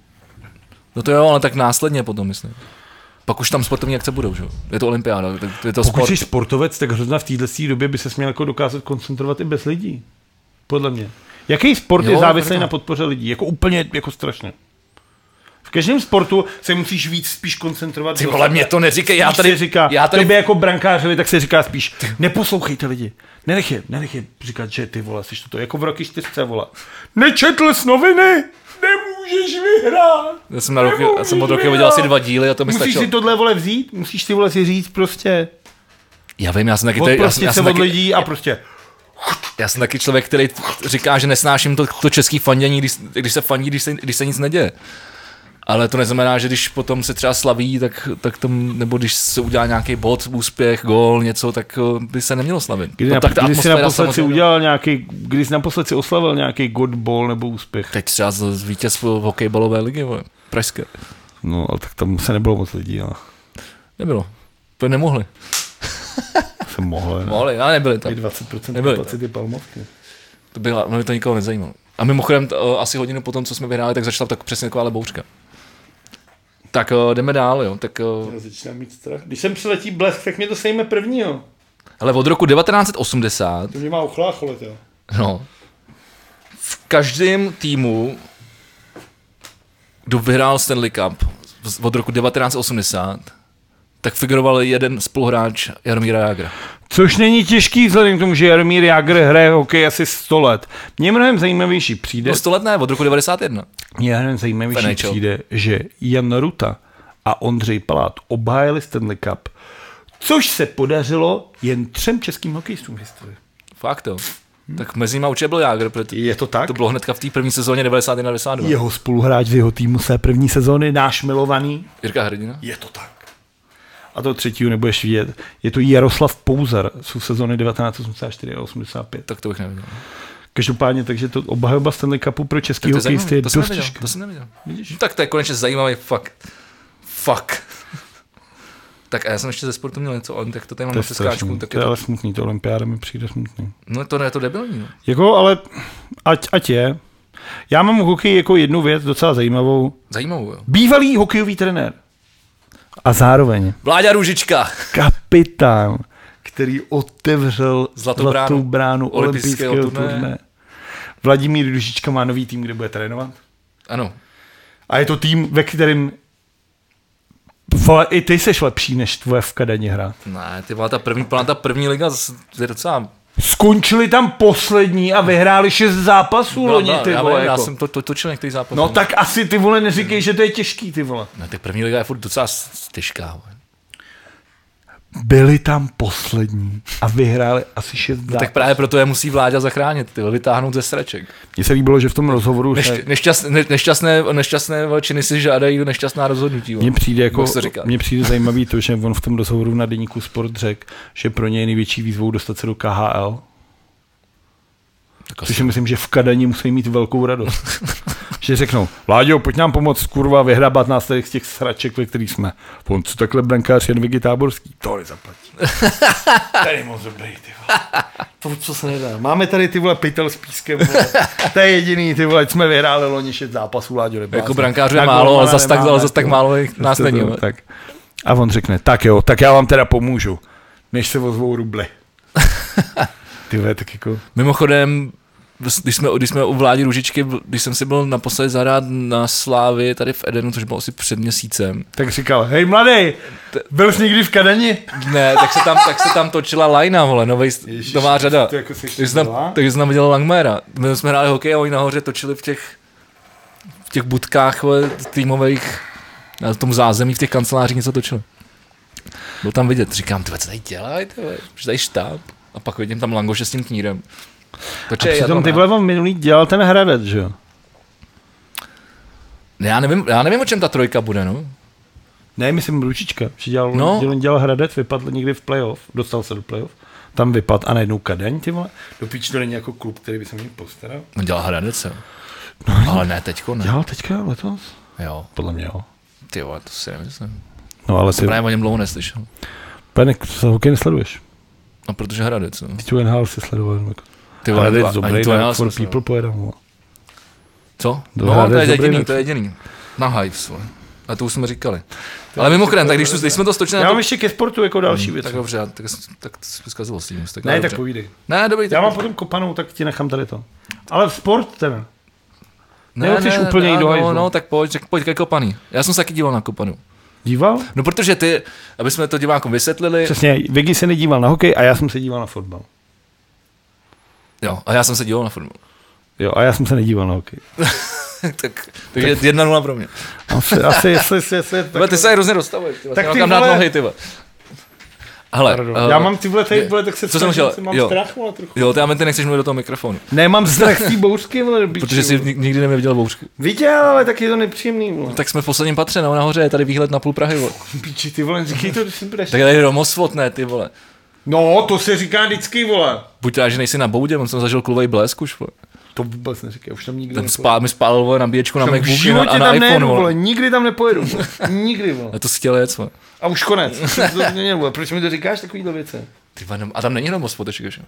No to jo, ale tak následně potom, myslím. Pak už tam sportovní akce budou, že? Je to olympiáda, je to Pokud sport. jsi sportovec, tak hrozná v této době by se měl jako dokázat koncentrovat i bez lidí. Podle mě. Jaký sport je závislý na podpoře lidí? Jako úplně, jako strašně. V každém sportu se musíš víc spíš koncentrovat. Ty vole, mě to neříkej, já tady... Tobě jako brankářovi, tak se říká spíš, neposlouchejte lidi. Nenech je říkat, že ty vole, jsi to jako v Rocky 4, vole. Nečetl jsi noviny? Nemůžeš vyhrát. Já jsem od roky viděl asi 2 díly a to mi stačilo. Musíš si tohle vole vzít? Musíš si vole si říct prostě. Já vím, já jsem taky... Já jsem taky lidí a prostě... Já jsem taky člověk, který říká, že nesnáším to český fandění, když se fandí, když se nic neděje. Ale to neznamená, že když potom se třeba slaví, tak tam, nebo když se udělá nějaký bod, úspěch, gól, něco, tak by se nemělo slavit. Když jsi naposled si oslavil nějaký god ball nebo úspěch? Teď třeba z vítěz hokejbalové ligy, pražské. No, ale tak tam se nebylo moc lidí, ale... Nebylo. To nemohli. Se mohli. Mohli, ale nebyli tam. 20% kapacity Palmovky. Mě to nikoho nezajímalo. A mimochodem asi hodinu potom, co jsme vyhráli, tak začala tak přesně taková bouřka. Tak jdeme dál, jo. Tak, já začínám mít strach. Když sem přiletí blesk, tak mě to sejme první, jo. Ale od roku 1980... To mě má uchlácholit, jo. No. V každém týmu, kdo vyhrál Stanley Cup od roku 1980, tak figuroval jeden spoluhráč Jaromíra Jágra. Což není těžký vzhledem k tomu, že Jaromír Jágr hraje hokej asi 100 let. Mně mnohem zajímavější přijde... No 100 let ne, od roku 91. Mně mnohem zajímavější přijde, že Jan Ruta a Ondřej Palát obhájili Stanley Cup, což se podařilo jen 3 českým hokejistům v historii. Fakt jo. Tak mezi nimi určitě byl Jágr, protože je to tak? To bylo hnedka v té první sezóně 91-92. Jeho spoluhráč z jeho týmu své první sezóny, náš milovaný. Jirka Hrdina. Je to tak. A to třetího nebudeš vidět. Je to Jaroslav Pouzar z sezóny 1984 a 85. Tak to bych neviděl. Každopádně, takže to obhajoba Stanley Cupu pro český hokejisty je dost těžké. To jsem neviděl. Vidíš? No, tak to je konečně zajímavý fakt. Tak a já jsem ještě ze sportu měl něco, ale tak to tady mám na přeskáčku. To je ale smutný, to olympiáda mi přijde smutný. No to je to debilní. No. Jako, ale ať je. Já mám hokej jako jednu věc docela zajímavou. Zajímavou, jo. Bývalý hokejový trenér. A zároveň Vláďa Růžička. Kapitán, který otevřel zlatou bránu olympijského turné. Vladimír Růžička má nový tým, kde bude trénovat. Ano. A je to tým, ve kterém i ty seš lepší, než tvoje v Kadani hrát. Ne, ty byla ta první liga je docela... Skončili tam poslední a vyhráli 6 zápasů loni, ty vole. Já jsem to točil některý zápas. No tak asi ty vole neříkej, že to je těžký, ty vole. Ne, tak první liga je furt docela těžká. Byli tam poslední a vyhráli asi 6 zápasů. Tak právě proto je musí Vláďa zachránit, ty vytáhnout ze sraček. Mně se líbilo, že v tom rozhovoru... Nešťastné činy si žádají nešťastná rozhodnutí. Mně přijde zajímavý to, že on v tom rozhovoru na deníku Sport řekl, že pro něj je největší výzvou dostat se do KHL. Což si myslím, že v Kadani musí mít velkou radost. Že řeknou, Vláďo, pojď nám pomoct, kurva, vyhrabat nás tady z těch sraček, ve kterých jsme. On, co takhle brankář Jadvigy Táborský, to nezaplatí. Tady moc dobrý, ty vole. To, co se nedá. Máme tady ty vole pytel s pískem, vole. To je jediný, ty vole, jsme vyhráli loni 6 zápasů, Vláďo. Jako brankářů je málo, ale zas tak málo nás není. Tak. A on řekne, tak jo, tak já vám teda pomůžu, než se ozvou rubly. Ty vole, tak jako... Mimochodem, když jsme u Vládi Růžičky, když jsem si byl naposledy zahrát na Slávy tady v Edenu, což bylo asi před měsícem. Tak říkal, hej mladý, byl jsi někdy v Kadani? Ne, tak se tam točila Lajna, vole, nová řada. Jako takže jsem tam viděl Langmera. My jsme hráli hokej a oni nahoře točili v těch budkách, vole, týmových, na tom zázemí v těch kancelářích něco točili. Byl tam vidět, říkám, ty co tady dělají, že tady štáb. A pak vidím tam Langoše s tím knírem. A přitom ty vole minulý dělal ten Hradec, že jo? Já nevím, o čem ta trojka bude, no. Ne, myslím Růžička, že dělal Hradec, vypadl někdy v playoff, dostal se do playoff, tam vypadl a najednou Kadaň, ty vole. Do píči to není jako klub, který by se mě postaral. No dělal Hradec, jo. No, ale ne teďko, ne. Dělal teďka letos? Jo. Podle mě jo. Ty vole, to si nemyslím. No ale to právě o něm dlouho neslyšel. Pane, co hokej nesleduješ? A protože Hradec, no. Tu NHL si sledoval. Ty vole, Hradec dobrý, to for people pojedám. Co? Do No, Hradec to je jediný. Na Hives, vole. A to už jsme říkali. Ale mimochodem, tak když jsme to stočili... Já mám ještě ke sportu jako další věc. Tak dobře, tak si zkazilo s tím. Ne, tak povídej. Ne, dobrý. Já mám potom kopanou, tak ti nechám tady to. Ale v sport teda. Ne, úplně jít do hajzlu. No, tak pojď ke kopaný. Já jsem se taky díval na kopanu. Díval? No protože ty, aby jsme to divákům vysvětlili... Přesně, Vicky se nedíval na hokej a já jsem se díval na fotbal. Jo, a já jsem se díval na fotbal. Jo, a já jsem se nedíval na hokej. takže 1-0 pro mě. Asi jestli ty se hrozně dostavuješ. Tak ty kam dát nohy, ty vole. Hele, já mám ty vole, tak se co jsem chtěl? Mám strach, vole, trochu. Jo, ty nechceš mluvit do toho mikrofonu. Ne, mám strach z té bouřky, vole, do protože jsi nikdy neviděl bouřku. Viděl, ale tak je to nepříjemný, vole. Tak jsme v posledním patře, no, nahoře je tady výhled na půl Prahy, vole. Píči, ty vole, říkej to, když jsem budeš. Tak tady Romosvod, ne, ty vole. No, to se říká vždycky, vole. Buď rád, že nejsi na boudě, on jsem zažil klulový blesk už, vole. To vůbec neříkej, už tam nikdy mi spálil, vole, nabíječku na MacBooku a na iPhone, vole. Nikdy tam nepojedu, vole. Nikdy, vole. A to si chtěl jet, vole. A už konec. To neměl, vole. Proč mi to říkáš takovýhle věci? A tam není Romosvod, ještě, že?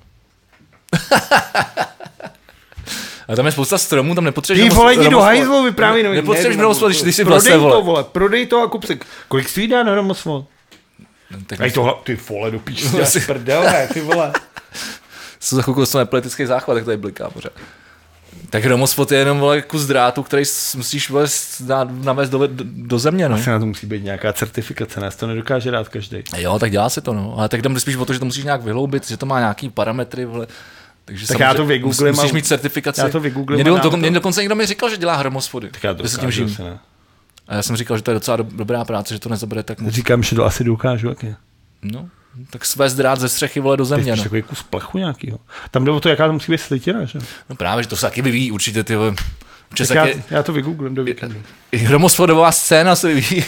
A tam je spousta stromů, tam nepotřebuješ. Ty vole, jdi do hajzlu, vyprávěj. Nepotřebuješ Romosvod, když jsi v lese, vole. Prodej to a kup si. Kolik stojí dá na Romosvod? Ej tohle, ty vole, do píči, prdele, ty vole. Jsou za chvilku dostane politický záchvat, tak tady bliká pořád. Tak Romosvod je jenom, vole, kus drátu, který musíš, vole, navést do země, no. Asi na to musí být nějaká certifikace, nás to nedokáže dát každý. Jo, tak dělá se to, no. Ale tak tam spíš o to, že to musíš nějak vyhloubit, že to má nějaký parametry, vole. Takže tak já to vygooglím. Musíš mít certifikaci. Já to vygooglím. Mě dokonce někdo mi říkal, že dělá Romosvody. Tak já to dokážu, ne. A já jsem říkal, že to je docela dobrá práce, že to nezabere tak moc. Říkám, že to asi dokážu, jak je. No, tak svést drát ze střechy, vole, do země, no. Takový kus plachu nějakýho. Tam jde o to, jaká to musí být slitina, že? No právě, že to se taky vyvíjí určitě, ty vole. Já to vygooglím do víkendu. I Romosvodová scéna se vyvíjí.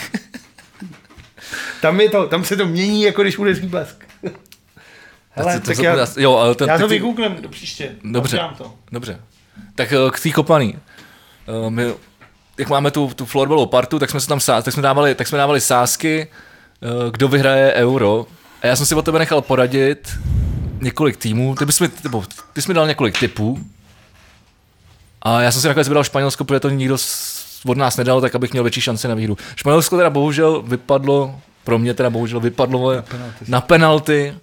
Tam se to mění, jako když bude blesk. Hele, tak já to vygooglím do příště. Dobře. Tak k té kopaný. Jak máme tu florbalovou partu, tak jsme dávali sázky, kdo vyhraje Euro. A já jsem si od tebe nechal poradit několik týmů. Ty jsi mi dal několik tipů. A já jsem si nakonec vybral Španělsko, protože to nikdo od nás nedal, tak abych měl větší šanci na výhru. Španělsko teda bohužel vypadlo na penalty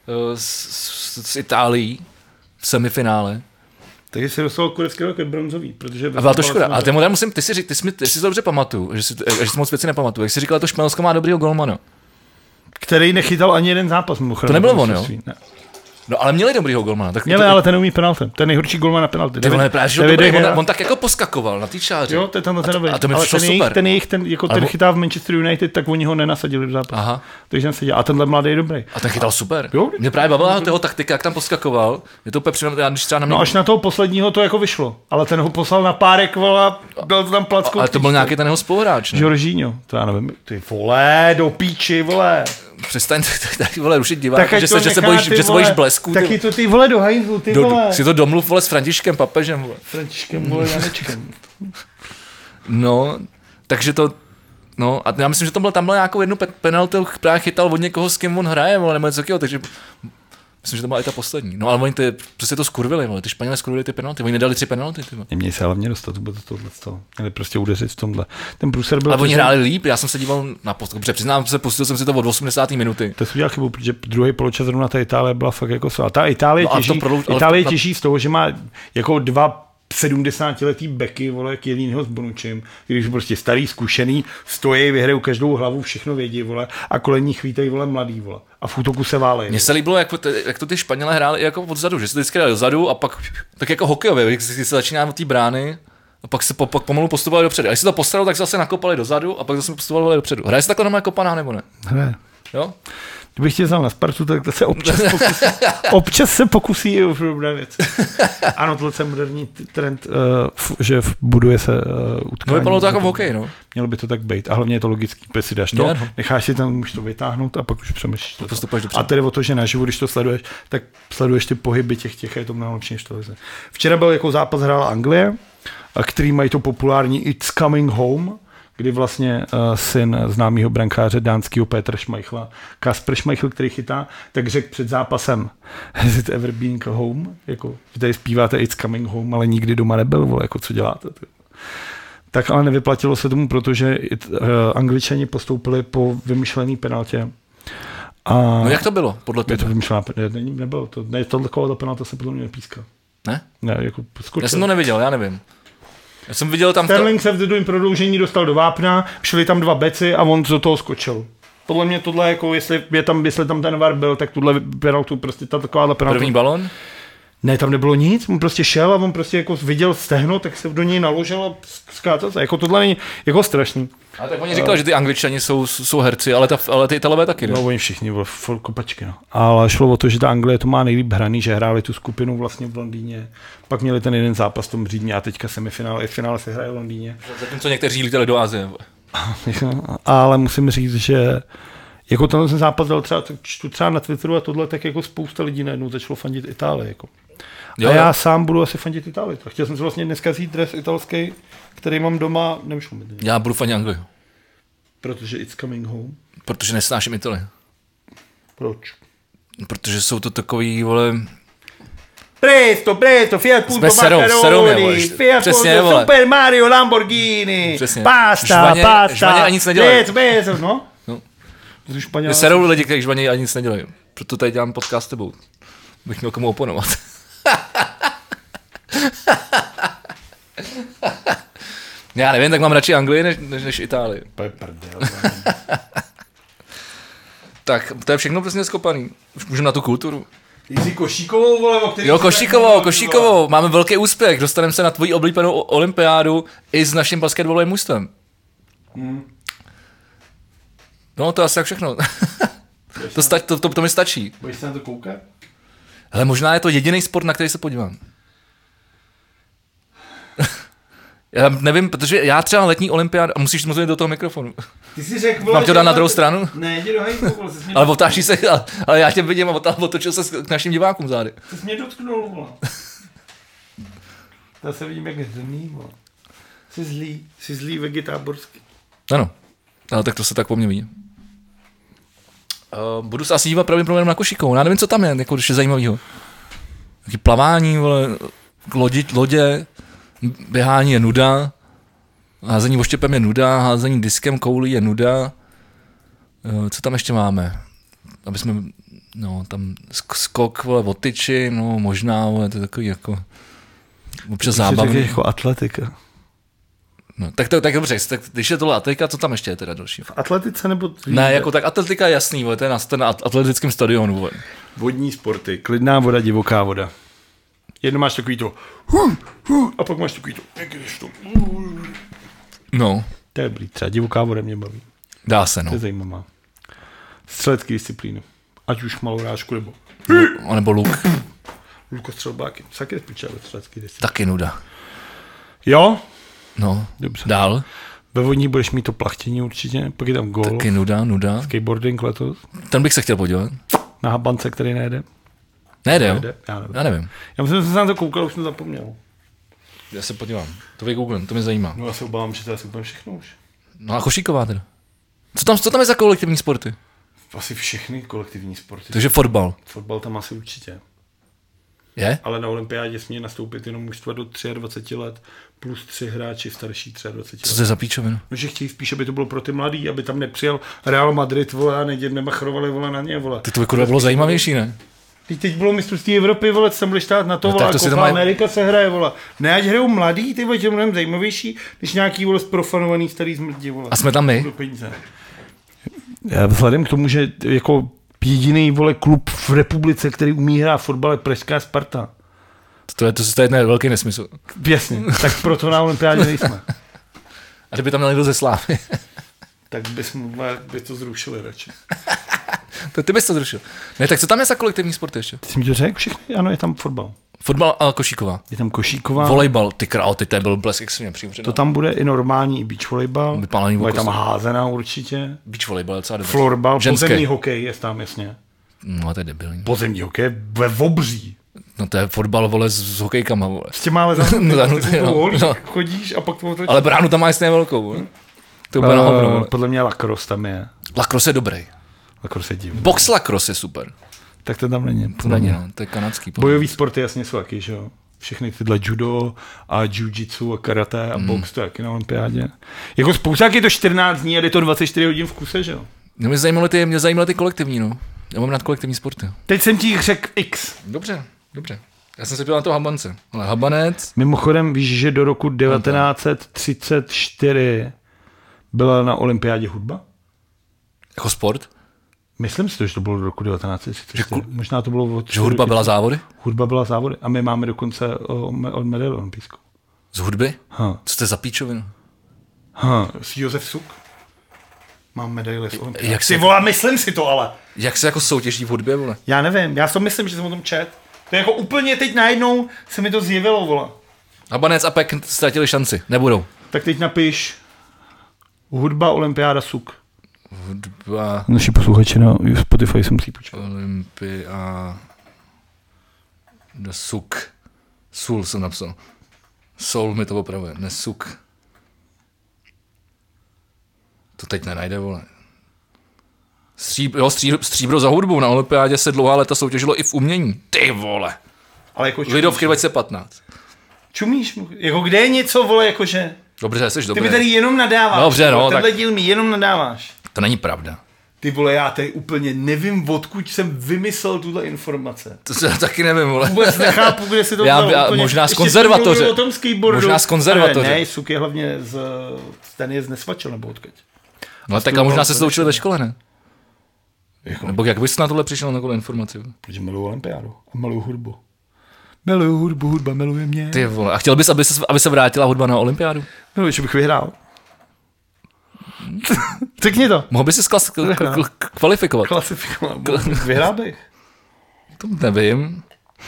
s Itálií v semifinále. Takže si dostal Kureckého ke bronzový, protože... A byla to škoda. A ten musím, ty si to dobře pamatuju, že si moc věci nepamatuju. Jak jsi říkal, to Španělsko má dobrýho golmana. Který nechytal ani jeden zápas. To nebylo on, jo? Ne. No ale měli dobrýho golmana. Měli, ale ten umí penalty. Ten nejhorší golman na penalty. On tak jako poskakoval na té čáře. Jo, to je tam dobrý. A to mi přišlo super. Ten chytá v Manchester United, tak oni ho nenasadili v zápase. Aha. Takže seděl. A tenhle mladý je dobrý. A ten chytal super. Jo? Mě právě bavila jeho taktika, jak tam poskakoval. Je to úplně příjemné, když třeba na mě... No až na toho posledního to jako vyšlo. Ale ten ho poslal na párek, vola, dal to tam plackou. Ale to byl nějaký ten jeho spoluhráč, ne? Jorginho, to já nevím. Ty vole, do píči, vole. Přestaň tady, vole, rušit diváky, že se bojíš blesku. Taky to ty vole do hajzlu, ty vole. Si to domluv, vole, s Františkem Papežem, vole. Františkem, vole, Janečkem. No, takže to, no, a já myslím, že tam byl nějakou jednu penaltu, právě chytal od někoho, s kým on hraje, vole, nebo něco takového, takže myslím, že to byla i ta poslední. No, ale oni prostě to skurvili, vole, ty Španělé skurvili ty penalty, oni nedali 3 penalty, ty vole. Neměli se hlavně dostat vůbec tohle z toho. Měli prostě udeřit v tomhle. Ten průser byl... Ale oni hráli líp, já jsem se díval na postup, protože přiznám se, pustil jsem si to od 80. minuty. To si udělal chybu, protože druhý poločas zrovna ta Itálie byla fakt jako svá. Ta Itálie těží z toho, že má jako 2 70letý beky, vole, k jedinýho s Bonučem, když prostě starý, zkušený, stojí, vyhrajou každou hlavu, všechno vědí, vole, a kolem nich chvítají, vole, mladý, vole. A v útoku se válejí. Mně se líbilo, jak to ty Španělé hráli jako odzadu, že se vždycky dali dozadu a pak tak jako hokejově, když se začíná od té brány a pak se pomalu postupovali dopředu. A když se to postaralo, tak se zase nakopali dozadu a pak zase postupovali dopředu. Hraje se takhle normálně kopaná, nebo ne? Hraje. Jo? Kdybych tě vzal na Spartu, tak to se občas se pokusí už dobrá věc. Ano, tohle je moderní trend, že buduje se utkání. No vypadalo to jako v hokeji, no. Mělo by to tak být. A hlavně je to logický, protože si dáš to, necháš si tam, můžeš to vytáhnout a pak už přemýšlíš to. A tedy o to, že naživu, když to sleduješ, tak sleduješ ty pohyby těch je to mnohem lepší než televize. Včera byl jako zápas hrála Anglie, a který mají to populární It's Coming Home, kdy vlastně syn známého brankáře dánského Petra Schmeichla, Kasper Schmeichel, který chytá, tak řekl před zápasem Has it ever been home? Jako, vy tady zpíváte It's coming home, ale nikdy doma nebyl, vole, jako co děláte? Tak ale nevyplatilo se tomu, protože Angličani postoupili po vymyšlený penaltě. No jak to bylo, podle tebe? Je to vymyšlená penaltě, nebylo to. Ne, taková penalta se podle mě nepíská. Ne? Ne, jako skočil. Já jsem to neviděl, já nevím. Já jsem viděl tam... Sterling se v druhém prodloužení dostal do vápna, šli tam 2 beci a on do toho skočil. Podle mě tohle, jako jestli tam ten VAR byl, tak tuhle penaltu prostě takováhle penalta. První balon? Ne, tam nebylo nic, on prostě šel a on prostě jako viděl stehno, tak se do něj naložil a skátal se. Jako tohle není jako strašný. A tak oni říkali, že ty Angličani jsou herci, ale ty Italové taky, ne? No, oni všichni byli kopačky, no. Ale šlo o to, že ta Anglie to má nejlíp hraný, že hráli tu skupinu vlastně v Londýně. Pak měli ten jeden zápas v tom Římě a teďka semifinále, i finále se hraje v Londýně. Zatímco někteří lítali do Asie. Ale musím říct, že jako tenhle zápas dal třeba na Twitteru a tohle, tak jako spousta lidí najednou začalo fandit Itálii. Jako. A já sám budu asi fandit Itálii. Chtěl jsem si vlastně dneska vzít dres italský, který mám doma, nevyšlo mi. Já budu fandit Anglii. Protože it's coming home. Protože nesnáším Itálii. Proč? Protože jsou to takový, vole... Presto, Fiat Punto Macaroni, Fiat Punto Super Mario Lamborghini, přesně. Pasta. Žvaně ani nic nedělají. No. Serou lidi, kteří žvaně ani nic nedělají. Proto tady dělám podcast s tebou. Bych měl komu oponovat. Já nevím, tak mám radši Anglii než Itálii. Tak, to je všechno přesně skopaný. Už můžeme na tu kulturu. Jsi Košíkovou, vole, o který... Jo, Košíkovou. Máme velký úspěch. Dostaneme se na tvoji oblíbenou olympiádu i s naším basketbalovým mužstvem. No, to asi tak všechno. to mi stačí. Budeš se na to koukat? Hele, možná je to jediný sport, na který se podívám. Já nevím, protože já třeba letní olympiádu, a musíš mluvit do toho mikrofonu. Ty jsi řekl, vole, mám tě dát na druhou stranu? Ne, jdi do hejku, vole. Ale otáčí se, ale já tě vidím a otočil se k našim divákům zády. Ty jsi mě dotknul, vole. Já se vidím, jak zlý, vole. Jsi zlý vegetáborsky. Ano, ale tak to se tak po mně ví. Budu se asi dívat pravděpodobně na Košíkovou. Já nevím, co tam je, jako když je zajímavýho. Taky plavání, vole, lodě, běhání je nuda, házení oštěpem je nuda, házení diskem koulí je nuda. Co tam ještě máme? Aby jsme, no, tam skok, vole, o tyči, no, možná, vole, to je takový jako občas zábavný. Jako atletika. No, tak dobře, tak když je tohle atletika, co tam ještě je teda další? V atletice nebo... Ne, jako tak atletika je jasný, vole, to je na atletickém stadionu. Vole. Vodní sporty, klidná voda, divoká voda. Jedno máš takový to a pak máš takový to, jak jdeš to. No. To je dobrý, třeba divoká voda mě baví. Dá se, no. To je zajímavá. Střelecký disciplíny. Ať už malorážku nebo... Nebo luk. Lukostřelbáky. Taky nespíčá ve střelecký disciplíny. Taky nuda. Jo? No, dobře. Dál. Ve vodní budeš mít to plachtění určitě, pak je tam golf. Taky nuda. Skateboarding letos. Ten bych se chtěl podívat. Na habance, který nejde. Nejde, jo? Já nevím. Já myslím, že jsem se na to koukal, už jsem zapomněl. Já se podívám. To vygooglím, to mě zajímá. No já se obávám, že to je asi úplně všechno už. No a Košíková teda. Co tam je za kolektivní sporty? Asi všechny kolektivní sporty. Takže fotbal. Fotbal tam asi určitě. Je? Ale na olympiádě smí nastoupit jenom mužstva do 23 let plus 3 hráči starší 23 let. Co to je za píčovinu? No, že chtějí spíš, aby to bylo pro ty mladý, aby tam nepřijel Real Madrid, vole, a nemachrovali, vole, na ně, vole. To by bylo zajímavější, ne? Teď bylo mistrovství Evropy, vole, co tam budeš stát na to, vole, to Copa Amerika se hraje, vole. Ne, ať hrajou mladý, ty vole, mnohem zajímavější, než nějaký, vole, sprofanovaný starý zmrdi, vole. A jsme tam my? Vzhledem k tomu, že jako jediný, vole, klub v republice, který umí hrát fotbal, je pražská Sparta. To je velký nesmysl. Jasně, tak proto na olympiádě nejsme. A kdyby tam měl někdo ze Slávy. Tak by to zrušili radši. To ty bys to zrušil. Ne, tak co tam je za kolektivní sport ještě? Ty jsi mi to řekl všechny? Ano, je tam fotbal. Fotbal a Košíková. Je tam Košíková. Volejbal, ty král, to byl blesk extrémně přímo. To tam bude i normální, i beach volejbal. Bude tam házená určitě. Beach volejbal je docela dobrý. Florbal, pozemní hokej je tam, jasně. No, to je debilní. Pozemní hokej ve Vobří. No to je fotbal, vole, s hokejkama, vole. S těma ale chodíš a pak to... Ale bránu tam má jasně velkou, vole. To je úplně na hovno. Podle mě lacrosse tam je. Lacrosse je dobrý. Lacrosse je divný. Box lacrosse je super. Tak to tam není. To není, no. To je kanadský. Bojový sporty jasně jsou taky, že jo. Všechny tyhle judo a jiu-jitsu a karate a box, to je taky na olympiádě. Jako spousta, jak je to 14 dní a jde to 24 hodin v kuse, že jo. Mě zajímaly ty kolektivní, no. Já mám rád kolektivní sporty. Teď jsem ti řekl X. Dobře. Já jsem se pěl na toho Habance. Ale Habanec... Mimochodem, víš, že do roku 1934 byla na olympiádě hudba? Jako sport? Myslím si to, že to bylo do roku 1934. Možná to bylo... Že hudba byla závody? Hudba byla závody. A my máme dokonce medaili olympijskou. Z hudby? Co to je za píčovinu? Josef Suk. Mám medaili z olympiády. Ty vole, myslím si to ale. Jak se jako soutěží v hudbě, vole? Já nevím, já si myslím, že jsem o tom čet. To je jako úplně teď najednou se mi to zjevilo, vole. Habanec a Pek ztratili šanci, nebudou. Tak teď napiš hudba olympiáda Suk. Hudba... Naši posluchači na Spotify se musí počkat. Olympiáda Suk. Sul jsem napsal. Soul mi to opravuje, ne Suk. To teď nenajde, vole. Stříbro za hudbu. Na olympiádě se dlouhá léta soutěžilo i v umění. Ty vole. Ale jako Lidovky 2015. Čumíš? Jako kde je něco, vole, jakože... Dobře, jsi dobrý. Ty mi tady jenom nadáváš. Dobře, no. Tenhle díl mi jenom nadáváš. To není pravda. Ty vole, já tady úplně nevím, odkud jsem vymyslel tuhle informace. To se taky nevím, vole. Vůbec nechápu, kde se to já možná z konzervatoře. Možná z konzervatoře. Ne, Suk je hlavně ten je z Nesvačil, nebo odkud. No tak a možná se to učili ve škole, ne? Nebo jak bys na tohle přišel na tohle informaci? Protože miluju olympiádu a miluju hudbu. Miluju hudbu, hudba miluje mě. Ty vole, a chtěl bys, aby se vrátila hudba na olympiádu? No, že bych vyhrál. Řekni to. Mohl bys se kvalifikovat? Klasifikovat. Vyhrál bych. To nevím.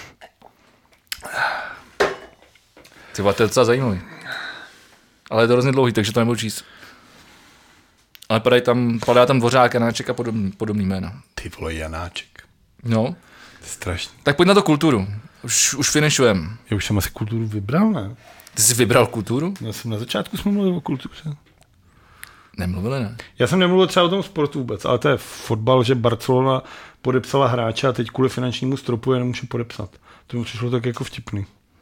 Ty vole, to je docela zajímavý. Ale je to hrozně dlouhý, takže to nebudu číst. Ale padá tam Dvořák, Janáček a podobný jména. Ty vole, Janáček. No. Strašný. Tak pojď na to kulturu. Už finišujem. Já už jsem asi kulturu vybral, ne? Ty jsi vybral kulturu? Já jsem na začátku jsme mluvili o kultuře. Nemluvili, ne? Já jsem nemluvil třeba o tom sportu vůbec, ale to je fotbal, že Barcelona podepsala hráče a teď kvůli finančnímu stropu je nemůže podepsat. To mi přišlo tak jako vtipný.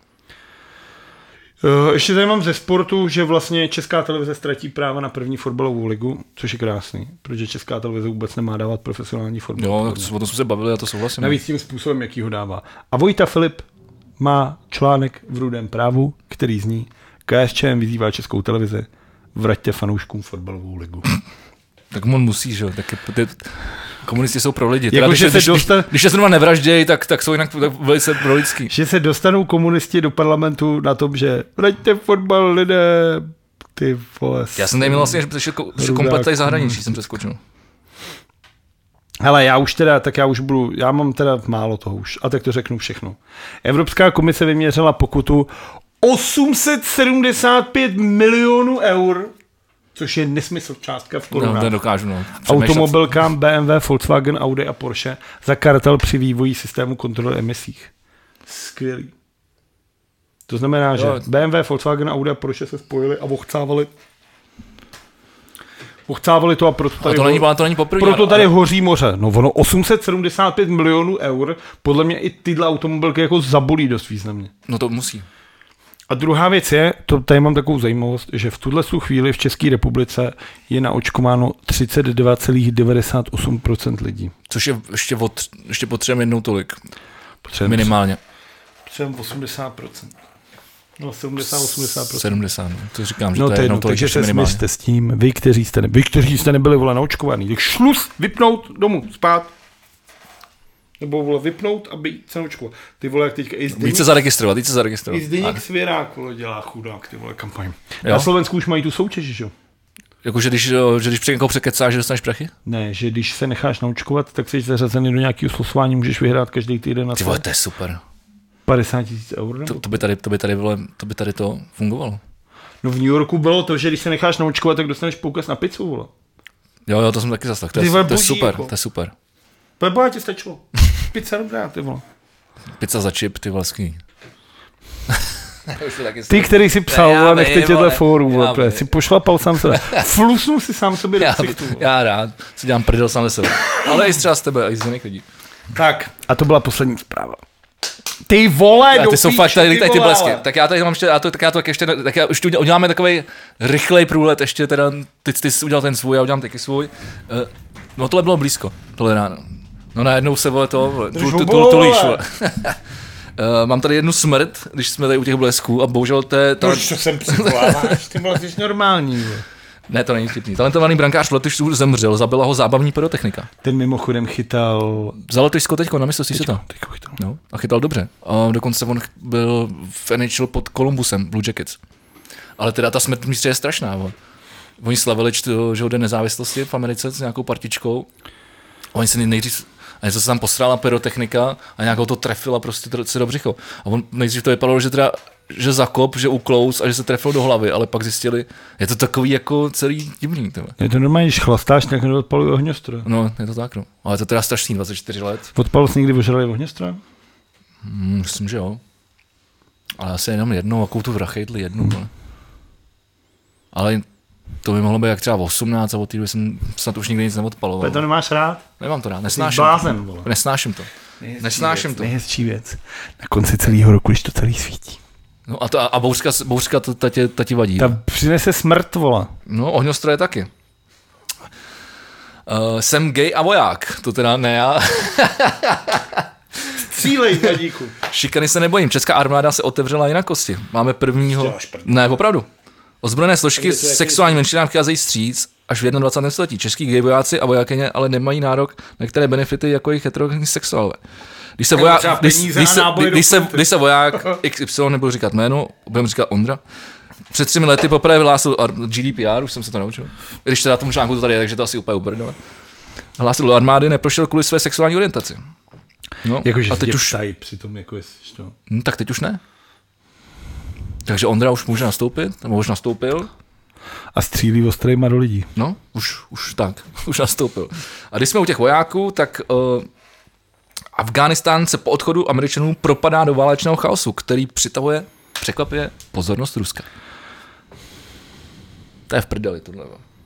Ještě tady mám ze sportu, že vlastně Česká televize ztratí práva na první fotbalovou ligu, což je krásný, protože Česká televize vůbec nemá dávat profesionální fotbal. Jo, tak o tom jsme se bavili, já to souhlasím. Navíc tím způsobem, jaký ho dává. A Vojta Filip má článek v Rudém právu, který zní: KSČM vyzývá Českou televizi, vraťte fanouškům fotbalovou ligu. Tak on musí, že jo? Komunisti jsou pro lidi. Jako, když se zrovna nevraždějí, tak jsou jinak velice pro lidský. Že se dostanou komunisti do parlamentu na tom, že vraťte fotbal lidé, ty vole. Já jsem tady měl vlastně, že přešel komplet tady zahraničí, jsem přeskočil. Hele, já mám teda málo toho už, a tak to řeknu všechno. Evropská komise vyměřila pokutu 875 milionů eur, což je nesmysl částka v korunách. No, to dokážu, no. Automobilkám BMW, Volkswagen, Audi a Porsche za kartel při vývoji systému kontroly emisích. Skvělý. To znamená, že BMW, Volkswagen, Audi a Porsche se spojili a ochcávali to a proto tady, to není poprvé, proto tady hoří moře. No ono 875 milionů eur, podle mě i tyhle automobilky jako zabolí dost významně. No to musí. A druhá věc je, tady mám takovou zajímavost, že v tuhle chvíli v České republice je naočkováno 32,98% lidí. Což je ještě potřebujeme jednou tolik. Minimálně. Potřebujeme 80%. No 70-80%. 70, no. To říkám, že no to je jednou tolik. Takže se smyřte s tím, vy, kteří jste nebyli vole naočkovaný, tak šluz, vypnout domů, spát. Nebo vole vypnout a být se naočkovat. Ty vole, jak teďka i Zdeněk... Více zaregistrovat. I Zdeněk Svěrák vole dělá chudák, ty vole kampaň. Na Slovensku už mají tu soutěž, že jo? Jako, že když někoho překecáš, že dostaneš prachy? Ne, že když se necháš naočkovat, tak jsi zařazený do nějakého slosování, můžeš vyhrát každý týden na ty vole, to je super. 50 000 eur. To by tady to fungovalo. No v New Yorku bylo to, že když se necháš naočkovat, tak dostaneš poukaz na pizzu, vole. Jo, to jsem taky zaslech. To je super, jako. To je super. Peba ti stačilo. Pizza dobrá, ty vole. Pizza za čip, ty vlastně. Ty, který si psal, nechte těhle fórum, si pošlapal sám sebe. Flusnul si sám sobě do ksichtu. Já rád si dělám prdel sám ze sebe. Ale i třeba z tebe, i z jiných lidí. Tak, a to byla poslední zpráva. Ty vole, ty jsou fakt tady ty blesky. Tak já tady mám ještě, tak já už tu uděláme takovej rychlej průlet, ještě teda, ty jsi udělal ten svůj, já udělám taky svůj. No tohle bylo blízko, tohle ráno. No najednou se vole to, tulíš, vole. Mám tady jednu smrt, když jsme tady u těch blesků a bohužel to je... To jsem přivoláváš, ty vole, jsi normální. Ne, to není vtipný. Talentovaný brankář v Lotyšsku zemřel, zabila ho zábavní pyrotechnika. Ten mimochodem chytal... Za Lotyšsko teďko na mistrovství světa. No, a chytal dobře. A dokonce on byl v NHL pod Columbusem, Blue Jackets. Ale teda ta smrt místě je strašná. Oni slavili, že den nezávislosti v Americe s nějakou partičkou. Oni se nejdřív... A něco se tam postrala pyrotechnika a nějakou to trefila prostě se do břicho. A on nejdřív to vypadalo, že zakop, že uklous a že se trefil do hlavy, ale pak zjistili, je to takový jako celý divný. Tebe. Je to normálně, když chlastáš, tak neodpalují ohňostroj. No, je to tak, no. Ale je to teda strašný, 24 let. Odpalil jsi někdy ožralý ohňostroj? Myslím, že jo. Ale asi jenom jednou, jakou tu vrachejdli jednu. Ale to by mohlo být jak třeba 18 a od té doby jsem snad už nikdy nic neodpaloval. To nemáš rád? Nemám to rád, nesnáším blázen, to. Nesnáším to. Nejhezčí věc. Na konci celého roku, když to celý svítí. No a bouřka ta ti vadí. Ta přinese smrt, vole. No, ohňostroje taky. Jsem gay a voják, to teda ne já. Střílej, vadíku. Šikany se nebojím, česká armáda se otevřela jinakosti. Máme prvního... Ne, opravdu. Ozbrojené složky sexuální menšinám vcházejí vstříc až v 21. století. Český gay vojáci a vojákyně ale nemají nárok na některé benefity jako jejich heterogenní sexuálové. Když se voják XY, nebudu říkat jméno, budeme říkat Ondra, před 3 lety poprvé vyhlásil GDPR, už jsem se to naučil, když teda tomu článku to tady je, takže to asi úplně uprdele. Hlásil do armády, neprošel kvůli své sexuální orientaci. No, jakože a teď už přitom jako jestli to... tak teď už ne. Takže Ondra už může nastoupit, nebo už nastoupil. A střílí ostrejma do lidí. No, už nastoupil. A když jsme u těch vojáků, tak Afghánistán se po odchodu Američanů propadá do válečného chaosu, který přitahuje překvapivě pozornost Ruska. To je v prdeli tohle.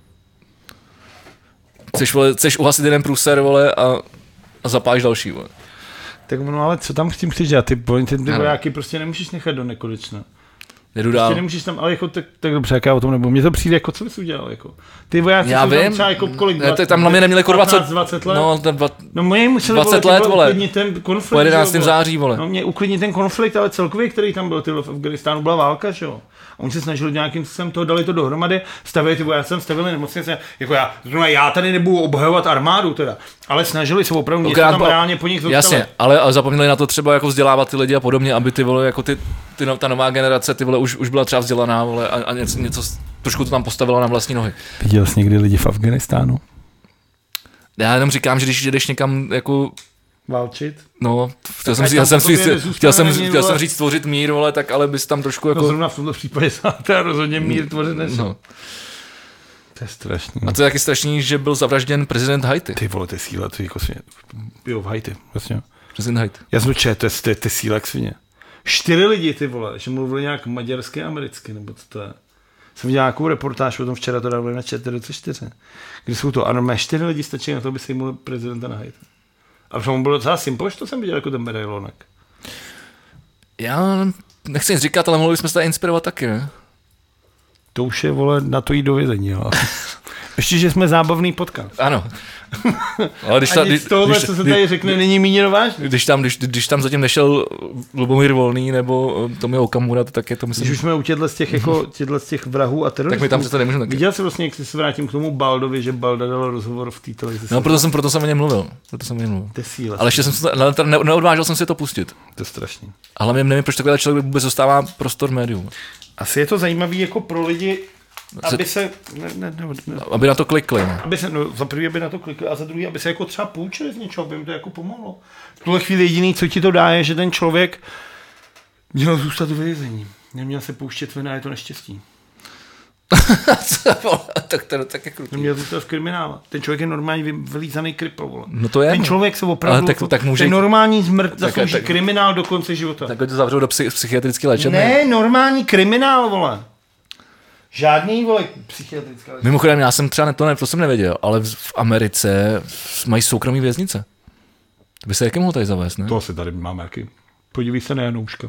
Chceš uhasit jeden průser, vole, a zapálíš další, vole. Tak no, ale co tam s tím chceš dělat? Ty vojáky prostě nemůžeš nechat do nekonečna. Jedu dál. Prostě nemůžeš tam, ale jako tak dobře, jak já o tom nebudu. Mně to přijde, jako co bys udělal, jako. Ty vojáci já jsou vím. tam třeba jako kolik? Ne, tam hlavně neměli 20 let? No mě museli 20 let, vole. Uklidnit ten konflikt. Po 11. září, vole. No mě uklidnit ten konflikt, ale celkově, který tam byl, v Afghánistánu byla válka, že jo. A oni se snažili nějakým způsobem toho, dali to dohromady, stavili ty vojáci, stavili nemocnice. Jako já tady nebudu obhajovat armádu teda, ale snažili se opravdu něco tam reálně po nich zostavit. Jasně, ale zapomněli na to třeba jako vzdělávat ty lidi a podobně, aby ty vole jako ta nová generace, ty vole už byla třeba vzdělaná, vole, a něco trošku to tam postavila na vlastní nohy. Viděl jsi někdy lidi v Afghánistánu? Já jenom říkám, že když jdeš někam jako válčit? No, chtěl jsem říct tvořit mír, vole, tak ale bys tam trošku jako... No zrovna v tomto případě se rozhodně mír tvořit nešel. No. To je strašný. A to je taky strašný, že byl zavražděn prezident Haiti. Ty vole, ty síla, to jako svině. Jo, v Haiti, vlastně. Prezident Haiti. Já jsem to je síla jak svině. 4 lidi, ty vole, že mluvili nějak maďarsky a americky, nebo co to je. Jsem viděl nějakou reportáž o tom, včera to dávali na ČT24. Když jsou to, ano, 4 lidi stačí na to, aby se jim prezidenta na Haiti. A protože bylo docela simple, že to jsem viděl jako ten medailonek. Já nechci nic říkat, ale mohli jsme se tady inspirovat taky, ne? To už je, vole, na to jít do vězení, jo. Ještě, že jsme zábavný podcast. Ano. Ale nic z tohohle, co se tady řekne, není míněno vážně. Když tam zatím nešel Lubomír Volný nebo Tomio Okamura, tak je to myslím... Když už jsme u těchto z těch vrahů a teroristů. Tak my tam přece nemůžeme taky. Viděl jsi vlastně, jak se vrátím k tomu Baldovi, že Balda dal rozhovor v té televizi. No, proto jsem o něm mluvil. To je síla. Ale ještě neodvážil jsem si to pustit. To je strašný. A hlavně nevím, proč takový člověk vůbec dostává prostor médium. Asi je to zajímavý jako pro lidi, aby se... Aby na to klikli. Za prvý, aby na to klikli a za druhý, aby se jako třeba poučili z něčeho, aby jim to jako pomohlo. V tuhle chvíli jediný, co ti to dá, je, že ten člověk měl zůstat v vězení. Neměl se pouštět vina, je to neštěstí. Tak to tak je krutý. Měl to v kriminále. Ten člověk je normálně vylízaný kripl, vole. No to je. Ten člověk se opravdu, tak může... ten normální zmrt zaslouží kriminál do konce života. Tak to zavřou do psychiatrické léčebny. Ne, normální kriminál, vole. Žádný, vole, psychiatrická léčebna. Mimochodem, já jsem třeba to jsem nevěděl, ale v Americe mají soukromý věznice. To by se jaké mohl tady zavést, ne? To asi tady máme jaký. Podívej se na Janouška.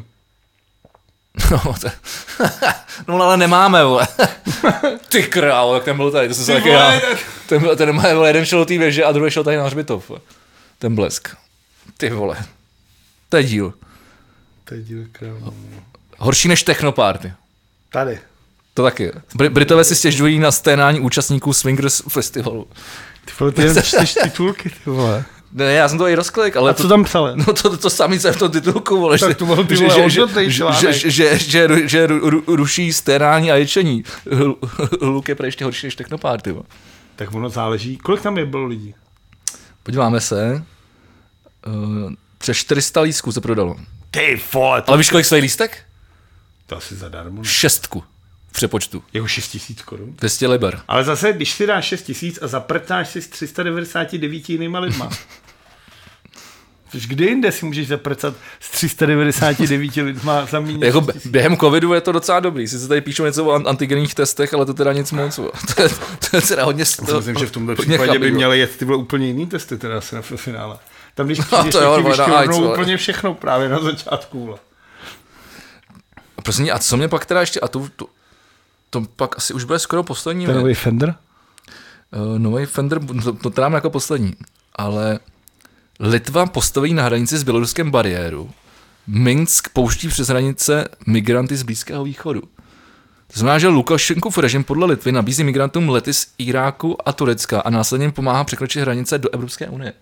No ale nemáme, vole. Ty krávo, jak ten byl tady, to jsem se taky já. Ten má jeden šel do té věže a druhý šel tady na hřbitov. Ten blesk. Ty vole. To je díl. To je díl, krávo. Horší než Technoparty. Tady. To taky. Britové si stěžují na sténání účastníků Swingers festivalu. Ty vole, ty jen čteš titulky, ty vole. Ne, já jsem to i rozklik, ale... A co tam psali? No to samý se v tom titulku, vole. Tak to bylo ty vole že ruší sténání a ječení. Hluk je ještě horší než Technoparty. Tak ono záleží. Kolik tam bylo lidí? Podíváme se. Přes 400 lístků se prodalo. Ty vole. Ale víš, kolik stojí lístek? To asi zadarmo. 6 v přepočtu. Jako 6 000 korun. 200 liber. Ale zase, když si dáš 6 000 a zaprtáš si s 399 jinýma lidma. Což kdy jinde si můžeš zaprcat s 399 lidma za méně. Jako během covidu je to docela dobrý. Sice tady píšou něco o antigenních testech, ale to teda nic moc. To je teda hodně... Myslím, že v tomto případě by měly jet ty úplně jiný testy teda asi na finále. Tam když přijdeš, tak ti vyšťournou úplně všechno právě na začátku. Prosím, a co mě pak teda ještě... A to pak asi už bude skoro poslední. Ten nový Fender? Nový Fender, to teda mám jako poslední. Ale Litva postaví na hranici s Běloruskem bariéru. Minsk pouští přes hranice migranty z Blízkého východu. To znamená, že Lukašenkův režim podle Litvy nabízí migrantům lety z Iráku a Turecka a následně jim pomáhá překročit hranice do Evropské unie.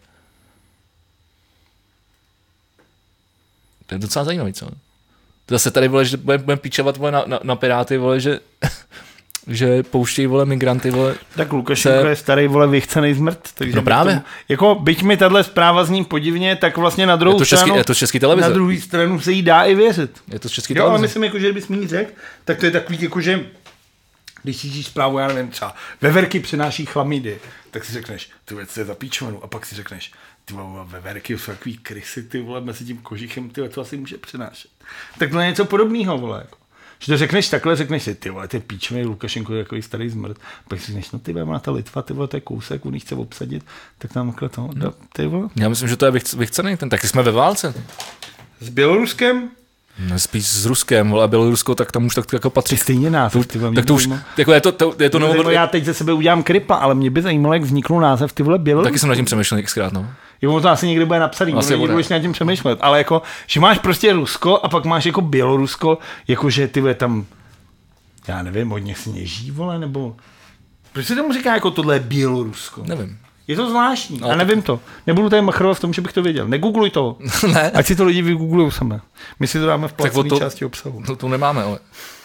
To je docela zajímavý, co? To zase tady, vole, že budeme píčovat na Piráty, vole, že pouštějí, vole, migranty, vole. Tak Lukašenko je starý, vole, vychcenej zmrt. Takže no právě. Tomu, jako, byť mi tahle zpráva zní podivně, tak vlastně na druhou stranu, je to český televize. Na druhou stranu se jí dá i věřit. Je to český televize. televize. Ale myslím, jako, že kdybys mi ji řekl, tak to je takový, jako, že když si zprávu, já nevím, třeba veverky přenáší chlamidy, tak si řekneš, ty věc je za píčovanu, a pak si řekneš, ty vole, veverky jsou takový krysy, ty vole, mezi tím kožichem, ty to asi může přenášet. Tak to je něco podobného, vole, jako. Že to řekneš takhle, řekneš si, ty vole, ty píčový Lukašenko je takový starý zmrt. Pak si řekneš, no ty vole, má ta Litva, ty vole, to je kousek, on ji chce obsadit, tak tam takhle to, ty vole. Já myslím, že to je vychcený, taky jsme ve válce. S Běloruskem? No, spíš s Ruskem, ale Bělorusko, tak tam už tak jako patří. Stejně název, ty vole. Tak to už, jako je to novou... Já teď ze sebe udělám kripla, ale mě by zajímalo, jak vznikl název, ty vole, Bělorusko. Taky jsem nad tím přemýšlel xkrát, no. Jo, to asi někdy bude napsaný, budeš nad tím přemýšlet, ale jako, že máš prostě Rusko a pak máš jako Bělorusko, jakože ty vole tam, já nevím, hodně sněží, vole, nebo... Proč se tomu říká jako tohle je Bělorusko? Nevím. Je to zvláštní, no, a nevím to. Nebudu tady machrovat v tom, že bych to věděl. Negoogluj to. Ne. Ať si to lidi vygooglujou sami. My si to dáme v placené části obsahu. To nemáme, ale...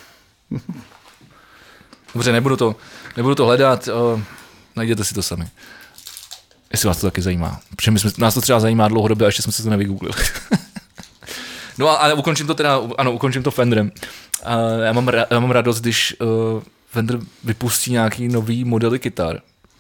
Dobře, nebudu to hledat, najděte si to sami. Jestli vás to taky zajímá. Protože nás to třeba zajímá dlouhodobě a ještě jsme si to nevygooglili. No a ukončím to Fenderem. Já mám radost, když Fender vypustí nějaký nový modely kytar.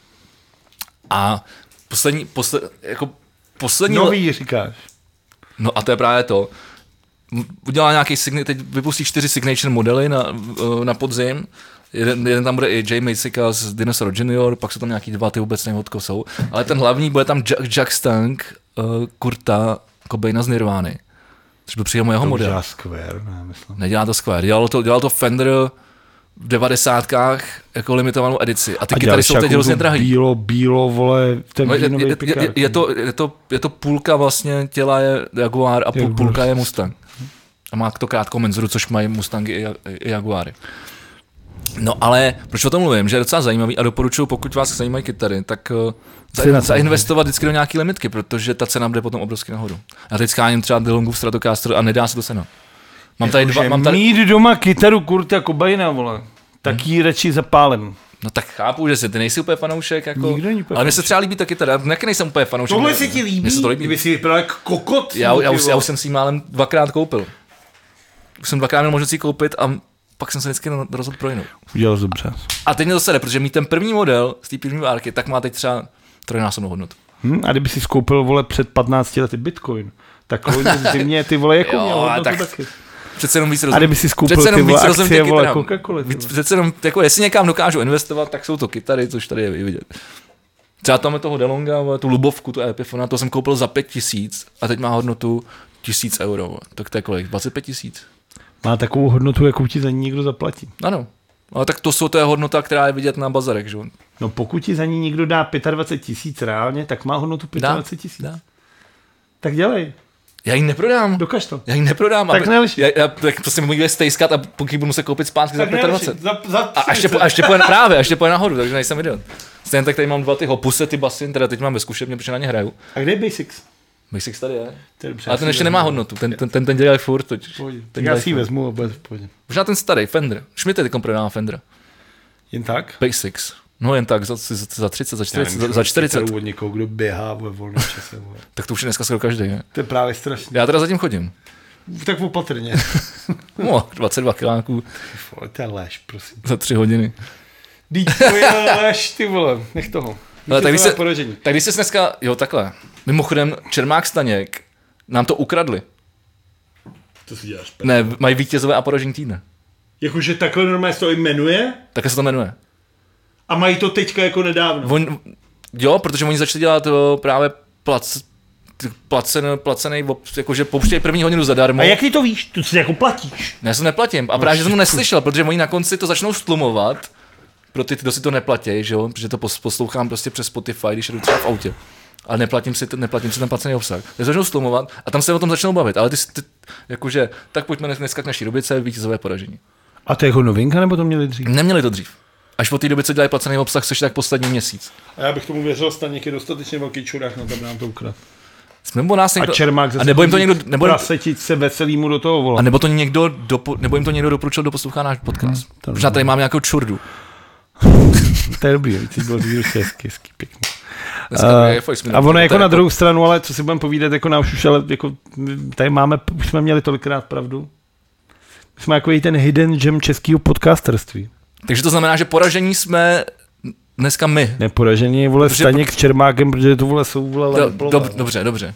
A poslední... Nový říkáš. No a to je právě to. Udělá nějaký teď vypustí 4 signature modely na podzim. Jeden tam bude i Jay Masika z Dinosaur Junior, pak jsou tam nějaký 2, ty vůbec nevím, odkud jsou. Ale ten hlavní bude tam Jack Stank, Kurta Cobaina z Nirvány. Což byl přímo jeho model. Dělá Square, ne, myslím. Nedělá to Square, dělal to Fender v 90kách jako limitovanou edici. A ty kytary jsou teď hrozně drahý. Bílo, vole, ten vínový pikár. Je to půlka vlastně těla je Jaguar a půlka je Mustang. A má to krátkou menzoru, což mají Mustangy i Jaguary. No ale proč o tom mluvím, že je docela zajímavý a doporučuji, pokud vás zajímají kytary, tak zainvestovat vždycky do nějaký limitky, protože ta cena bude potom obrovsky nahoru. Já teď skáním třeba DeLonghi Stratocaster a nedá se to cena. Mám tady mít doma kytaru Kurta Cobaina, vole, tak ji radši zapálem. No tak chápu, že ty nejsi úplně fanoušek, jako, nikdo není úplně ale mně se třeba líbí ta kytara, taky nejsem úplně fanoušek. Tohle se ti líbí? Mně se to líbí. Kdyby si vypadal jako kokot. Já už jsem si ji málem 2krát koupil. Už jsem 2krát měl možnost si koupit a pak jsem se vždycky rozhodl pro jinou. Udělal dobře. A teď mě to sede, protože mít ten první model z té první várky, tak má teď třeba trojnásobnou hodnotu. A kdyby si skoupil, vole, před 15 lety Bitcoin, tak v zimě ty vole jako měl hodnotu taky. Přece jenom víc a kdyby si skoupil ty vole akcie, vole, Coca-Cola. Přece jenom, jako jestli někam dokážu investovat, tak jsou to kytary, což tady je vidět. Třeba tam je toho DeLonga, tu Lubovku, tu Epifona, to jsem koupil za 5 000 a teď má hodnotu 1 000 euro. Tak to je kolik? 25 000. Má takovou hodnotu, jakou ti za ní někdo zaplatí. Ano. Ale tak to je hodnota, která je vidět na bazarech, že? No pokud ti za ní někdo dá 25 000 reálně, tak má hodnotu 25 000. Tak dělej. Já ji neprodám. Dokaž to. Já ji neprodám. Tak nelži. Já tak prostě můžu stejskat a pokud budu muset koupit zpátky za 25. A ještě pojde nahoru, takže nejsem idiot. Stejně tak tady mám 2 ty hopuse, ty basy, teda teď mám ve zkušebně, protože na ně hraju. A kde je Basics? Basics tady je. Ale ten ještě nemá hodnotu, ten dělá furt. Já si ji vezmu a bude v pohodě. Možná ten starý Fender. Schmidt teď prodává Fendera. Jen tak? Basics. No jen tak, za 30, za 40, za 40. Od někoho, kdo běhá ve volném čase. Tak to už je dneska skoro každý, ne? To je právě strašný. Já teda zatím chodím. Tak opatrně. No, 22 kiláků. To je lež, prosím. Za 3 hodiny. To je lež, ty vole, nech toho. Ale tak když jsi dneska, jo takhle, mimochodem Čermák Staněk nám to ukradli. To si děláš. Ne, mají vítězové a poražení týdne. Jakože takhle normálně se to jmenuje? Takhle se to jmenuje. A mají to teďka jako nedávno. Jo, protože oni začali dělat právě placený, jakože pouštějí první hodinu zadarmo. A jak ty to víš? Tu si jako platíš? Ne, já to neplatím. A právě, že jsem to neslyšel, protože oni na konci to začnou stlumovat pro ty, kdo si to neplatí, že jo? Protože to poslouchám prostě přes Spotify, když jdu třeba v autě. Ale neplatím si ten placený obsah. Já začnou stlumovat a tam se o tom začnou bavit. Ale ty jakože, tak pojďme dneska k naší rubrice vítězové poražení. A to je jako novinka, nebo to měli dřív? Neměli to dřív. Až po té době, co dělají placený obsah, což tak poslední měsíc. A já bych tomu věřil, Staněk je dostatečně velký čurák, no tam nám to ukradl. Nebo nás někdo, a Čermák zase nebo jim to někdo, nebo prasetit se veselýmu do toho volá. A nebo jim to někdo doporučil do poslouchá náš podcast. Možná tady máme nějakou čurdu. To je dobrý, víc bylo hezky, pěkný. A ono jako na druhou stranu, ale co si budeme povídat, jako náš už, ale jako tady máme, už jsme měli tolikrát pravdu. Jsme jako i ten hidden gem českého podcasterství. Takže to znamená, že poražení jsme dneska my. Neporažení je, vole, Staněk s Čermákem, protože to, vole, jsou, vole, Dobře.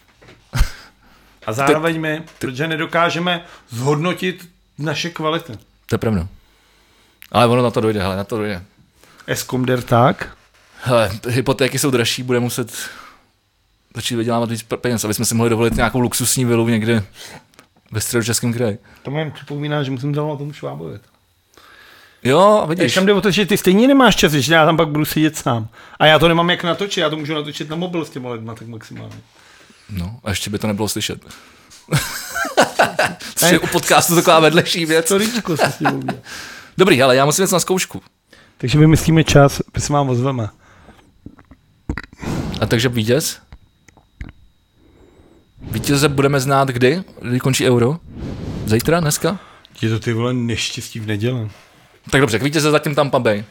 A zároveň my, protože nedokážeme zhodnotit naše kvality. To je pravda. Ale ono na to dojde. Eskomder tak? Hele, hypotéky jsou dražší, bude muset začít vydělávat víc peněz, aby jsme si mohli dovolit nějakou luxusní vilu někde ve Středočeském kraji. To mě připomíná, že musím zavolat tomu Švábovi. Jo, a vidíš. Tam jde o to, že ty stejně nemáš čas, že já tam pak budu sedět sám. A já to nemám jak natočit, já to můžu natočit na mobil s těma lidma, tak maximálně. No, a ještě by to nebylo slyšet. U podcastu taková vedlejší věc. Storíčko se s tím udělá. Dobrý, ale já musím jít na zkoušku. Takže vymyslíme čas, my se vám ozveme. A takže vítěz? Vítěze budeme znát kdy končí euro? Zítra, dneska? Je to ty vole neštěstí v neděli. Tak dobře, k vítěze zatím Tampa Bay.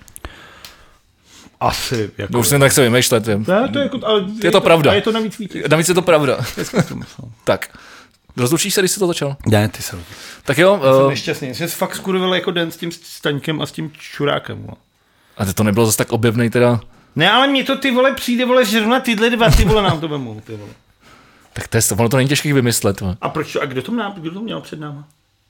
Asi. Jako už jsem tak se vymýšlet. To je, jako, ale je to pravda. A je to navíc vítěz. Navíc je to pravda. Tak. Rozlučíš se, když jsi to začal? Ne, ty se. Tak jo. Jsem nešťastný. Jsem se fakt skurvil jako den s tím Staňkem a s tím čurákem. A to nebylo zase tak objevnej teda. Ne, ale mě to ty vole přijde, vole, že zrovna tyhle dva ty vole nám to vemou, ty vole. Tak to je, ono to není těžký vymyslet. Vole. A proč? A kdo to měl před náma?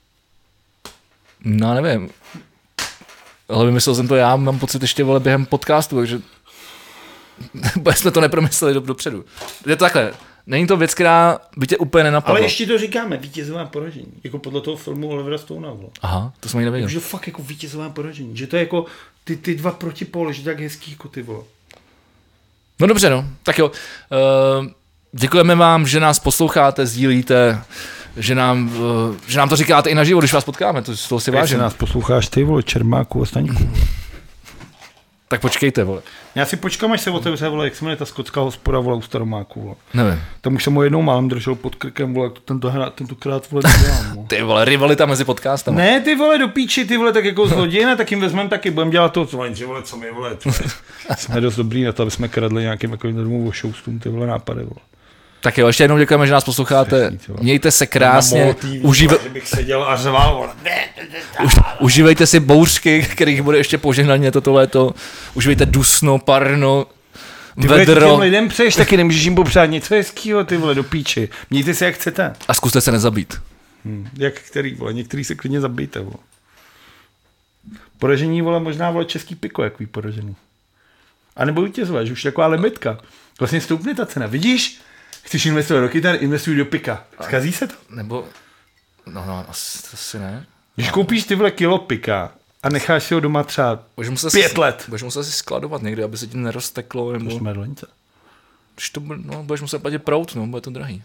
No, nevím. Ale vymyslel jsem to já, mám pocit ještě, vole, během podcastu, takže jsme to nepromysleli dopředu. Je to takhle. Není to věc, která by tě úplně nenapadla. Ale ještě to říkáme, vítězové poražení. Jako podle toho filmu Olivera Stonea. Aha, to jsem ani nevěděl. Takže fakt jako vítězové poražení. Že to je jako ty dva protipóly, že tak hezký jako ty vole. No dobře, no. Tak jo. Děkujeme vám, že nás posloucháte, sdílíte, že nám to říkáte i naživo, když vás potkáme. To z toho si vážím. Jak nás posloucháš ty, vole, Čermáku a Staňku. Tak počkejte, vole. Já si počkám, až se otevře, vole, jak se jmenuje ta skotská hospoda, vole, u Staromáku, vole. Nevím. Tam už jsem ho jednou málem držel pod krkem, vole, tentokrát, vole, nedělám, vole. Ty vole, rivalita mezi podcastama. Ne, ty vole, do píči, ty vole, tak jako z hodin, tak jim vezmeme taky, budeme dělat to, co my, vole, jsme dost dobrý na to, aby jsme kradli nějakým takovým domů šoustům, ty vole, nápady, vole. Tak jo, ještě jednou děkujeme, že nás posloucháte. Mějte se krásně. Bych seděl a řval. Užívejte si bouřky, kterých bude ještě požehnaně toto léto. Užívejte dusno, parno, vedro. Těm lidem přeješ, taky nemůžeš jim popřát něco hezkýho, ty vole, do píči. Mějte se jak chcete. A zkuste se nezabít. Jak který, vole, některý se klidně zabijte, vole. Poražení, vole, možná, vole, český piko, jaký poražený. A nebo vítězové, že už taková limitka. Vlastně stoupne ta cena, vidíš? Chceš investovat do kytar, investuj do pika. Zkazí se to? Nebo, no, asi ne. Když koupíš ty vole kilo pika a necháš si ho doma třeba 5 let. Budeš muset si skladovat někde, aby se ti nerozteklo. Nebo... Když to, no, budeš muset platit prout, no, bude to drahý.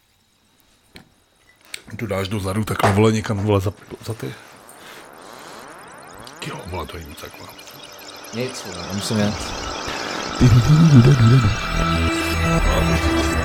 Tu dáš dozadu takhle, vole, někam, vole, za ty. Kilo, vole, to je nic takhle. Nic, vole, musím jet.